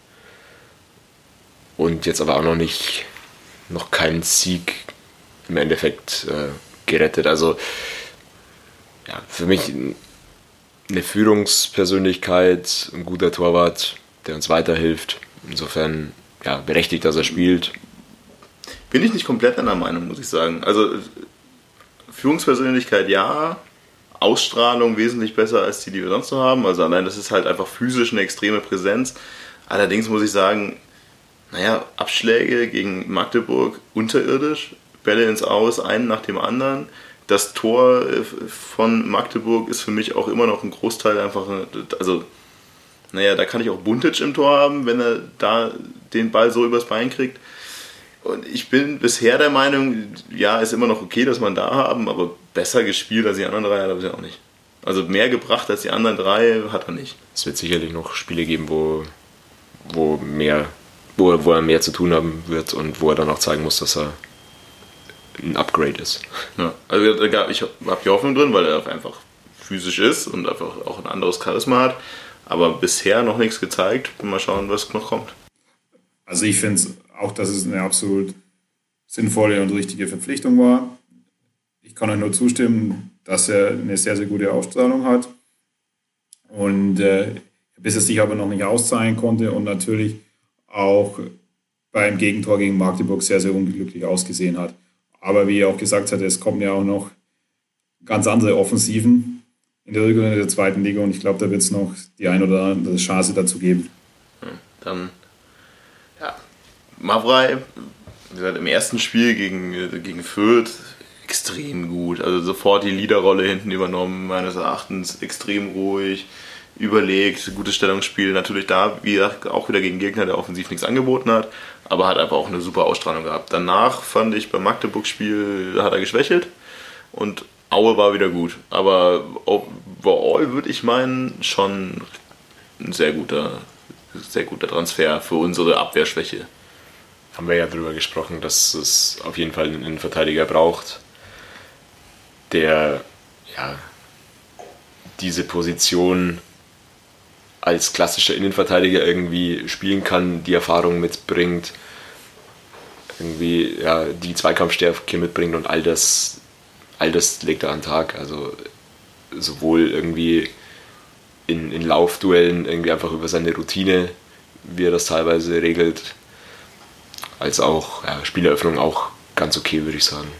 und jetzt aber auch noch keinen Sieg im Endeffekt gerettet. Also ja, für mich eine Führungspersönlichkeit, ein guter Torwart, der uns weiterhilft. Insofern ja, berechtigt, dass er spielt. Bin ich nicht komplett einer Meinung, muss ich sagen. Also Führungspersönlichkeit ja, Ausstrahlung wesentlich besser als die wir sonst noch haben. Also allein das ist halt einfach physisch eine extreme Präsenz. Allerdings muss ich sagen, naja, Abschläge gegen Magdeburg unterirdisch, Bälle ins Aus, einen nach dem anderen. Das Tor von Magdeburg ist für mich auch immer noch ein Großteil einfach, also naja, da kann ich auch Buntic im Tor haben, wenn er da den Ball so übers Bein kriegt. Und ich bin bisher der Meinung, ja, ist immer noch okay, dass man da haben, aber besser gespielt als die anderen 3 hat er bisher auch nicht. Also mehr gebracht als die anderen 3 hat er nicht. Es wird sicherlich noch Spiele geben, wo er mehr zu tun haben wird und wo er dann auch zeigen muss, dass er ein Upgrade ist. Ja, also ich habe die Hoffnung drin, weil er einfach physisch ist und einfach auch ein anderes Charisma hat. Aber bisher noch nichts gezeigt. Mal schauen, was noch kommt. Also ich finde auch, dass es eine absolut sinnvolle und richtige Verpflichtung war. Ich kann euch nur zustimmen, dass er eine sehr, sehr gute Ausstrahlung hat. Und bis er sich aber noch nicht auszahlen konnte und natürlich auch beim Gegentor gegen Magdeburg sehr, sehr unglücklich ausgesehen hat. Aber wie er auch gesagt hat, es kommen ja auch noch ganz andere Offensiven in der Rückrunde der 2. Liga und ich glaube, da wird es noch die ein oder andere Chance dazu geben. Dann, ja, Mavrei, wie gesagt, im ersten Spiel gegen Fürth extrem gut. Also sofort die Leaderrolle hinten übernommen, meines Erachtens extrem ruhig, überlegt, gutes Stellungsspiel. Natürlich da, wie gesagt, auch wieder gegen Gegner, der offensiv nichts angeboten hat, aber hat einfach auch eine super Ausstrahlung gehabt. Danach fand ich beim Magdeburg-Spiel, hat er geschwächelt und Aue war wieder gut. Aber overall würde ich meinen, schon ein sehr guter Transfer für unsere Abwehrschwäche. Haben wir ja darüber gesprochen, dass es auf jeden Fall einen Innenverteidiger braucht, der ja diese Position als klassischer Innenverteidiger irgendwie spielen kann, die Erfahrung mitbringt, irgendwie ja, die Zweikampfstärke mitbringt und all das legt er an den Tag. Also sowohl irgendwie in Laufduellen irgendwie einfach über seine Routine, wie er das teilweise regelt, als auch Spieleröffnung auch ganz okay, würde ich sagen.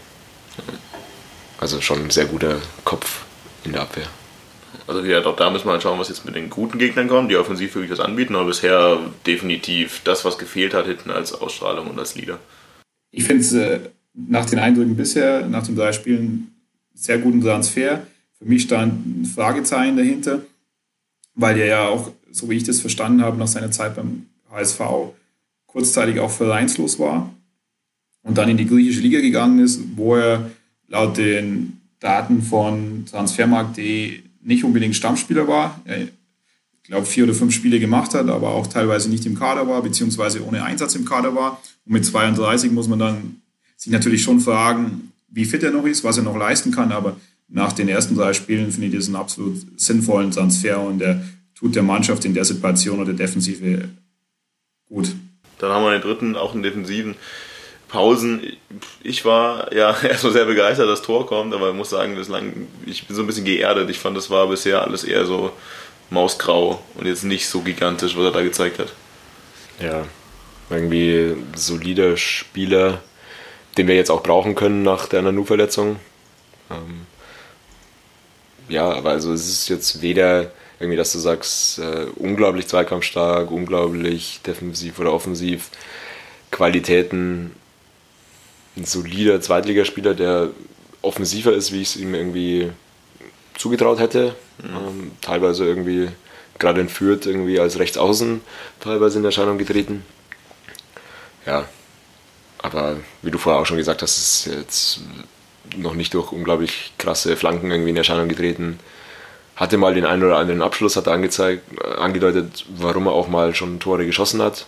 Also schon ein sehr guter Kopf in der Abwehr. Also ja, auch da müssen wir halt schauen, was jetzt mit den guten Gegnern kommt, die offensiv wirklich das anbieten, aber bisher definitiv das, was gefehlt hat, hinten als Ausstrahlung und als Leader. Ich finde es nach den Eindrücken bisher, nach den 3 Spielen, sehr guten Transfer. Für mich stand ein Fragezeichen dahinter, weil er ja auch, so wie ich das verstanden habe, nach seiner Zeit beim HSV kurzzeitig auch vereinslos war und dann in die griechische Liga gegangen ist, wo er laut den Daten von Transfermarkt.de nicht unbedingt Stammspieler war. Ich glaube 4 oder 5 Spiele gemacht hat, aber auch teilweise nicht im Kader war, beziehungsweise ohne Einsatz im Kader war. Und mit 32 muss man dann sich natürlich schon fragen, wie fit er noch ist, was er noch leisten kann. Aber nach den ersten 3 Spielen finde ich das einen absolut sinnvollen Transfer und er tut der Mannschaft in der Situation oder Defensive gut. Dann haben wir den dritten, auch einen Defensiven. Pausen. Ich war ja erstmal sehr begeistert, dass das Tor kommt, aber ich muss sagen, ich bin so ein bisschen geerdet. Ich fand, das war bisher alles eher so mausgrau und jetzt nicht so gigantisch, was er da gezeigt hat. Ja, irgendwie solider Spieler, den wir jetzt auch brauchen können nach der Nanu-Verletzung. ja, aber also es ist jetzt weder irgendwie, dass du sagst, unglaublich zweikampfstark, unglaublich defensiv oder offensiv, Qualitäten, ein solider Zweitligaspieler, der offensiver ist, wie ich es ihm irgendwie zugetraut hätte. Teilweise irgendwie, gerade in Fürth, irgendwie als Rechtsaußen teilweise in Erscheinung getreten. Ja, aber wie du vorher auch schon gesagt hast, ist jetzt noch nicht durch unglaublich krasse Flanken irgendwie in Erscheinung getreten. Hatte mal den einen oder anderen Abschluss, hat er angedeutet, warum er auch mal schon Tore geschossen hat.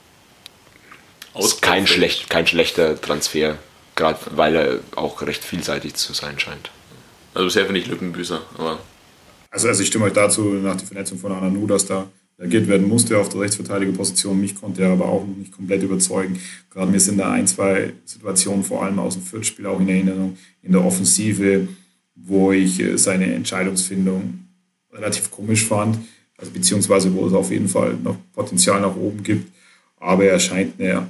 Ist kein schlechter Transfer, gerade weil er auch recht vielseitig zu sein scheint. Also bisher finde ich Lückenbüßer, aber... Also ich stimme euch dazu, nach der Vernetzung von Ananu, dass da reagiert werden musste auf der Rechtsverteidigerposition. Mich konnte er aber auch noch nicht komplett überzeugen. Gerade mir sind da ein, zwei Situationen, vor allem aus dem Fürth-Spiel auch in Erinnerung, in der Offensive, wo ich seine Entscheidungsfindung relativ komisch fand, also beziehungsweise wo es auf jeden Fall noch Potenzial nach oben gibt. Aber er scheint eine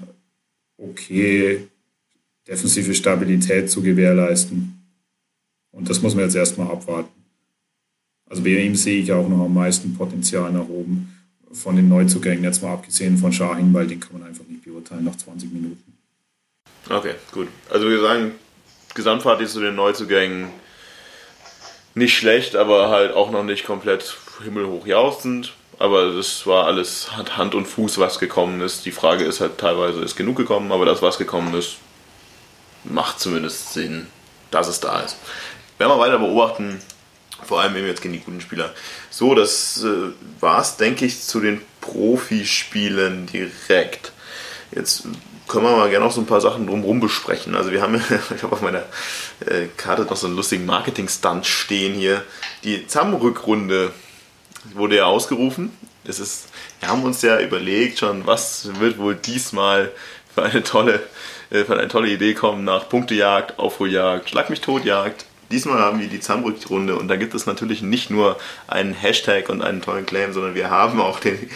okay defensive Stabilität zu gewährleisten. Und das muss man jetzt erstmal abwarten. Also bei ihm sehe ich auch noch am meisten Potenzial nach oben von den Neuzugängen, jetzt mal abgesehen von Şahin, weil den kann man einfach nicht beurteilen nach 20 Minuten. Okay, gut. Also wir sagen, Gesamtfazit zu den Neuzugängen nicht schlecht, aber halt auch noch nicht komplett himmelhoch jauchzend. Aber das war alles, hat Hand und Fuß, was gekommen ist. Die Frage ist halt teilweise, ist genug gekommen, aber das, was gekommen ist, macht zumindest Sinn, dass es da ist. Werden wir weiter beobachten, vor allem eben jetzt gegen die guten Spieler. So, das war es, denke ich, zu den Profispielen direkt. Jetzt können wir mal gerne noch so ein paar Sachen drumherum besprechen. Also wir haben, ich habe auf meiner Karte noch so einen lustigen Marketing-Stunt stehen hier. Die ZAM-Rückrunde wurde ja ausgerufen. Wir haben uns ja überlegt schon, was wird wohl diesmal für eine tolle Idee kommen nach Punktejagd, Aufholjagd, Schlag mich tot Jagd. Diesmal haben wir die ZAM-Rückrunde und da gibt es natürlich nicht nur einen Hashtag und einen tollen Claim, sondern wir haben auch den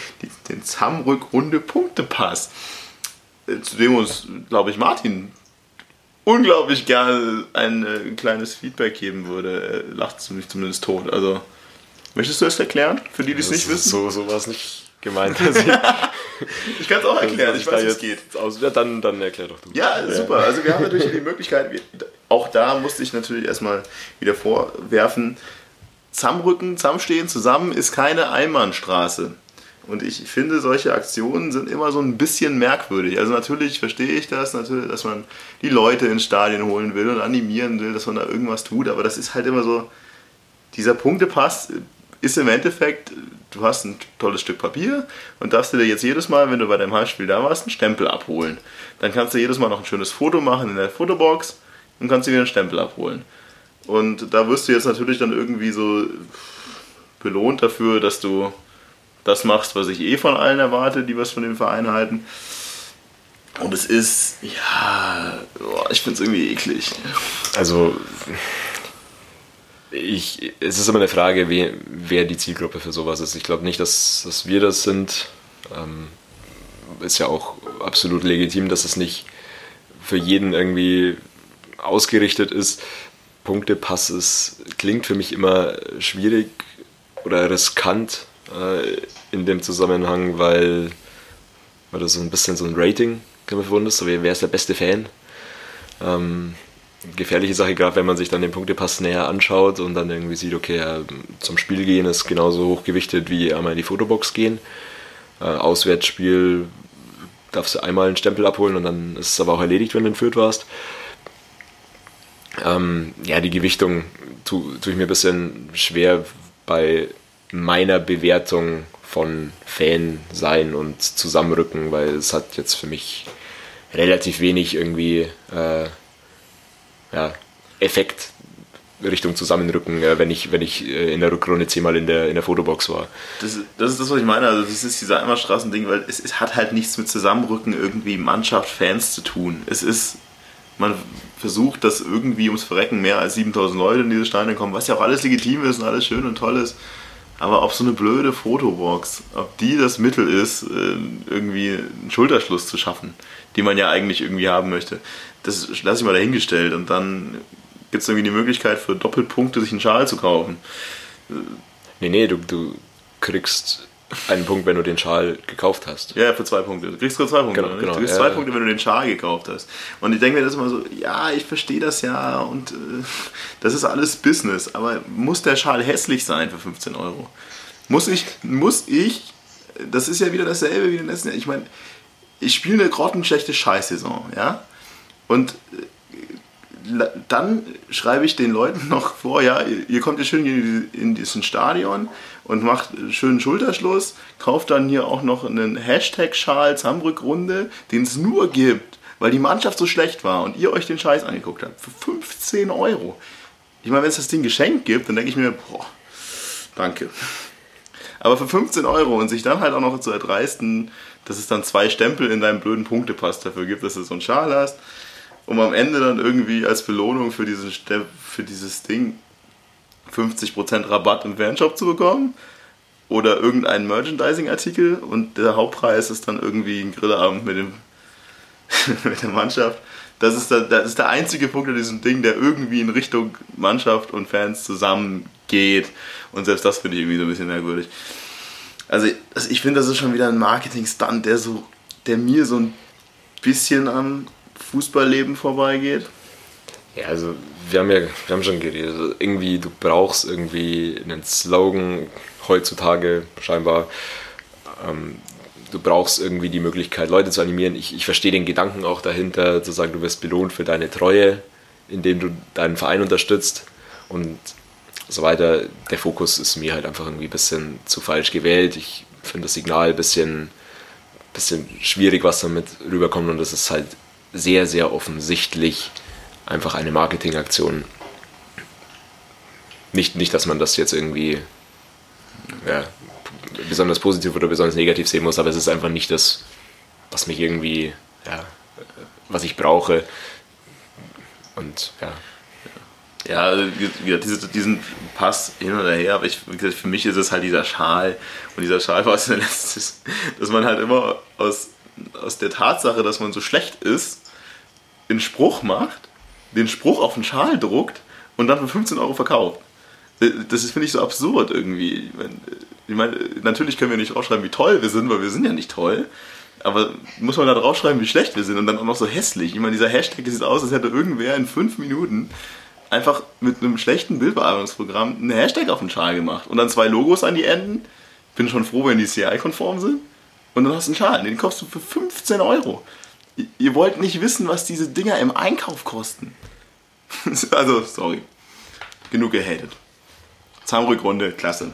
ZAM-Rückrunde-Punktepass, zu dem uns, glaube ich, Martin unglaublich gerne ein kleines Feedback geben würde. Er lacht mich zumindest tot. Also, möchtest du es erklären, für die es nicht wissen? So war es nicht gemeint. Ich kann es auch erklären, ich weiß, wie es geht. Dann erklär doch du. Ja, super. Also wir haben natürlich die Möglichkeit, auch da musste ich natürlich erstmal wieder vorwerfen, ZAM-Rücken, ZAM-Stehen zusammen ist keine Einbahnstraße. Und ich finde, solche Aktionen sind immer so ein bisschen merkwürdig. Also natürlich verstehe ich das, natürlich, dass man die Leute ins Stadion holen will und animieren will, dass man da irgendwas tut. Aber das ist halt immer so, dieser Punktepass ist im Endeffekt, du hast ein tolles Stück Papier und darfst dir jetzt jedes Mal, wenn du bei deinem Heimspiel da warst, einen Stempel abholen. Dann kannst du jedes Mal noch ein schönes Foto machen in der Fotobox und kannst dir wieder einen Stempel abholen. Und da wirst du jetzt natürlich dann irgendwie so belohnt dafür, dass du das machst, was ich von allen erwarte, die was von dem Verein halten. Und es ist, ich finde es irgendwie eklig. Also, es ist immer eine Frage, wer die Zielgruppe für sowas ist. Ich glaube nicht, dass wir das sind. Ist ja auch absolut legitim, dass es nicht für jeden irgendwie ausgerichtet ist. Punktepass klingt für mich immer schwierig oder riskant in dem Zusammenhang, weil das so ein bisschen so ein Rating gefunden ist, so wer ist der beste Fan. Gefährliche Sache, gerade wenn man sich dann den Punktepass näher anschaut und dann irgendwie sieht, okay, zum Spiel gehen ist genauso hochgewichtet wie einmal in die Fotobox gehen. Auswärtsspiel darfst du einmal einen Stempel abholen und dann ist es aber auch erledigt, wenn du in Fürth warst. Die Gewichtung tue ich mir ein bisschen schwer bei meiner Bewertung von Fan sein und Zusammenrücken, weil es hat jetzt für mich relativ wenig irgendwie Effekt Richtung Zusammenrücken, wenn ich in der Rückrunde 10-mal in der Fotobox war. Das ist das, was ich meine. Also das ist dieser Einbahnstraßending, weil es hat halt nichts mit Zusammenrücken irgendwie Mannschaft, Fans zu tun. Man versucht, dass irgendwie ums Verrecken mehr als 7.000 Leute in diese Steine kommen, was ja auch alles legitim ist und alles schön und toll ist. Aber ob so eine blöde Fotobox, ob die das Mittel ist, irgendwie einen Schulterschluss zu schaffen, den man ja eigentlich irgendwie haben möchte, das lasse ich mal dahingestellt. Und dann gibt es irgendwie die Möglichkeit für Doppelpunkte sich einen Schal zu kaufen. Nee, du kriegst einen Punkt, wenn du den Schal gekauft hast. Ja, für 2 Punkte. Du kriegst sogar 2 Punkte. Genau. Du kriegst 2 Punkte, wenn du den Schal gekauft hast. Und ich denke mir das immer so, ja, ich verstehe das ja und das ist alles Business, aber muss der Schal hässlich sein für 15 Euro? Muss ich, das ist ja wieder dasselbe wie in den letzten Jahren. Ich meine, ich spiele eine grottenschlechte Scheißsaison, ja, und dann schreibe ich den Leuten noch vor, ja, ihr kommt ja schön in diesen Stadion und macht schönen Schulterschluss, kauft dann hier auch noch einen Hashtag-Schal Zambrück-Runde, den es nur gibt, weil die Mannschaft so schlecht war und ihr euch den Scheiß angeguckt habt, für 15 Euro. Ich meine, wenn es das Ding geschenkt gibt, dann denke ich mir, boah, danke. Aber für 15 Euro und sich dann halt auch noch zu erdreisten, dass es dann 2 Stempel in deinem blöden Punktepass dafür gibt, dass du so einen Schal hast, um am Ende dann irgendwie als Belohnung für dieses Ding 50% Rabatt im Fanshop zu bekommen oder irgendeinen Merchandising-Artikel und der Hauptpreis ist dann irgendwie ein Grillabend mit der Mannschaft. Das ist der einzige Punkt an diesem Ding, der irgendwie in Richtung Mannschaft und Fans zusammengeht und selbst das finde ich irgendwie so ein bisschen merkwürdig. Also ich finde, das ist schon wieder ein Marketing-Stunt, der mir so ein bisschen am Fußballleben vorbeigeht. Ja, also wir haben schon geredet. Also irgendwie, du brauchst irgendwie einen Slogan heutzutage scheinbar. Du brauchst irgendwie die Möglichkeit, Leute zu animieren. Ich verstehe den Gedanken auch dahinter, zu sagen, du wirst belohnt für deine Treue, indem du deinen Verein unterstützt und so weiter. Der Fokus ist mir halt einfach irgendwie ein bisschen zu falsch gewählt. Ich finde das Signal ein bisschen schwierig, was damit rüberkommt und das ist halt sehr, sehr offensichtlich einfach eine Marketingaktion. Nicht, dass man das jetzt irgendwie besonders positiv oder besonders negativ sehen muss, aber es ist einfach nicht das, was mich irgendwie, was ich brauche. Und Ja, also diesen Pass hin oder her, aber für mich ist es halt dieser Schal. Und dieser Schal war es der letzte, dass man halt immer aus der Tatsache, dass man so schlecht ist, einen Spruch macht, den Spruch auf den Schal druckt und dann für 15 Euro verkauft. Das finde ich so absurd irgendwie. Ich meine, natürlich können wir nicht draufschreiben, wie toll wir sind, weil wir sind ja nicht toll. Aber muss man da draufschreiben, wie schlecht wir sind und dann auch noch so hässlich. Ich meine, dieser Hashtag, das sieht aus, als hätte irgendwer in 5 Minuten einfach mit einem schlechten Bildbearbeitungsprogramm einen Hashtag auf den Schal gemacht und dann 2 Logos an die Enden. Bin schon froh, wenn die CI-konform sind. Und dann hast du einen Schal, den kaufst du für 15 Euro. Ihr wollt nicht wissen, was diese Dinger im Einkauf kosten. Also, sorry. Genug gehatet. Zahnrückrunde, klasse.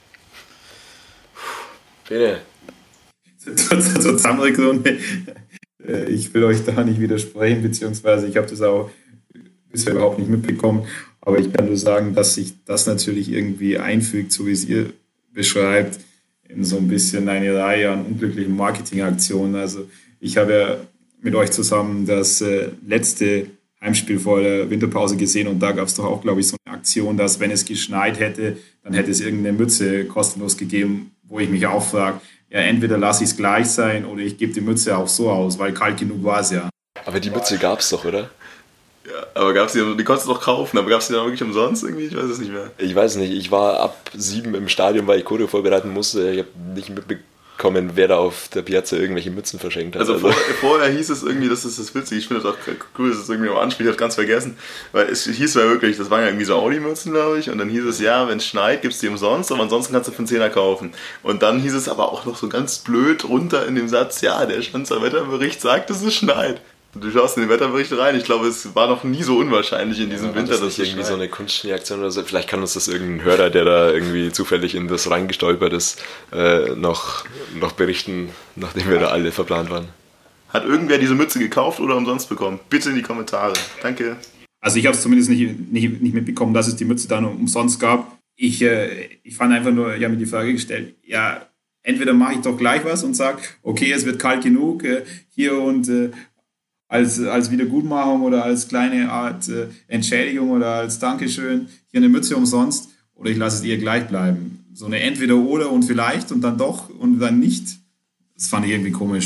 Bitte. Zur Zahnrückrunde. Ich will euch da nicht widersprechen, beziehungsweise ich habe das auch bisher überhaupt nicht mitbekommen. Aber ich kann nur sagen, dass sich das natürlich irgendwie einfügt, so wie es ihr beschreibt, in so ein bisschen eine Reihe an unglücklichen Marketingaktionen. Also ich habe ja mit euch zusammen das letzte Heimspiel vor der Winterpause gesehen und da gab es doch auch, glaube ich, so eine Aktion, dass wenn es geschneit hätte, dann hätte es irgendeine Mütze kostenlos gegeben, wo ich mich auch frage, ja, entweder lasse ich es gleich sein oder ich gebe die Mütze auch so aus, weil kalt genug war es ja. Aber die Mütze gab es doch, oder? Ja, aber gab's die konntest du doch kaufen, aber gab es die dann wirklich umsonst irgendwie? Ich weiß es nicht mehr. Ich weiß nicht, ich war ab 7 im Stadion, weil ich Choreo vorbereiten musste. Ich habe nicht mitbekommen, wer da auf der Piazza irgendwelche Mützen verschenkt hat. Also vorher hieß es irgendwie, das ist das witzig, ich finde das auch cool, dass es irgendwie am Anspiel, ich habe ganz vergessen, weil es hieß ja wirklich, das waren ja irgendwie so Audi-Mützen, glaube ich, und dann hieß es, ja, wenn es schneit, gibt es die umsonst, aber ansonsten kannst du für einen Zehner kaufen. Und dann hieß es aber auch noch so ganz blöd runter in dem Satz, ja, der Schanzer Wetterbericht sagt, dass es schneit. Du schaust in den Wetterbericht rein, ich glaube, es war noch nie so unwahrscheinlich in diesem Winter, dass es irgendwie so eine Kunstschneeaktion oder so. Vielleicht kann uns das irgendein Hörer, der da irgendwie zufällig in das reingestolpert ist, noch berichten, nachdem wir da alle verplant waren. Hat irgendwer diese Mütze gekauft oder umsonst bekommen? Bitte in die Kommentare. Danke. Also ich habe es zumindest nicht mitbekommen, dass es die Mütze dann umsonst gab. Ich fand einfach nur, ich habe mir die Frage gestellt, ja, entweder mache ich doch gleich was und sage, okay, es wird kalt genug hier und als Wiedergutmachung oder als kleine Art Entschädigung oder als Dankeschön hier eine Mütze umsonst oder ich lasse es ihr gleich bleiben. So eine Entweder-Oder und vielleicht und dann doch und dann nicht. Das fand ich irgendwie komisch.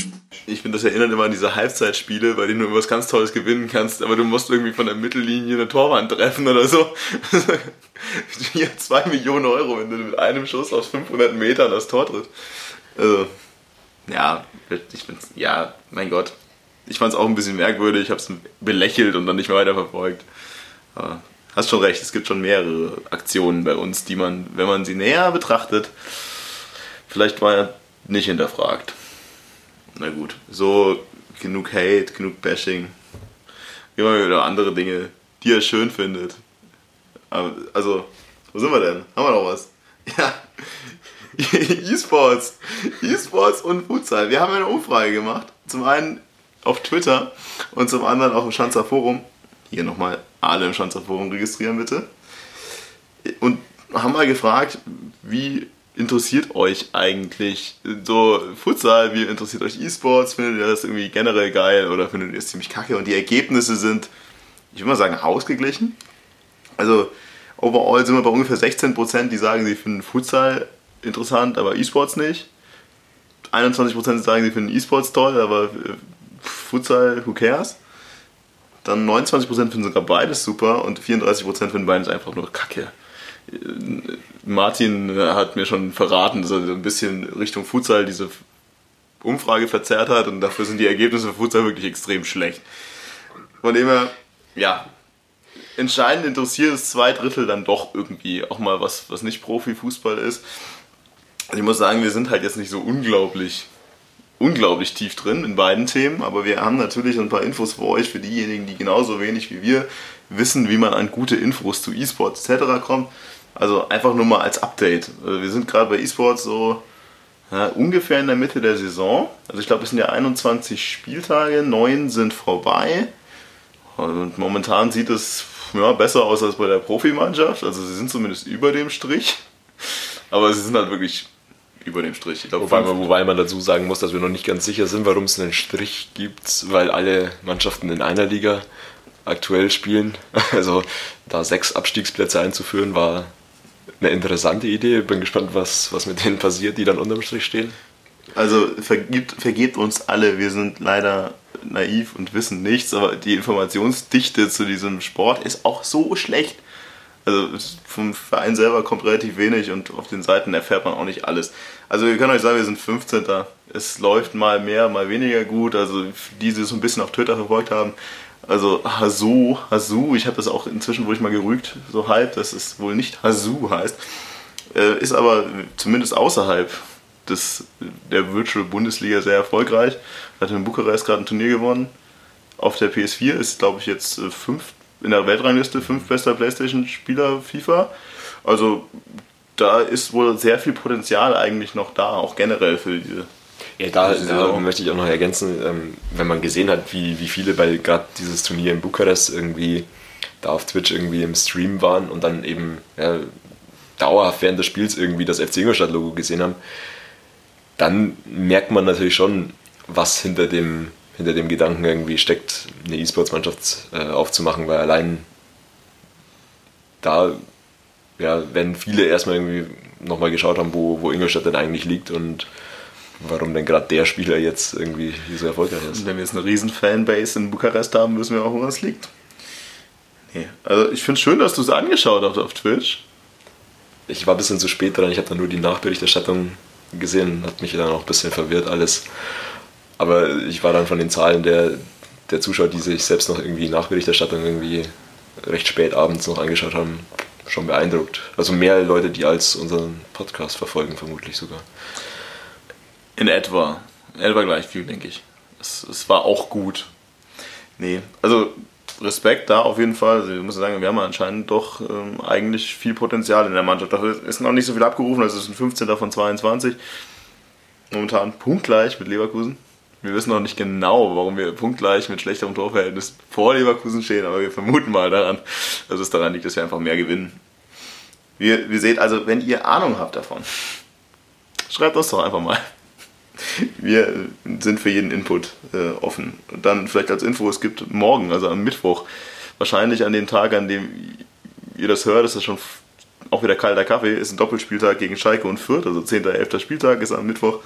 Ich finde, das erinnert immer an diese Halbzeitspiele, bei denen du irgendwas ganz Tolles gewinnen kannst, aber du musst irgendwie von der Mittellinie eine Torwand treffen oder so. Hier 2 Millionen Euro, wenn du mit einem Schuss aus 500 Metern das Tor triffst. Also, ja, mein Gott. Ich fand es auch ein bisschen merkwürdig, ich habe es belächelt und dann nicht mehr weiterverfolgt. Aber hast schon recht, es gibt schon mehrere Aktionen bei uns, die man, wenn man sie näher betrachtet, vielleicht mal nicht hinterfragt. Na gut, so genug Hate, genug Bashing. Immer wieder andere Dinge, die er schön findet. Also, wo sind wir denn? Haben wir noch was? Ja, E-Sports und Futsal. Wir haben eine Umfrage gemacht. Zum einen auf Twitter und zum anderen auch im Schanzer Forum. Hier nochmal alle im Schanzer Forum registrieren, bitte. Und haben mal gefragt, wie interessiert euch eigentlich so Futsal, wie interessiert euch E-Sports, findet ihr das irgendwie generell geil oder findet ihr es ziemlich kacke? Und die Ergebnisse sind, ich würde mal sagen, ausgeglichen. Also overall sind wir bei ungefähr 16%, die sagen, sie finden Futsal interessant, aber E-Sports nicht. 21% sagen, sie finden E-Sports toll, aber Futsal, who cares? Dann 29% finden sogar beides super und 34% finden beides einfach nur kacke. Martin hat mir schon verraten, dass er ein bisschen Richtung Futsal diese Umfrage verzerrt hat und dafür sind die Ergebnisse für Futsal wirklich extrem schlecht. Von dem her, ja, entscheidend interessiert es 2/3 dann doch irgendwie auch mal was nicht Profifußball ist. Also ich muss sagen, wir sind halt jetzt nicht so unglaublich tief drin in beiden Themen, aber wir haben natürlich ein paar Infos für euch, für diejenigen, die genauso wenig wie wir wissen, wie man an gute Infos zu E-Sports etc. kommt. Also einfach nur mal als Update. Wir sind gerade bei E-Sports so ungefähr in der Mitte der Saison. Also ich glaube, es sind ja 21 Spieltage, 9 sind vorbei. Und momentan sieht es besser aus als bei der Profimannschaft. Also sie sind zumindest über dem Strich. Aber sie sind halt wirklich über dem Strich. Ich glaub, wobei man dazu sagen muss, dass wir noch nicht ganz sicher sind, warum es einen Strich gibt, weil alle Mannschaften in einer Liga aktuell spielen. Also da 6 Abstiegsplätze einzuführen, war eine interessante Idee. Bin gespannt, was mit denen passiert, die dann unterm Strich stehen. Also vergebt uns alle, wir sind leider naiv und wissen nichts, aber die Informationsdichte zu diesem Sport ist auch so schlecht. Also vom Verein selber kommt relativ wenig und auf den Seiten erfährt man auch nicht alles. Also wir können euch sagen, wir sind 15. Es läuft mal mehr, mal weniger gut. Also die es so ein bisschen auf Twitter verfolgt haben, also Hasu, ich habe das auch inzwischen, wurde ich mal gerügt, so halb, dass es wohl nicht Hasu heißt, ist aber zumindest außerhalb der Virtual Bundesliga sehr erfolgreich. Hat in Bukarest gerade ein Turnier gewonnen. Auf der PS4 ist, glaube ich, jetzt in der Weltrangliste 5 bester PlayStation-Spieler FIFA. Also da ist wohl sehr viel Potenzial eigentlich noch da, auch generell für diese. Ja, da möchte ich auch noch ergänzen, wenn man gesehen hat, wie viele bei gerade dieses Turnier in Bukarest irgendwie da auf Twitch irgendwie im Stream waren und dann eben dauerhaft während des Spiels irgendwie das FC Ingolstadt-Logo gesehen haben, dann merkt man natürlich schon, was hinter dem Gedanken irgendwie steckt, eine E-Sports-Mannschaft aufzumachen, weil allein da, wenn viele erstmal irgendwie nochmal geschaut haben, wo Ingolstadt denn eigentlich liegt und warum denn gerade der Spieler jetzt irgendwie so erfolgreich ist. Und wenn wir jetzt eine riesen Fanbase in Bukarest haben, wissen wir auch, woran es liegt. Nee. Also ich finde es schön, dass du es angeschaut hast auf Twitch. Ich war ein bisschen zu spät dran, ich habe dann nur die Nachberichterstattung gesehen, hat mich dann auch ein bisschen verwirrt alles. Aber ich war dann von den Zahlen der Zuschauer, die sich selbst noch irgendwie Nachberichterstattung irgendwie recht spät abends noch angeschaut haben, schon beeindruckt. Also mehr Leute, die als unseren Podcast verfolgen, vermutlich sogar. In etwa gleich viel, denke ich. Es war auch gut. Nee, also Respekt da auf jeden Fall. Also ich muss sagen, wir haben anscheinend doch eigentlich viel Potenzial in der Mannschaft. Dafür ist noch nicht so viel abgerufen, also es sind 15 von 22. Momentan punktgleich mit Leverkusen. Wir wissen noch nicht genau, warum wir punktgleich mit schlechterem Torverhältnis vor Leverkusen stehen, aber wir vermuten mal daran, dass es daran liegt, dass wir einfach mehr gewinnen. Wir seht also, wenn ihr Ahnung habt davon, schreibt uns doch einfach mal. Wir sind für jeden Input offen. Und dann vielleicht als Info, es gibt morgen, also am Mittwoch, wahrscheinlich an dem Tag, an dem ihr das hört, ist das schon auch wieder kalter Kaffee, ist ein Doppelspieltag gegen Schalke und Fürth, also 10. 11. Spieltag ist am Mittwoch.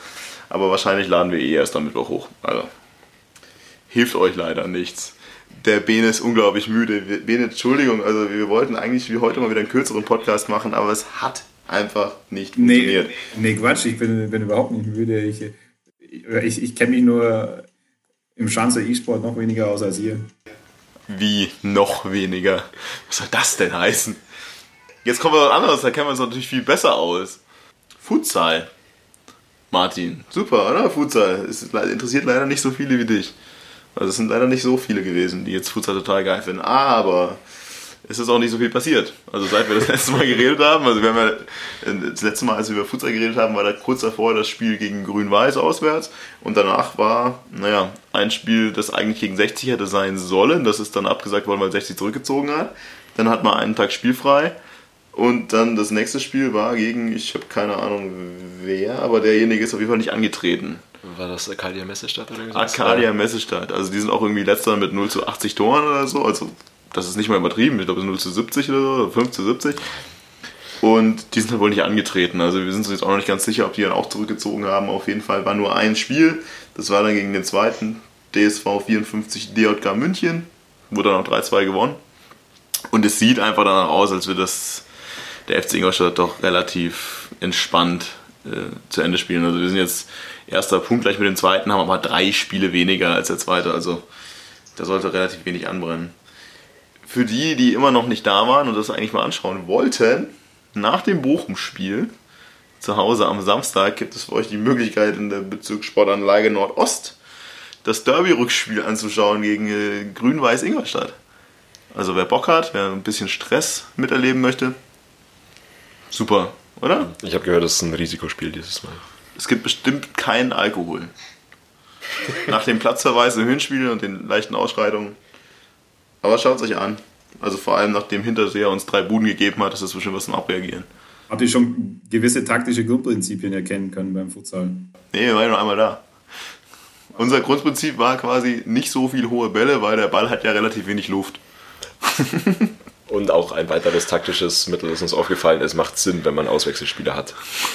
aber wahrscheinlich laden wir erst am Mittwoch hoch. Also, hilft euch leider nichts. Der Bene ist unglaublich müde. Bene, Entschuldigung, also wir wollten eigentlich wie heute mal wieder einen kürzeren Podcast machen, aber es hat einfach nicht funktioniert. Nee, Quatsch, ich bin überhaupt nicht müde. Ich kenne mich nur im Schanzer E-Sport noch weniger aus als ihr. Wie noch weniger? Was soll das denn heißen? Jetzt kommt was anderes, da kennen wir uns natürlich viel besser aus. Futsal. Martin, super, oder? Futsal. Es interessiert leider nicht so viele wie dich. Also es sind leider nicht so viele gewesen, die jetzt Futsal total geil finden. Aber es ist auch nicht so viel passiert. Also seit wir das letzte Mal geredet haben, also wir haben ja das letzte Mal, als wir über Futsal geredet haben, war da kurz davor das Spiel gegen Grün-Weiß auswärts. Und danach war, ein Spiel, das eigentlich gegen 60 hätte sein sollen. Das ist dann abgesagt worden, weil 60 zurückgezogen hat. Dann hat man einen Tag spielfrei. Und dann das nächste Spiel war gegen, ich habe keine Ahnung wer, aber derjenige ist auf jeden Fall nicht angetreten. War das Arcadia Messestadt oder so? Arcadia Messestadt. Also die sind auch irgendwie letzter mit 0:80 Toren oder so. Also das ist nicht mal übertrieben. Ich glaube, es ist 0:70 oder so, oder 5:70. Und die sind halt wohl nicht angetreten. Also wir sind uns jetzt auch noch nicht ganz sicher, ob die dann auch zurückgezogen haben. Auf jeden Fall war nur ein Spiel. Das war dann gegen den zweiten DSV 54 DJK München. Wurde dann auch 3-2 gewonnen. Und es sieht einfach danach aus, als würde der FC Ingolstadt doch relativ entspannt zu Ende spielen. Also wir sind jetzt erster Punkt gleich mit dem zweiten, haben aber 3 Spiele weniger als der zweite. Also da sollte relativ wenig anbrennen. Für die immer noch nicht da waren und das eigentlich mal anschauen wollten, nach dem Bochum-Spiel zu Hause am Samstag gibt es für euch die Möglichkeit, in der Bezirkssportanlage Nordost das Derby-Rückspiel anzuschauen gegen Grün-Weiß Ingolstadt. Also wer Bock hat, wer ein bisschen Stress miterleben möchte, super, oder? Ich habe gehört, das ist ein Risikospiel dieses Mal. Es gibt bestimmt keinen Alkohol. Nach dem Platzverweis im Hinspiel und den leichten Ausschreitungen. Aber schaut es euch an. Also vor allem nachdem Hinterseher uns 3 Buden gegeben hat, ist das bestimmt was zum Abreagieren. Habt ihr schon gewisse taktische Grundprinzipien erkennen können beim Futsal? Nee, wir waren ja noch einmal da. Unser Grundprinzip war quasi nicht so viel hohe Bälle, weil der Ball hat ja relativ wenig Luft. Und auch ein weiteres taktisches Mittel, das uns aufgefallen ist, macht Sinn, wenn man Auswechselspieler hat.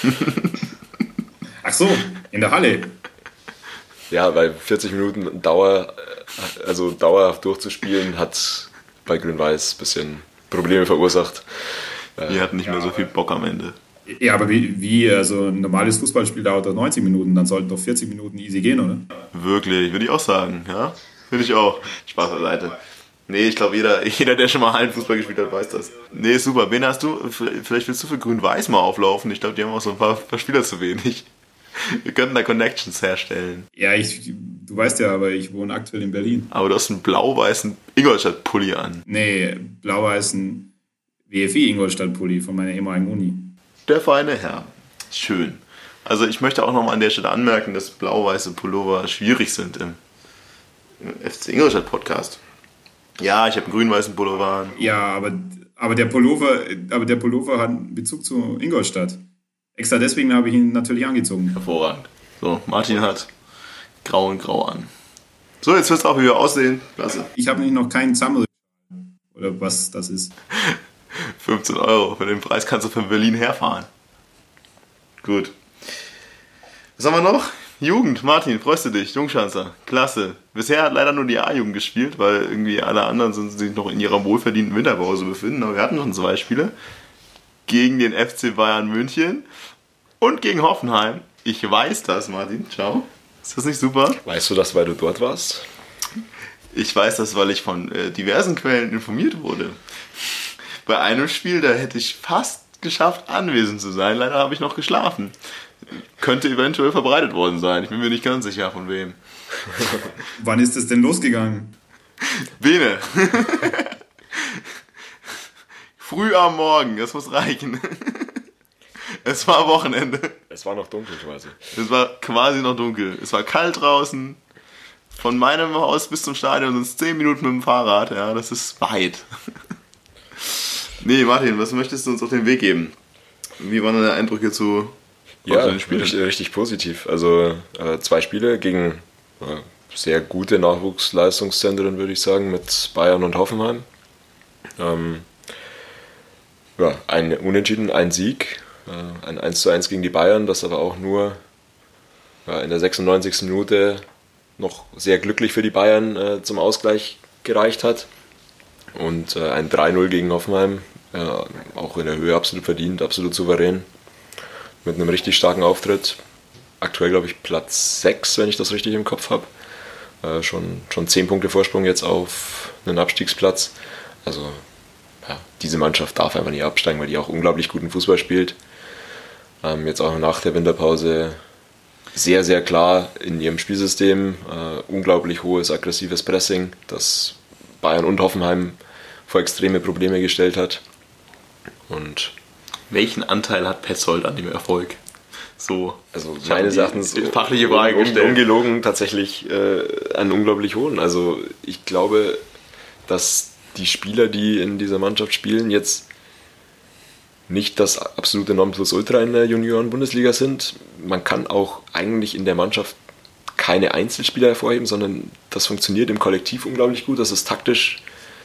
Ach so, in der Halle. Ja, weil 40 Minuten dauerhaft durchzuspielen, hat bei Grün-Weiß ein bisschen Probleme verursacht. Wir hatten nicht mehr so viel Bock am Ende. Ja, aber also ein normales Fußballspiel dauert doch 90 Minuten, dann sollten doch 40 Minuten easy gehen, oder? Wirklich, würde ich auch sagen, ja? Finde ich auch. Spaß beiseite. Nee, ich glaube, jeder, der schon mal Hallenfußball gespielt hat, weiß das. Nee, super. Ben, vielleicht willst du für Grün-Weiß mal auflaufen? Ich glaube, die haben auch so ein paar Spieler zu wenig. Wir könnten da Connections herstellen. Ja, du weißt ja, aber ich wohne aktuell in Berlin. Aber du hast einen blau-weißen Ingolstadt-Pulli an. Nee, blau-weißen WFI Ingolstadt-Pulli von meiner ehemaligen Uni. Der feine Herr. Schön. Also ich möchte auch nochmal an der Stelle anmerken, dass blau-weiße Pullover schwierig sind im FC Ingolstadt-Podcast. Ja, ich habe einen grün-weißen Pullover an. Ja, aber der Pullover hat einen Bezug zu Ingolstadt. Extra deswegen habe ich ihn natürlich angezogen. Hervorragend. So, Martin hat grau und grau an. So, jetzt wisst ihr auch, wie wir aussehen. Klasse. Ich habe nämlich noch keinen Sammel oder was das ist. 15 €. Für den Preis kannst du von Berlin herfahren. Gut. Was haben wir noch? Jugend. Martin, freust du dich? Jungschanzer. Klasse. Bisher hat leider nur die A-Jugend gespielt, weil irgendwie alle anderen sich noch in ihrer wohlverdienten Winterpause befinden. Aber wir hatten schon 2 Spiele. Gegen den FC Bayern München und gegen Hoffenheim. Ich weiß das, Martin. Ciao. Ist das nicht super? Weißt du das, weil du dort warst? Ich weiß das, weil ich von diversen Quellen informiert wurde. Bei einem Spiel, da hätte ich fast geschafft, anwesend zu sein. Leider habe ich noch geschlafen. Könnte eventuell verbreitet worden sein. Ich bin mir nicht ganz sicher, von wem. Wann ist es denn losgegangen? Bene. Früh am Morgen, das muss reichen. Es war Wochenende. Es war noch dunkel quasi. Es war quasi noch dunkel. Es war kalt draußen. Von meinem Haus bis zum Stadion sind es 10 Minuten mit dem Fahrrad. Ja, das ist weit. Nee, Martin, was möchtest du uns auf den Weg geben? Wie waren deine Eindrücke zu den Spielen? Richtig positiv. Also 2 Spiele gegen sehr gute Nachwuchsleistungszentren, würde ich sagen, mit Bayern und Hoffenheim. Ein Unentschieden, ein Sieg, ein 1:1 gegen die Bayern, das aber auch nur in der 96. Minute noch sehr glücklich für die Bayern zum Ausgleich gereicht hat. Und ein 3-0 gegen Hoffenheim, auch in der Höhe absolut verdient, absolut souverän, mit einem richtig starken Auftritt. Aktuell, glaube ich, Platz 6, wenn ich das richtig im Kopf habe. Schon 10 Punkte Vorsprung jetzt auf einen Abstiegsplatz. Also ja, diese Mannschaft darf einfach nicht absteigen, weil die auch unglaublich guten Fußball spielt. Jetzt auch nach der Winterpause sehr, sehr klar in ihrem Spielsystem. Unglaublich hohes, aggressives Pressing, das Bayern und Hoffenheim vor extreme Probleme gestellt hat. Und welchen Anteil hat Petzold an dem Erfolg? So, also meines Erachtens fachliche Frage gestellt. Ungelogen tatsächlich einen unglaublich hohen. Also ich glaube, dass die Spieler, die in dieser Mannschaft spielen, jetzt nicht das absolute Nonplusultra in der Junioren-Bundesliga sind. Man kann auch eigentlich in der Mannschaft keine Einzelspieler hervorheben, sondern das funktioniert im Kollektiv unglaublich gut. Das ist taktisch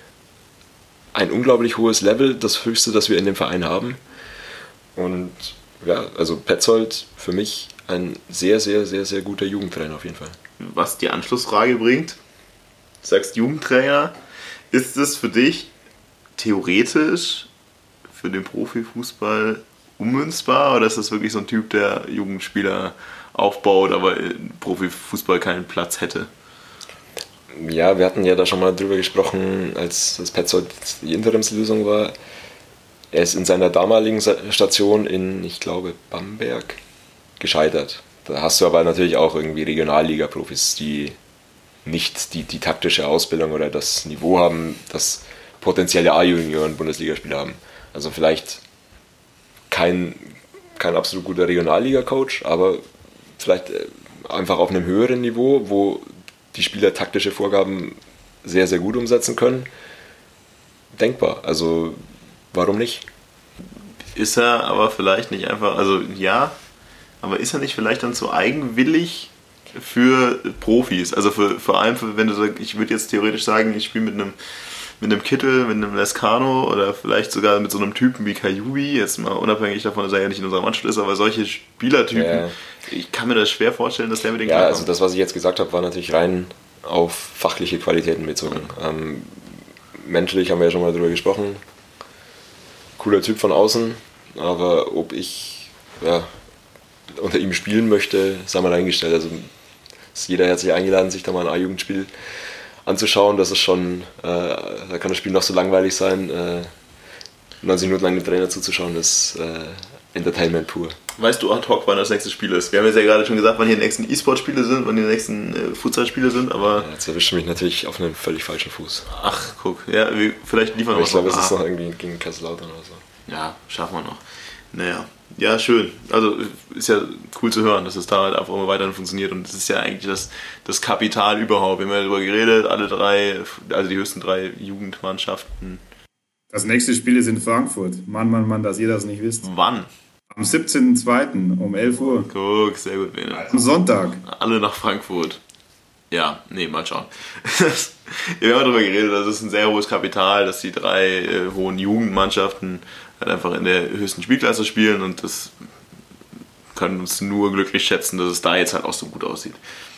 ein unglaublich hohes Level, das höchste, das wir in dem Verein haben. Und ja, also Petzold für mich ein sehr, sehr, sehr, sehr guter Jugendtrainer auf jeden Fall. Was die Anschlussfrage bringt, du sagst Jugendtrainer, ist es für dich theoretisch für den Profifußball ummünzbar oder ist das wirklich so ein Typ, der Jugendspieler aufbaut, aber im Profifußball keinen Platz hätte? Ja, wir hatten ja da schon mal drüber gesprochen, als das Petzold die Interimslösung war. Er ist in seiner damaligen Station in, ich glaube, Bamberg gescheitert. Da hast du aber natürlich auch irgendwie Regionalliga-Profis, die nicht die taktische Ausbildung oder das Niveau haben, das potenzielle A-Junioren-Bundesligaspieler haben. Also vielleicht kein absolut guter Regionalliga-Coach, aber vielleicht einfach auf einem höheren Niveau, wo die Spieler taktische Vorgaben sehr, sehr gut umsetzen können. Denkbar. Also warum nicht? Ist er aber vielleicht nicht einfach, also ja, aber ist er nicht vielleicht dann zu eigenwillig für Profis? Also vor allem, wenn du sagst, ich würde jetzt theoretisch sagen, ich spiele mit einem Kittel, mit einem Lescano oder vielleicht sogar mit so einem Typen wie Kajubi, jetzt mal unabhängig davon, dass er ja nicht in unserer Mannschaft ist, aber solche Spielertypen, ich kann mir das schwer vorstellen, dass der mit den klarkommt. Also das, was ich jetzt gesagt habe, war natürlich rein auf fachliche Qualitäten bezogen. Menschlich haben wir ja schon mal drüber gesprochen. Cooler Typ von außen, aber ob ich unter ihm spielen möchte, sei mal eingestellt. Also ist jeder herzlich eingeladen, sich da mal ein A-Jugendspiel anzuschauen. Das ist schon, da kann das Spiel noch so langweilig sein. 90 Minuten lang dem Trainer zuzuschauen, ist Entertainment pur. Weißt du ad hoc, wann das nächste Spiel ist? Wir haben jetzt ja gerade schon gesagt, wann die nächsten E-Sport-Spiele sind, wann die nächsten Futsal-Spiele sind, aber... Jetzt erwischt mich natürlich auf einen völlig falschen Fuß. Ach, guck. Ja, vielleicht liefern wir noch. Ich glaube, es ist noch irgendwie gegen Kaiserslautern oder so. Ja, schaffen wir noch. Naja, ja, schön. Also ist ja cool zu hören, dass es da halt einfach immer weiterhin funktioniert und es ist ja eigentlich das Kapital überhaupt. Wir haben ja darüber geredet, alle drei, also die höchsten 3 Jugendmannschaften. Das nächste Spiel ist in Frankfurt. Mann, dass ihr das nicht wisst. Wann? Am 17.02. um 11 Uhr. Guck, sehr gut, Bene. Am Sonntag. Alle nach Frankfurt. Ja, nee, mal schauen. Wir haben darüber geredet, das ist ein sehr hohes Kapital, dass die 3 hohen Jugendmannschaften halt einfach in der höchsten Spielklasse spielen und das können uns nur glücklich schätzen, dass es da jetzt halt auch so gut aussieht.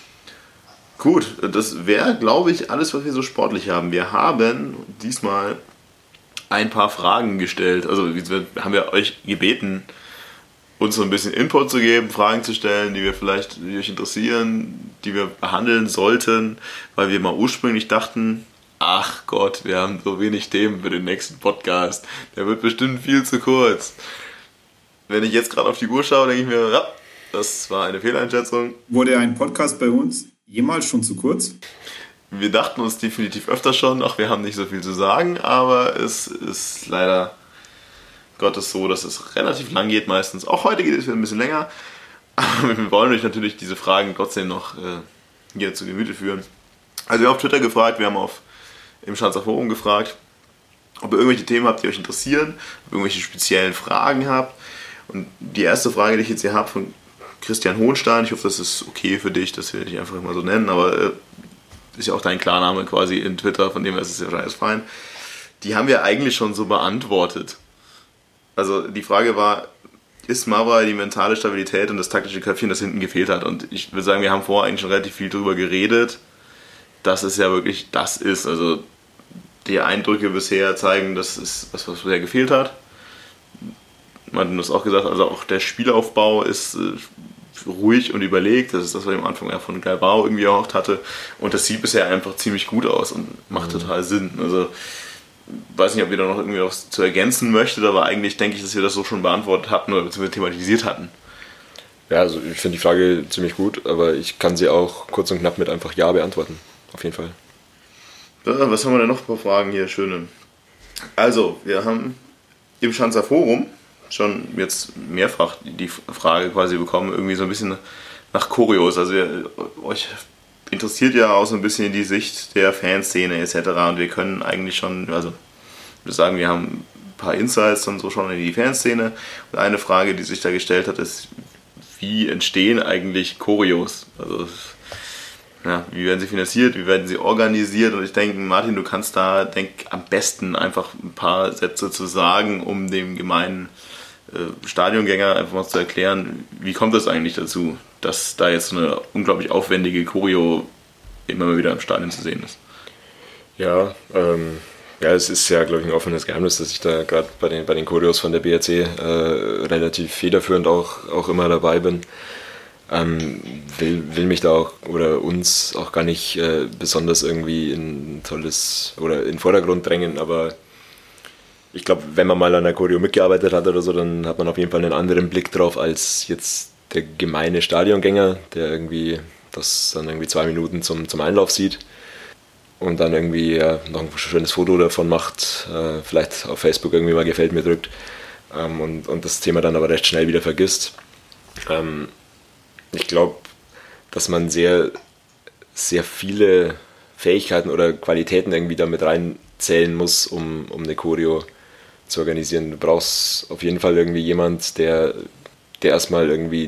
Gut, das wäre, glaube ich, alles, was wir so sportlich haben. Wir haben diesmal ein paar Fragen gestellt. Also wir haben ja euch gebeten, uns so ein bisschen Input zu geben, Fragen zu stellen, die euch interessieren, die wir behandeln sollten, weil wir mal ursprünglich dachten, ach Gott, wir haben so wenig Themen für den nächsten Podcast, der wird bestimmt viel zu kurz. Wenn ich jetzt gerade auf die Uhr schaue, denke ich mir, ja, das war eine Fehleinschätzung. Wurde ein Podcast bei uns jemals schon zu kurz? Wir dachten uns definitiv öfter schon, ach, wir haben nicht so viel zu sagen, aber es ist leider Gottes so, dass es relativ lang geht meistens. Auch heute geht es wieder ein bisschen länger, aber wir wollen euch natürlich diese Fragen trotzdem noch hier zu Gemüte führen. Also wir haben auf Twitter gefragt, wir haben im Schanzer Forum gefragt, ob ihr irgendwelche Themen habt, die euch interessieren, ob ihr irgendwelche speziellen Fragen habt. Und die erste Frage, die ich jetzt hier habe, von Christian Hohenstein, ich hoffe, das ist okay für dich, dass wir dich einfach immer so nennen, aber ist ja auch dein Klarname quasi in Twitter, von dem her ist es ja schon alles fein. Die haben wir eigentlich schon so beantwortet. Also die Frage war, ist Mavra die mentale Stabilität und das taktische Köpfchen, das hinten gefehlt hat. Und ich würde sagen, wir haben vorher eigentlich schon relativ viel drüber geredet, dass es ja wirklich das ist. Also die Eindrücke bisher zeigen, das ist was bisher gefehlt hat. Man hat es auch gesagt, also auch der Spielaufbau ist ruhig und überlegt. Das ist das, was ich am Anfang ja von Galbao irgendwie erhofft hatte. Und das sieht bisher einfach ziemlich gut aus und macht total Sinn. Also weiß nicht, ob ihr da noch irgendwie was zu ergänzen möchtet, aber eigentlich denke ich, dass wir das so schon beantwortet hatten oder beziehungsweise thematisiert hatten. Ja, also ich finde die Frage ziemlich gut, aber ich kann sie auch kurz und knapp mit einfach Ja beantworten. Auf jeden Fall. Ja, was haben wir denn noch für Fragen hier? Schöne. Also, wir haben im Schanzer Forum schon jetzt mehrfach die Frage quasi bekommen, irgendwie so ein bisschen nach Choreos. Also euch interessiert ja auch so ein bisschen die Sicht der Fanszene etc. Und wir können eigentlich schon, also ich würde sagen, wir haben ein paar Insights und so schon in die Fanszene. Und eine Frage, die sich da gestellt hat, ist, wie entstehen eigentlich Choreos? Also ja, wie werden sie finanziert, wie werden sie organisiert? Und ich denke, Martin, du kannst da am besten einfach ein paar Sätze zu sagen, um dem gemeinen Stadiongänger einfach mal zu erklären, wie kommt es eigentlich dazu, dass da jetzt eine unglaublich aufwendige Choreo immer mal wieder im Stadion zu sehen ist. Ja, es ist ja, glaube ich, ein offenes Geheimnis, dass ich da gerade bei den Choreos von der BRC relativ federführend auch immer dabei bin. Will mich da auch oder uns auch gar nicht besonders irgendwie in tolles oder in den Vordergrund drängen, aber ich glaube, wenn man mal an der Choreo mitgearbeitet hat oder so, dann hat man auf jeden Fall einen anderen Blick drauf als jetzt der gemeine Stadiongänger, der irgendwie das dann irgendwie 2 Minuten zum Einlauf sieht und dann irgendwie noch ein schönes Foto davon macht, vielleicht auf Facebook irgendwie mal gefällt mir drückt und das Thema dann aber recht schnell wieder vergisst. Ich glaube, dass man sehr, sehr viele Fähigkeiten oder Qualitäten irgendwie damit reinzählen muss, um eine Choreo zu organisieren. Du brauchst auf jeden Fall irgendwie jemand, der erstmal irgendwie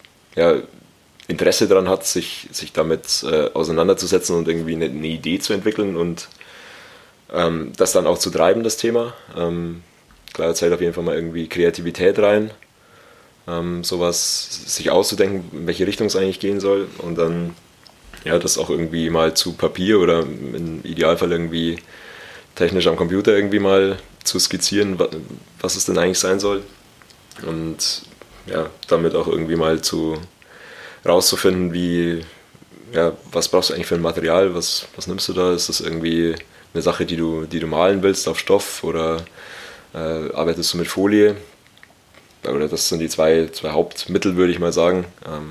Interesse daran hat, sich damit auseinanderzusetzen und irgendwie eine Idee zu entwickeln und das dann auch zu treiben, das Thema. Klar, da zählt auf jeden Fall mal irgendwie Kreativität rein, sowas sich auszudenken, in welche Richtung es eigentlich gehen soll und dann das auch irgendwie mal zu Papier oder im Idealfall irgendwie technisch am Computer irgendwie mal zu skizzieren, was es denn eigentlich sein soll und damit auch irgendwie mal rauszufinden, was brauchst du eigentlich für ein Material, was nimmst du da, ist das irgendwie eine Sache, die du malen willst auf Stoff oder arbeitest du mit Folie, oder das sind die zwei Hauptmittel, würde ich mal sagen.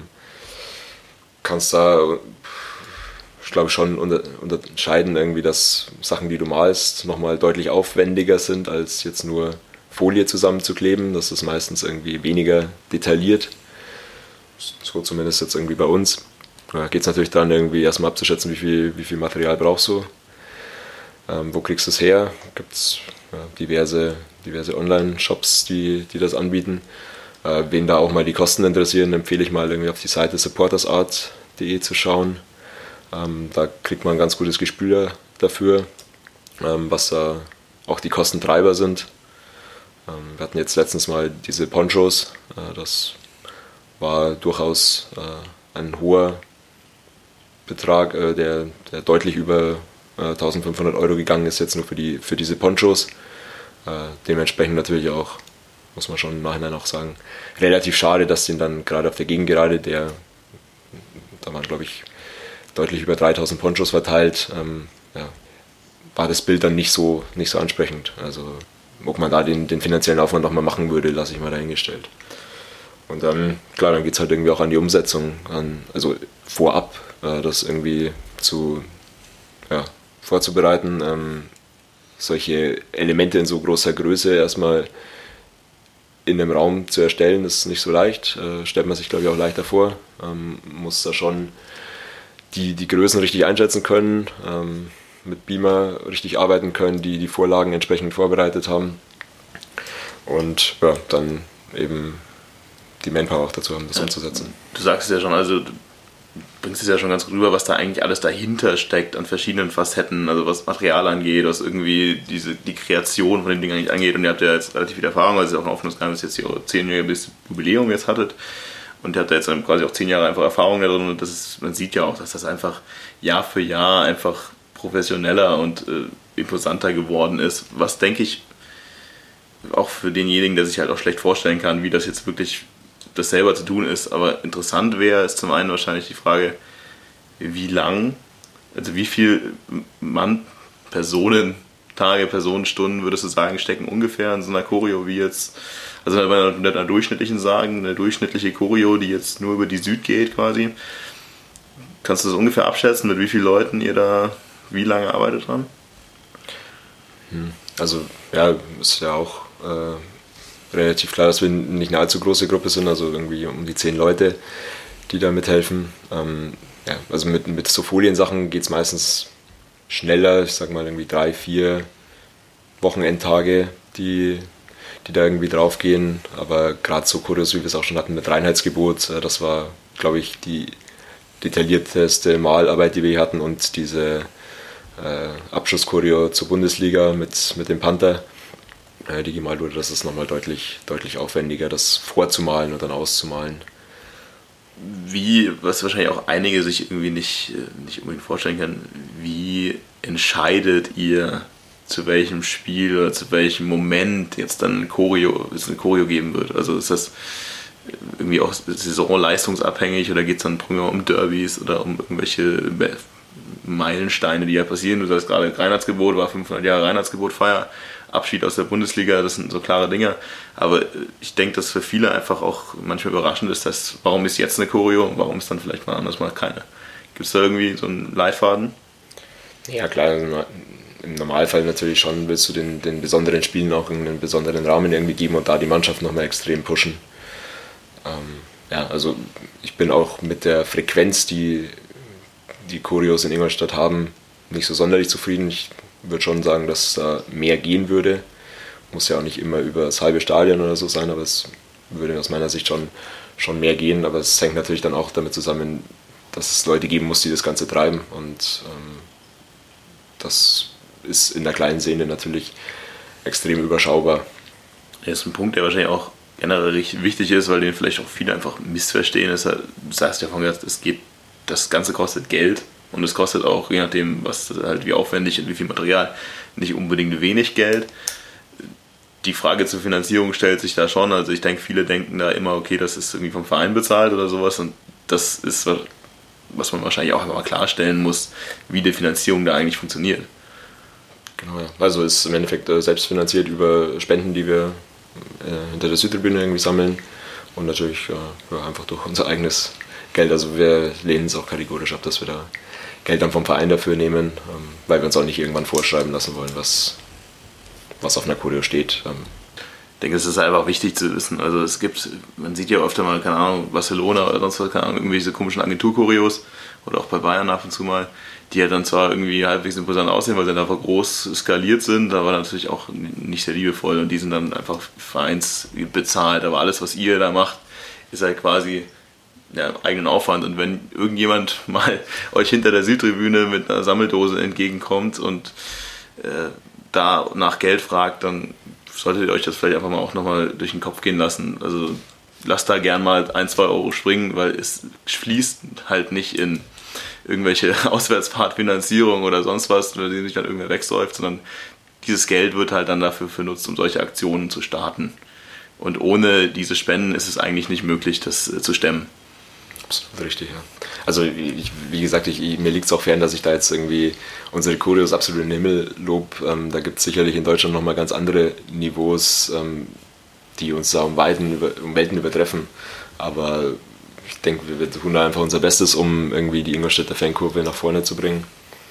Kannst da, ich glaube, schon unterscheiden irgendwie, dass Sachen, die du malst, nochmal deutlich aufwendiger sind, als jetzt nur Folie zusammenzukleben. Das ist meistens irgendwie weniger detailliert. So zumindest jetzt irgendwie bei uns. Da geht es natürlich dann irgendwie erstmal abzuschätzen, wie viel Material brauchst du. Wo kriegst du es her? Gibt es diverse Online-Shops, die das anbieten. Wen da auch mal die Kosten interessieren, empfehle ich mal irgendwie auf die Seite supportersart.de zu schauen. Da kriegt man ein ganz gutes Gespür dafür, was da auch die Kostentreiber sind. Wir hatten jetzt letztens mal diese Ponchos. Das war durchaus ein hoher Betrag, der deutlich über 1.500 Euro gegangen ist jetzt nur für diese Ponchos. Dementsprechend natürlich auch, muss man schon im Nachhinein auch sagen, relativ schade, dass den dann gerade auf der Gegengerade, da waren glaube ich deutlich über 3.000 Ponchos verteilt, war das Bild dann nicht so ansprechend. Also ob man da den finanziellen Aufwand nochmal machen würde, lasse ich mal dahingestellt. Und dann, klar, dann geht es halt irgendwie auch an die Umsetzung, also vorab das irgendwie vorzubereiten, solche Elemente in so großer Größe erstmal in einem Raum zu erstellen, ist nicht so leicht, stellt man sich glaube ich auch leichter vor, muss da schon die Größen richtig einschätzen können, mit Beamer richtig arbeiten können, die Vorlagen entsprechend vorbereitet haben und dann eben die Manpower auch dazu haben, das umzusetzen. Du sagst es ja schon, also bringst es ja schon ganz gut rüber, was da eigentlich alles dahinter steckt an verschiedenen Facetten, also was Material angeht, was irgendwie die Kreation von den Dingen eigentlich angeht. Und ihr habt ja jetzt relativ viel Erfahrung, weil es ja auch ein offenes Geheimnis jetzt hier 10-jähriges Jubiläum jetzt hattet. Und ihr habt ja jetzt quasi auch 10 Jahre einfach Erfahrung da drin. Und man sieht ja auch, dass das einfach Jahr für Jahr einfach professioneller und imposanter geworden ist. Was, denke ich, auch für denjenigen, der sich halt auch schlecht vorstellen kann, wie das jetzt wirklich das selber zu tun ist. Aber interessant wäre, ist zum einen wahrscheinlich die Frage, wie lang, also wie viel Personentage, Personenstunden würdest du sagen, stecken ungefähr in so einer Choreo wie jetzt, also mit einer durchschnittlichen sagen, eine durchschnittliche Choreo, die jetzt nur über die Süd geht quasi. Kannst du das ungefähr abschätzen, mit wie vielen Leuten ihr da wie lange arbeitet dran? Also ja, ist ja auch relativ klar, dass wir nicht eine allzu große Gruppe sind, also irgendwie um die 10 Leute, die da mithelfen. Ja, also mit so Foliensachen geht es meistens schneller, ich sag mal irgendwie 3-4 Wochenendtage, die da irgendwie draufgehen, aber gerade so Choreos, wie wir es auch schon hatten mit Reinheitsgebot, das war, glaube ich, die detaillierteste Malarbeit, die wir hier hatten, und diese Abschlusschoreo zur Bundesliga mit dem Panther, die gemalt wurde, das ist nochmal deutlich aufwendiger, das vorzumalen und dann auszumalen. Was wahrscheinlich auch einige sich irgendwie nicht unbedingt vorstellen können, wie entscheidet ihr, zu welchem Spiel oder zu welchem Moment jetzt dann eine Choreo geben wird? Also ist das irgendwie auch saisonleistungsabhängig oder geht es dann primär um Derbys oder um irgendwelche Meilensteine, die ja passieren? Du sagst gerade, Reinhardsgebot war 500 Jahre Reinhardsgebot-Feier, Abschied aus der Bundesliga, das sind so klare Dinge. Aber ich denke, dass für viele einfach auch manchmal überraschend ist, dass warum ist jetzt eine Choreo und warum ist dann vielleicht mal anders mal keine? Gibt es da irgendwie so einen Leitfaden? Ja klar, also im Normalfall natürlich schon willst du den besonderen Spielen auch einen besonderen Rahmen irgendwie geben und da die Mannschaft nochmal extrem pushen. Ja, also ich bin auch mit der Frequenz, die Choreos in Ingolstadt haben, nicht so sonderlich zufrieden. Ich würde schon sagen, dass da mehr gehen würde. Muss ja auch nicht immer über das halbe Stadion oder so sein, aber es würde aus meiner Sicht schon mehr gehen. Aber es hängt natürlich dann auch damit zusammen, dass es Leute geben muss, die das Ganze treiben. Und das ist in der kleinen Szene natürlich extrem überschaubar. Das ist ein Punkt, der wahrscheinlich auch generell richtig wichtig ist, weil den vielleicht auch viele einfach missverstehen. Du sagst ja vorhin, das Ganze kostet Geld. Und es kostet auch, je nachdem, was halt wie aufwendig und wie viel Material, nicht unbedingt wenig Geld. Die Frage zur Finanzierung stellt sich da schon. Also ich denke, viele denken da immer, okay, das ist irgendwie vom Verein bezahlt oder sowas. Und das ist, was man wahrscheinlich auch mal klarstellen muss, wie die Finanzierung da eigentlich funktioniert. Genau, ja. Also ist im Endeffekt selbstfinanziert über Spenden, die wir hinter der Südtribüne irgendwie sammeln. Und natürlich einfach durch unser eigenes Geld. Also wir lehnen es auch kategorisch ab, dass wir da Geld dann vom Verein dafür nehmen, weil wir uns auch nicht irgendwann vorschreiben lassen wollen, was auf einer Choreo steht. Ich denke, es ist einfach wichtig zu wissen. Also man sieht ja öfter mal, keine Ahnung, Barcelona oder sonst was, keine Ahnung, irgendwelche komischen Agenturchoreos oder auch bei Bayern ab und zu mal, die ja dann zwar irgendwie halbwegs imposant aussehen, weil sie dann einfach groß skaliert sind, aber natürlich auch nicht sehr liebevoll und die sind dann einfach vereinsbezahlt. Aber alles, was ihr da macht, ist halt quasi eigenen Aufwand, und wenn irgendjemand mal euch hinter der Südtribüne mit einer Sammeldose entgegenkommt und da nach Geld fragt, dann solltet ihr euch das vielleicht einfach mal auch nochmal durch den Kopf gehen lassen. Also lasst da gern mal 1-2 Euro springen, weil es fließt halt nicht in irgendwelche Auswärtsfahrtfinanzierung oder sonst was, weil sich dann irgendwer wegsäuft, sondern dieses Geld wird halt dann dafür benutzt, um solche Aktionen zu starten. Und ohne diese Spenden ist es eigentlich nicht möglich, das zu stemmen. Absolut richtig, ja. Also wie gesagt, mir liegt es auch fern, dass ich da jetzt irgendwie unsere Choreos absolut in den Himmel lob. Da gibt es sicherlich in Deutschland nochmal ganz andere Niveaus, die uns da um Welten übertreffen. Aber ich denke, wir tun da einfach unser Bestes, um irgendwie die Ingolstädter Fankurve nach vorne zu bringen.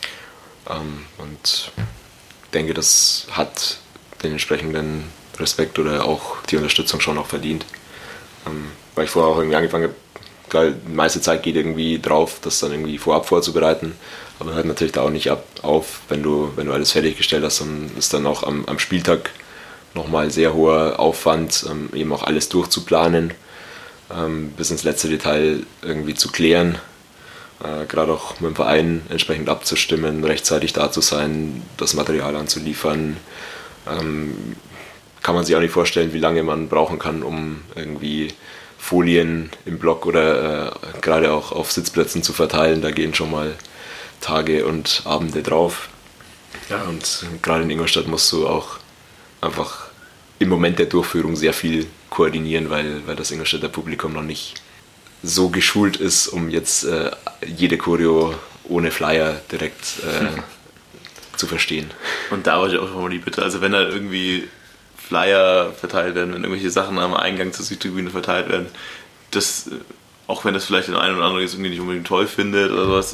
Und denke, das hat den entsprechenden Respekt oder auch die Unterstützung schon auch verdient. Weil ich vorher auch irgendwie angefangen habe, klar, die meiste Zeit geht irgendwie drauf, das dann irgendwie vorab vorzubereiten, aber hört natürlich da auch nicht auf, wenn du alles fertiggestellt hast, dann ist dann auch am Spieltag nochmal sehr hoher Aufwand, eben auch alles durchzuplanen, bis ins letzte Detail irgendwie zu klären. gerade auch mit dem Verein entsprechend abzustimmen, rechtzeitig da zu sein, das Material anzuliefern. Kann man sich auch nicht vorstellen, wie lange man brauchen kann, um irgendwie Folien im Block oder gerade auch auf Sitzplätzen zu verteilen. Da gehen schon mal Tage und Abende drauf. Ja, und gerade in Ingolstadt musst du auch einfach im Moment der Durchführung sehr viel koordinieren, weil das Ingolstädter Publikum noch nicht so geschult ist, um jetzt jede Choreo ohne Flyer direkt zu verstehen. Und da habe ich auch mal die Bitte, also wenn da irgendwie Flyer verteilt werden, wenn irgendwelche Sachen am Eingang zur Südtribüne verteilt werden, das, auch wenn das vielleicht der eine oder andere jetzt irgendwie nicht unbedingt toll findet oder sowas,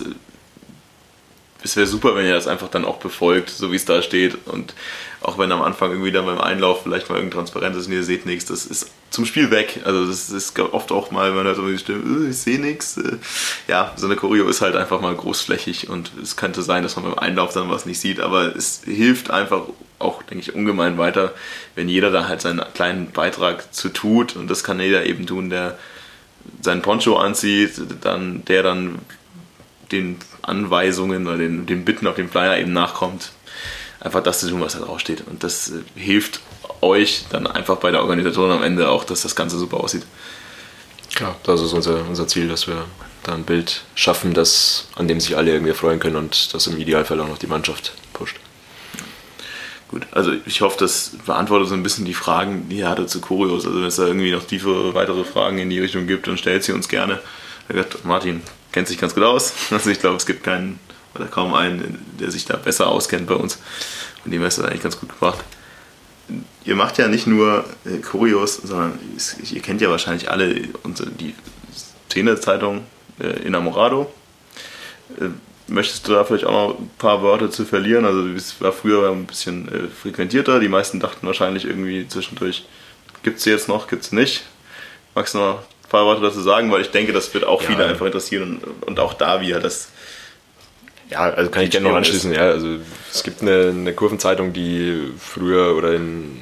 es wäre super, wenn ihr das einfach dann auch befolgt, so wie es da steht. Und auch wenn am Anfang irgendwie dann beim Einlauf vielleicht mal irgendein Transparent ist und ihr seht nichts, das ist zum Spiel weg. Also das ist oft auch mal, man hört so die Stimme, ich sehe nichts. Ja, so eine Choreo ist halt einfach mal großflächig und es könnte sein, dass man beim Einlauf dann was nicht sieht, aber es hilft einfach auch, denke ich, ungemein weiter, wenn jeder da halt seinen kleinen Beitrag zu tut, und das kann jeder eben tun, der seinen Poncho anzieht, der dann den Anweisungen oder den Bitten auf dem Flyer eben nachkommt, einfach das zu tun, was da drauf steht. Und das hilft euch dann einfach bei der Organisation am Ende auch, dass das Ganze super aussieht. Klar, das ist unser Ziel, dass wir da ein Bild schaffen, an dem sich alle irgendwie freuen können und das im Idealfall auch noch die Mannschaft pusht. Gut, also ich hoffe, das beantwortet so ein bisschen die Fragen, die ihr hattet zu Choreos. Also wenn es da irgendwie noch tiefe weitere Fragen in die Richtung gibt, dann stellt sie uns gerne. Martin kennt sich ganz gut aus. Also ich glaube, es gibt keinen oder kaum einen, der sich da besser auskennt bei uns. Und dem ist das eigentlich ganz gut gemacht. Ihr macht ja nicht nur Choreos, sondern ihr kennt ja wahrscheinlich alle die Szene-Zeitung Innamorado. Möchtest du da vielleicht auch noch ein paar Worte zu verlieren? Also es war früher ein bisschen frequentierter. Die meisten dachten wahrscheinlich irgendwie zwischendurch, gibt es sie jetzt noch, gibt es nicht. Magst du noch ein paar Worte dazu sagen? Weil ich denke, das wird auch viele einfach interessieren und auch da wieder das. Ja, also kann ich gerne noch anschließen. Ja, also es gibt eine Kurvenzeitung, die früher oder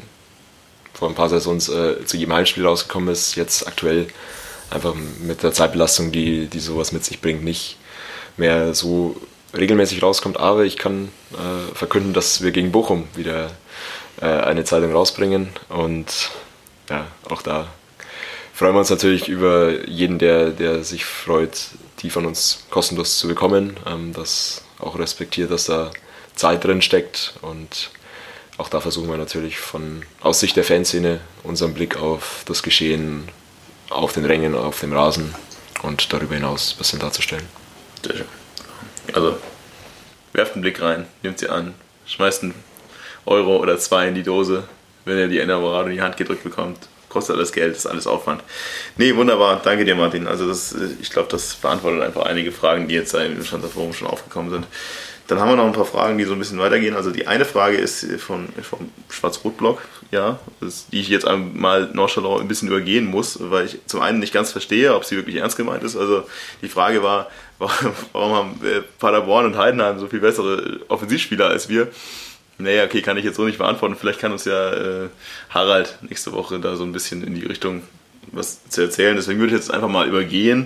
vor ein paar Saisons zu jedem Heimspiel rausgekommen ist, jetzt aktuell einfach mit der Zeitbelastung, die sowas mit sich bringt, nicht mehr so regelmäßig rauskommt. Aber ich kann verkünden, dass wir gegen Bochum wieder eine Zeitung rausbringen, und ja, auch da freuen wir uns natürlich über jeden, der sich freut, die von uns kostenlos zu bekommen, das auch respektiert, dass da Zeit drin steckt, und auch da versuchen wir natürlich aus Sicht der Fanszene unseren Blick auf das Geschehen auf den Rängen, auf dem Rasen und darüber hinaus ein bisschen darzustellen. Sehr schön. Also werft einen Blick rein, nehmt sie an, schmeißt einen Euro oder 2 in die Dose, wenn ihr die Innamorado in die Hand gedrückt bekommt. Kostet alles Geld, ist alles Aufwand. Nee, wunderbar. Danke dir, Martin. Also ich glaube, das beantwortet einfach einige Fragen, die jetzt im Schanzer-Forum schon aufgekommen sind. Dann haben wir noch ein paar Fragen, die so ein bisschen weitergehen. Also die eine Frage ist vom Schwarz-Rot-Blog, ja, die ich jetzt mal nonchalant ein bisschen übergehen muss, weil ich zum einen nicht ganz verstehe, ob sie wirklich ernst gemeint ist. Also die Frage war, warum haben Paderborn und Heidenheim so viel bessere Offensivspieler als wir? Naja, okay, kann ich jetzt so nicht beantworten. Vielleicht kann uns ja Harald nächste Woche da so ein bisschen in die Richtung was zu erzählen. Deswegen würde ich jetzt einfach mal übergehen.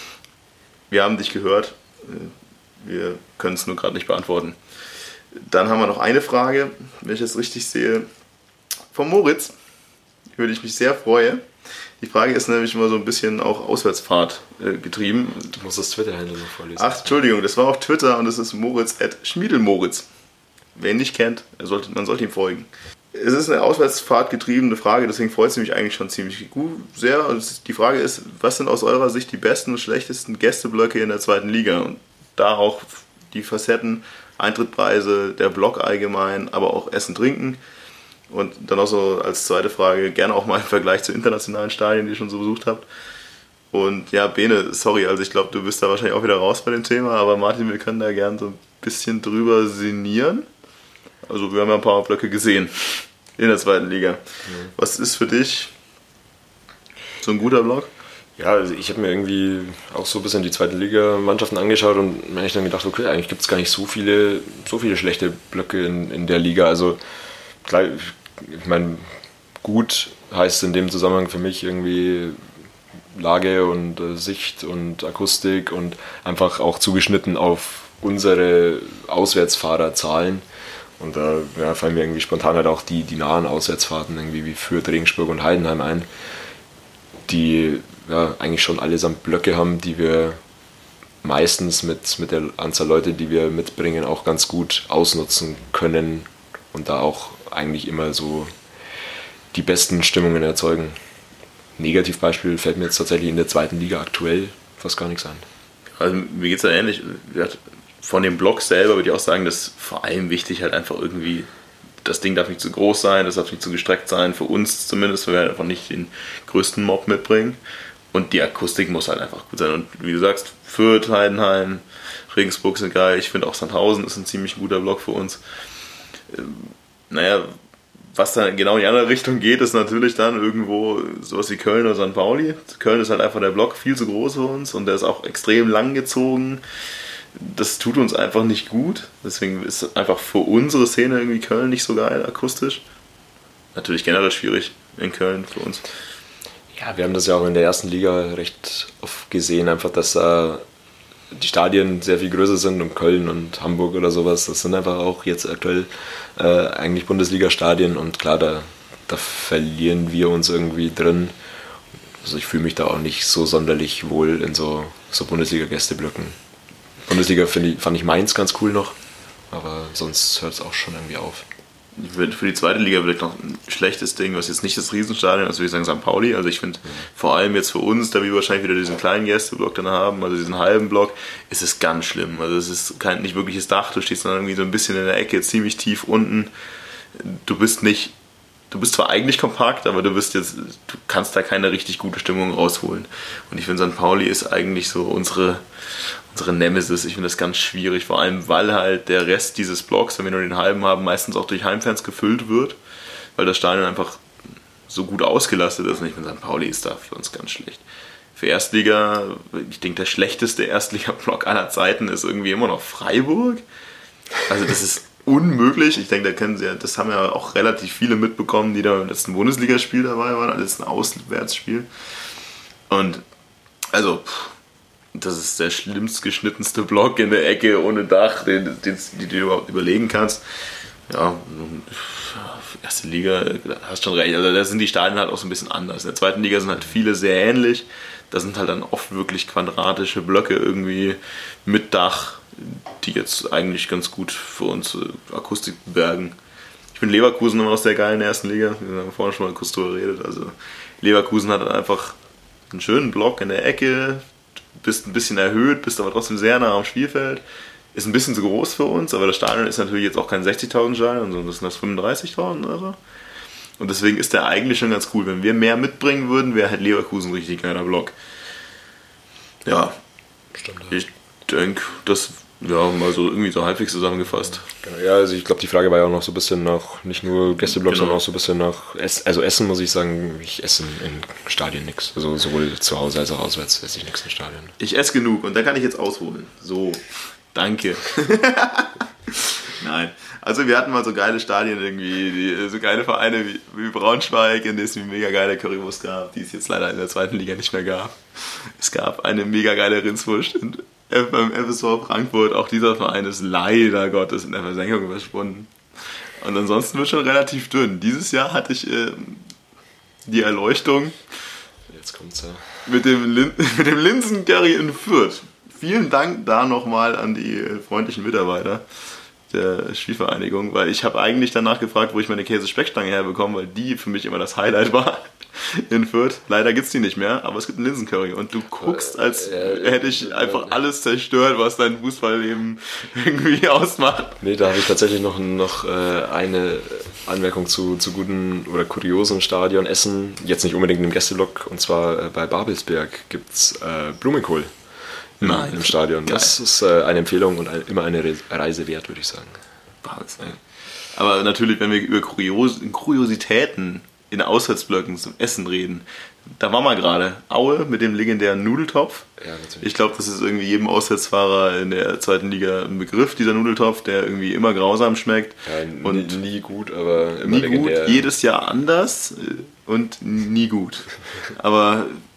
Wir haben dich gehört. Wir können es nur gerade nicht beantworten. Dann haben wir noch eine Frage, wenn ich das richtig sehe, von Moritz, über die ich mich sehr freue. Die Frage ist nämlich immer so ein bisschen auch Auswärtsfahrt getrieben. Du musst das Twitter-Handle noch vorlesen. Ach, Entschuldigung, das war auf Twitter und das ist Moritz@Schmiedelmoritz. Wer ihn nicht kennt, man sollte ihm folgen. Es ist eine Auswärtsfahrt getriebene Frage, deswegen freut es mich eigentlich schon ziemlich gut, sehr. Und die Frage ist, was sind aus eurer Sicht die besten und schlechtesten Gästeblöcke in der zweiten Liga? Und da auch die Facetten, Eintrittspreise, der Block allgemein, aber auch Essen, Trinken. Und dann auch so als zweite Frage, gerne auch mal im Vergleich zu internationalen Stadien, die ihr schon so besucht habt. Und ja, Bene, sorry, also ich glaube, du bist da wahrscheinlich auch wieder raus bei dem Thema, aber Martin, wir können da gerne so ein bisschen drüber sinnieren. Also wir haben ja ein paar Blöcke gesehen in der zweiten Liga. Was ist für dich so ein guter Block? Ja, also ich habe mir irgendwie auch so ein bisschen die zweite Liga-Mannschaften angeschaut und mir dann gedacht, okay, eigentlich gibt es gar nicht so viele schlechte Blöcke in der Liga. Also klar, ich meine, gut heißt in dem Zusammenhang für mich irgendwie Lage und Sicht und Akustik und einfach auch zugeschnitten auf unsere Auswärtsfahrerzahlen. Und da fallen mir irgendwie spontan halt auch die nahen Auswärtsfahrten irgendwie wie Fürth, Regensburg und Heidenheim ein, die eigentlich schon allesamt Blöcke haben, die wir meistens mit der Anzahl Leute, die wir mitbringen, auch ganz gut ausnutzen können und da auch eigentlich immer so die besten Stimmungen erzeugen. Negativbeispiel fällt mir jetzt tatsächlich in der 2. Liga aktuell fast gar nichts ein. Also mir geht es ja ähnlich. Von dem Block selber würde ich auch sagen, dass vor allem wichtig halt einfach irgendwie, das Ding darf nicht zu groß sein, das darf nicht zu gestreckt sein, für uns zumindest, weil wir halt einfach nicht den größten Mob mitbringen. Und die Akustik muss halt einfach gut sein. Und wie du sagst, Fürth, Heidenheim, Regensburg sind geil. Ich finde auch Sandhausen ist ein ziemlich guter Block für uns. Was dann genau in die andere Richtung geht, ist natürlich dann irgendwo sowas wie Köln oder St. Pauli. Köln ist halt einfach der Block viel zu groß für uns und der ist auch extrem lang gezogen. Das tut uns einfach nicht gut. Deswegen ist einfach für unsere Szene irgendwie Köln nicht so geil akustisch. Natürlich generell schwierig in Köln für uns. Ja, wir haben das ja auch in der 1. Liga recht oft gesehen, einfach, dass die Stadien sehr viel größer sind und Köln und Hamburg oder sowas, das sind einfach auch jetzt aktuell eigentlich Bundesliga-Stadien und klar, da verlieren wir uns irgendwie drin. Also ich fühle mich da auch nicht so sonderlich wohl in so Bundesliga-Gästeblöcken. Bundesliga fand ich Mainz ganz cool noch, aber sonst hört es auch schon irgendwie auf. Für die 2. Liga vielleicht noch ein schlechtes Ding, was jetzt nicht das Riesenstadion ist, würde ich sagen St. Pauli. Also ich finde, vor allem jetzt für uns, da wir wahrscheinlich wieder diesen kleinen Gästeblock dann haben, also diesen halben Block, ist es ganz schlimm. Also es ist nicht wirkliches Dach, du stehst dann irgendwie so ein bisschen in der Ecke, ziemlich tief unten. Du bist zwar eigentlich kompakt, aber du kannst da keine richtig gute Stimmung rausholen. Und ich finde, St. Pauli ist eigentlich so unsere Nemesis. Ich finde das ganz schwierig, vor allem weil halt der Rest dieses Blocks, wenn wir nur den halben haben, meistens auch durch Heimfans gefüllt wird, weil das Stadion einfach so gut ausgelastet ist. Und ich finde, St. Pauli ist da für uns ganz schlecht. Für Erstliga, ich denke, der schlechteste Erstliga-Block aller Zeiten ist irgendwie immer noch Freiburg. Also das ist unmöglich. Ich denke, das haben ja auch relativ viele mitbekommen, die da im letzten Bundesligaspiel dabei waren, alles ein Auswärtsspiel. Und also das ist der schlimmst geschnittenste Block in der Ecke ohne Dach, den du dir überhaupt überlegen kannst. Ja, 1. Liga, hast schon recht. Also da sind die Stadien halt auch so ein bisschen anders. In der 2. Liga sind halt viele sehr ähnlich. Da sind halt dann oft wirklich quadratische Blöcke irgendwie mit Dach, die jetzt eigentlich ganz gut für uns Akustik bergen. Ich finde Leverkusen immer noch sehr geil in der 1. Liga. Wir haben vorhin schon mal kurz drüber geredet. Also Leverkusen hat einfach einen schönen Block in der Ecke, bist ein bisschen erhöht, bist aber trotzdem sehr nah am Spielfeld. Ist ein bisschen zu groß für uns, aber das Stadion ist natürlich jetzt auch kein 60.000 Stadion, sondern das sind das 35.000 oder so. Und deswegen ist der eigentlich schon ganz cool. Wenn wir mehr mitbringen würden, wäre halt Leverkusen ein richtig geiler Block. Ja, stimmt. Ich denke, das mal so irgendwie so halbwegs zusammengefasst. Genau, ja, also ich glaube, die Frage war ja auch noch so ein bisschen nach, nicht nur Gästeblocks, sondern auch so ein bisschen nach Essen, muss ich sagen, ich esse in Stadien nichts. Also sowohl zu Hause als auch auswärts esse ich nichts in Stadien. Ich esse genug und da kann ich jetzt ausholen. So, danke. Nein. Also wir hatten mal so geile Stadien irgendwie, so geile Vereine wie Braunschweig, in denen es eine mega geile Currywurst gab, die es jetzt leider in der 2. Liga nicht mehr gab. Es gab eine mega geile Rindswurst beim FSV Frankfurt. Auch dieser Verein ist leider Gottes in der Versenkung verschwunden. Und ansonsten wird schon relativ dünn. Dieses Jahr hatte ich die Erleuchtung. Jetzt kommt's ja. Mit dem Linsencurry in Fürth. Vielen Dank da nochmal an die freundlichen Mitarbeiter der Spielvereinigung, weil ich habe eigentlich danach gefragt, wo ich meine Käse-Speckstange herbekomme, weil die für mich immer das Highlight war in Fürth. Leider gibt es die nicht mehr, aber es gibt einen Linsencurry und du guckst, als hätte ich einfach alles zerstört, was dein Fußballleben irgendwie ausmacht. Nee, da habe ich tatsächlich noch eine Anmerkung zu guten oder kuriosen Stadionessen, jetzt nicht unbedingt im Gästeblock, und zwar bei Babelsberg gibt es Blumenkohl. Im Stadion. Geil. Das ist eine Empfehlung und immer eine Reise wert, würde ich sagen. Wahnsinn. Aber natürlich, wenn wir über Kuriositäten in Auswärtsblöcken zum Essen reden, da war mal gerade Aue mit dem legendären Nudeltopf. Ja, natürlich. Ich glaube, das ist irgendwie jedem Auswärtsfahrer in der 2. Liga ein Begriff, dieser Nudeltopf, der irgendwie immer grausam schmeckt. Ja, und nie gut, aber immer nie legendär. Gut, jedes Jahr anders und nie gut. Aber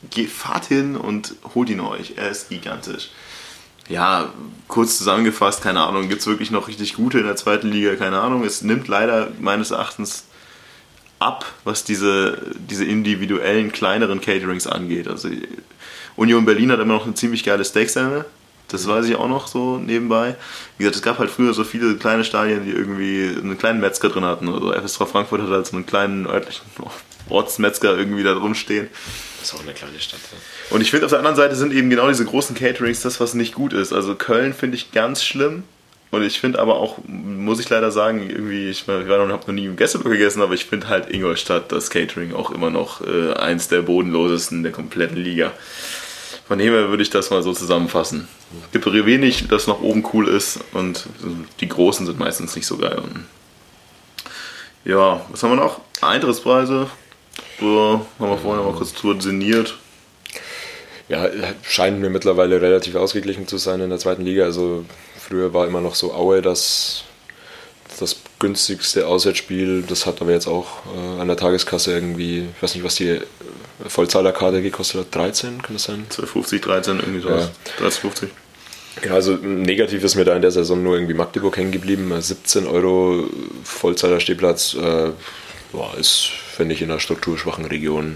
fahrt hin und holt ihn euch. Er ist gigantisch. Ja, kurz zusammengefasst, keine Ahnung, gibt es wirklich noch richtig gute in der zweiten Liga? Keine Ahnung. Es nimmt leider meines Erachtens ab, was diese individuellen, kleineren Caterings angeht. Also Union Berlin hat immer noch eine ziemlich geile Steaksemmel. Das weiß ich auch noch so nebenbei. Wie gesagt, es gab halt früher so viele kleine Stadien, die irgendwie einen kleinen Metzger drin hatten. Also FSV Frankfurt hat halt so einen kleinen örtlichen Ortsmetzger irgendwie da drum stehen. Das ist auch eine kleine Stadt. Ja. Und ich finde, auf der anderen Seite sind eben genau diese großen Caterings das, was nicht gut ist. Also Köln finde ich ganz schlimm. Und ich finde aber auch, muss ich leider sagen, irgendwie, ich habe noch nie im Gästeblock gegessen, aber ich finde halt Ingolstadt, das Catering, auch immer noch eins der bodenlosesten der kompletten Liga. Von dem her würde ich das mal so zusammenfassen. Es gibt wenig, das nach oben cool ist und die großen sind meistens nicht so geil. Und ja, was haben wir noch? Eintrittspreise. So, haben wir vorhin mal kurz sinniert. Ja, scheint mir mittlerweile relativ ausgeglichen zu sein in der zweiten Liga. Also früher war immer noch so Aue das günstigste Auswärtsspiel. Das hat aber jetzt auch an der Tageskasse irgendwie, ich weiß nicht, was die Vollzahlerkarte gekostet hat, 13, kann das sein? 12,50, 13, irgendwie sowas. Ja. 13,50. Ja, also negativ ist mir da in der Saison nur irgendwie Magdeburg hängen geblieben. 17 € Vollzahler-Stehplatz ist, finde ich, in einer strukturschwachen Region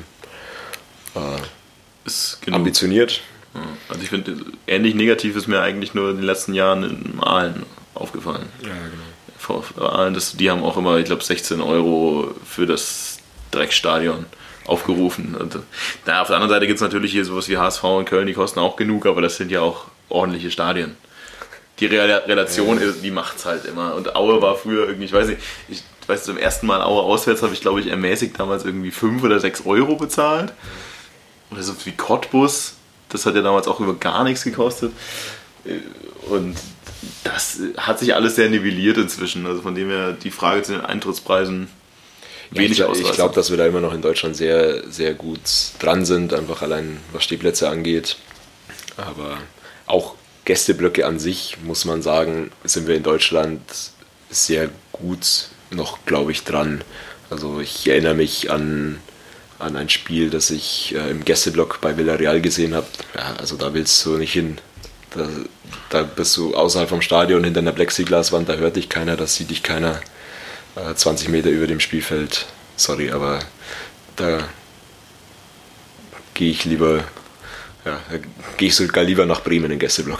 ist ambitioniert. Ja. Also ich finde, ähnlich negativ ist mir eigentlich nur in den letzten Jahren in Aalen aufgefallen. Ja, genau. Aalen, die haben auch immer, ich glaube, 16 € für das Dreckstadion aufgerufen. Und, auf der anderen Seite gibt es natürlich hier sowas wie HSV in Köln, die kosten auch genug, aber das sind ja auch ordentliche Stadien. Die Relation, die macht es halt immer. Und Aue war früher irgendwie, ich weiß zum ersten Mal Aue auswärts habe ich, glaube ich, ermäßigt damals irgendwie 5 oder 6 € bezahlt. Oder so wie Cottbus, das hat ja damals auch über gar nichts gekostet. Und das hat sich alles sehr nivelliert inzwischen. Also von dem her die Frage zu den Eintrittspreisen wenig ausreißt. Ich glaube, dass wir da immer noch in Deutschland sehr, sehr gut dran sind, einfach allein was Stehplätze angeht. Aber auch Gästeblöcke an sich, muss man sagen, sind wir in Deutschland sehr gut noch, glaube ich, dran. Also ich erinnere mich an ein Spiel, das ich im Gästeblock bei Villarreal gesehen habe. Ja, also da willst du nicht hin. Da bist du außerhalb vom Stadion hinter einer Plexiglaswand, da hört dich keiner, da sieht dich keiner 20 Meter über dem Spielfeld. Sorry, aber da gehe ich sogar lieber nach Bremen in den Gästeblock.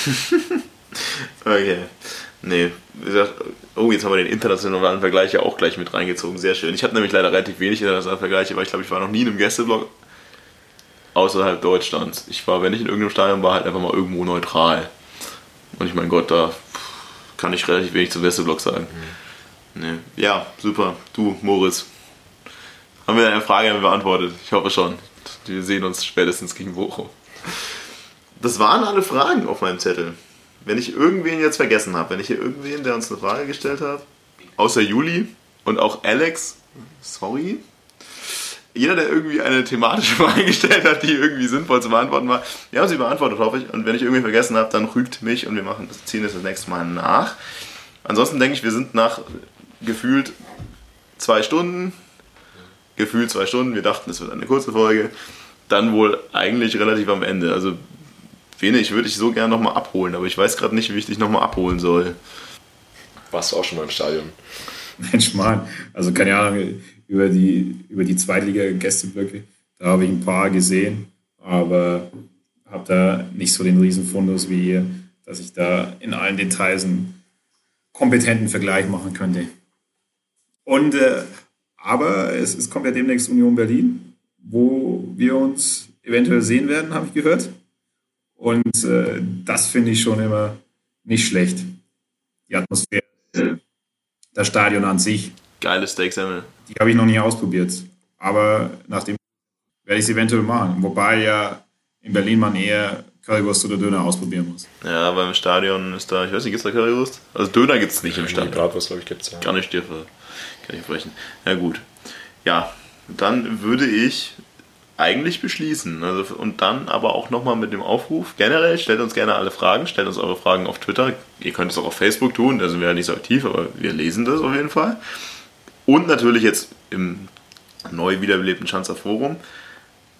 Okay. Nee, wie gesagt, jetzt haben wir den internationalen Vergleich ja auch gleich mit reingezogen. Sehr schön. Ich habe nämlich leider relativ wenig internationale Vergleiche, weil ich glaube, ich war noch nie in einem Gästeblock außerhalb Deutschlands. Wenn ich in irgendeinem Stadion war, halt einfach mal irgendwo neutral. Und ich meine Gott, da kann ich relativ wenig zum Gästeblock sagen. Nee. Ja, super. Du, Moritz. Haben wir deine Frage beantwortet? Ich hoffe schon. Wir sehen uns spätestens gegen Bochum. Das waren alle Fragen auf meinem Zettel. Wenn ich irgendwen jetzt vergessen habe, wenn ich hier irgendwen, der uns eine Frage gestellt hat, außer Juli und auch Alex, sorry. Jeder, der irgendwie eine thematische Frage gestellt hat, die irgendwie sinnvoll zu beantworten war, wir haben sie beantwortet, hoffe ich. Und wenn ich irgendwie vergessen habe, dann rügt mich und wir ziehen das nächste Mal nach. Ansonsten denke ich, wir sind nach gefühlt 2 Stunden. Wir dachten, es wird eine kurze Folge. Dann wohl eigentlich relativ am Ende. Also wenig würde ich so gerne nochmal abholen, aber ich weiß gerade nicht, wie ich dich nochmal abholen soll. Warst du auch schon mal im Stadion? Mensch, Mann. Also keine Ahnung, über die Zweitliga-Gästeblöcke, da habe ich ein paar gesehen, aber habe da nicht so den Riesenfundus wie ihr, dass ich da in allen Details einen kompetenten Vergleich machen könnte. Und aber es kommt ja demnächst Union Berlin, wo wir uns eventuell sehen werden, habe ich gehört. Und das finde ich schon immer nicht schlecht. Die Atmosphäre, das Stadion an sich. Geile Steaksemmel. Die habe ich noch nie ausprobiert. Aber nachdem werde ich es eventuell machen. Wobei ja in Berlin man eher Currywurst oder Döner ausprobieren muss. Ja, beim Stadion ist da, ich weiß nicht, gibt es da Currywurst? Also Döner gibt es nicht im Stadion. Bratwurst, glaube ich, gibt es ja. Kann ich sprechen. Ja gut. Ja, dann würde ich eigentlich beschließen. Also, und dann aber auch nochmal mit dem Aufruf. Generell stellt uns gerne alle Fragen, stellt uns eure Fragen auf Twitter. Ihr könnt es auch auf Facebook tun, da sind wir ja nicht so aktiv, aber wir lesen das auf jeden Fall. Und natürlich jetzt im neu wiederbelebten Schanzer Forum.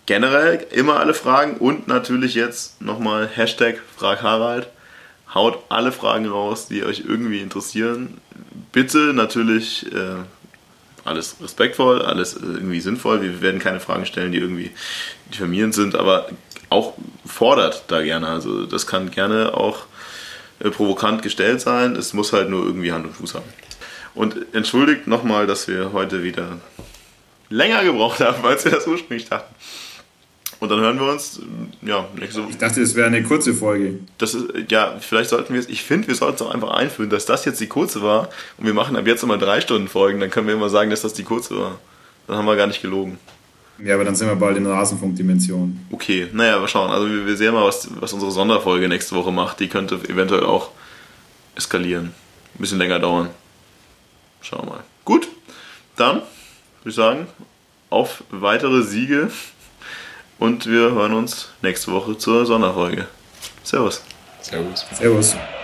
generell immer alle Fragen und natürlich jetzt nochmal #FragHarald. Haut alle Fragen raus, die euch irgendwie interessieren. Bitte natürlich alles respektvoll, alles irgendwie sinnvoll. Wir werden keine Fragen stellen, die irgendwie diffamierend sind, aber auch fordert da gerne. Also das kann gerne auch provokant gestellt sein. Es muss halt nur irgendwie Hand und Fuß haben. Und entschuldigt nochmal, dass wir heute wieder länger gebraucht haben, als wir das ursprünglich dachten. Und dann hören wir uns nächste Woche. Ich dachte, es wäre eine kurze Folge. Das ist, vielleicht sollten wir es, ich finde, wir sollten es auch einfach einführen, dass das jetzt die kurze war und wir machen ab jetzt immer 3 Stunden Folgen, dann können wir immer sagen, dass das die kurze war. Dann haben wir gar nicht gelogen. Ja, aber dann sind wir bald in der Rasenfunk-Dimension. Okay, naja, mal schauen. Also wir sehen mal, was unsere Sonderfolge nächste Woche macht. Die könnte eventuell auch eskalieren. Ein bisschen länger dauern. Schauen wir mal. Gut, dann würde ich sagen, auf weitere Siege. Und wir hören uns nächste Woche zur Sonderfolge. Servus. Servus. Servus.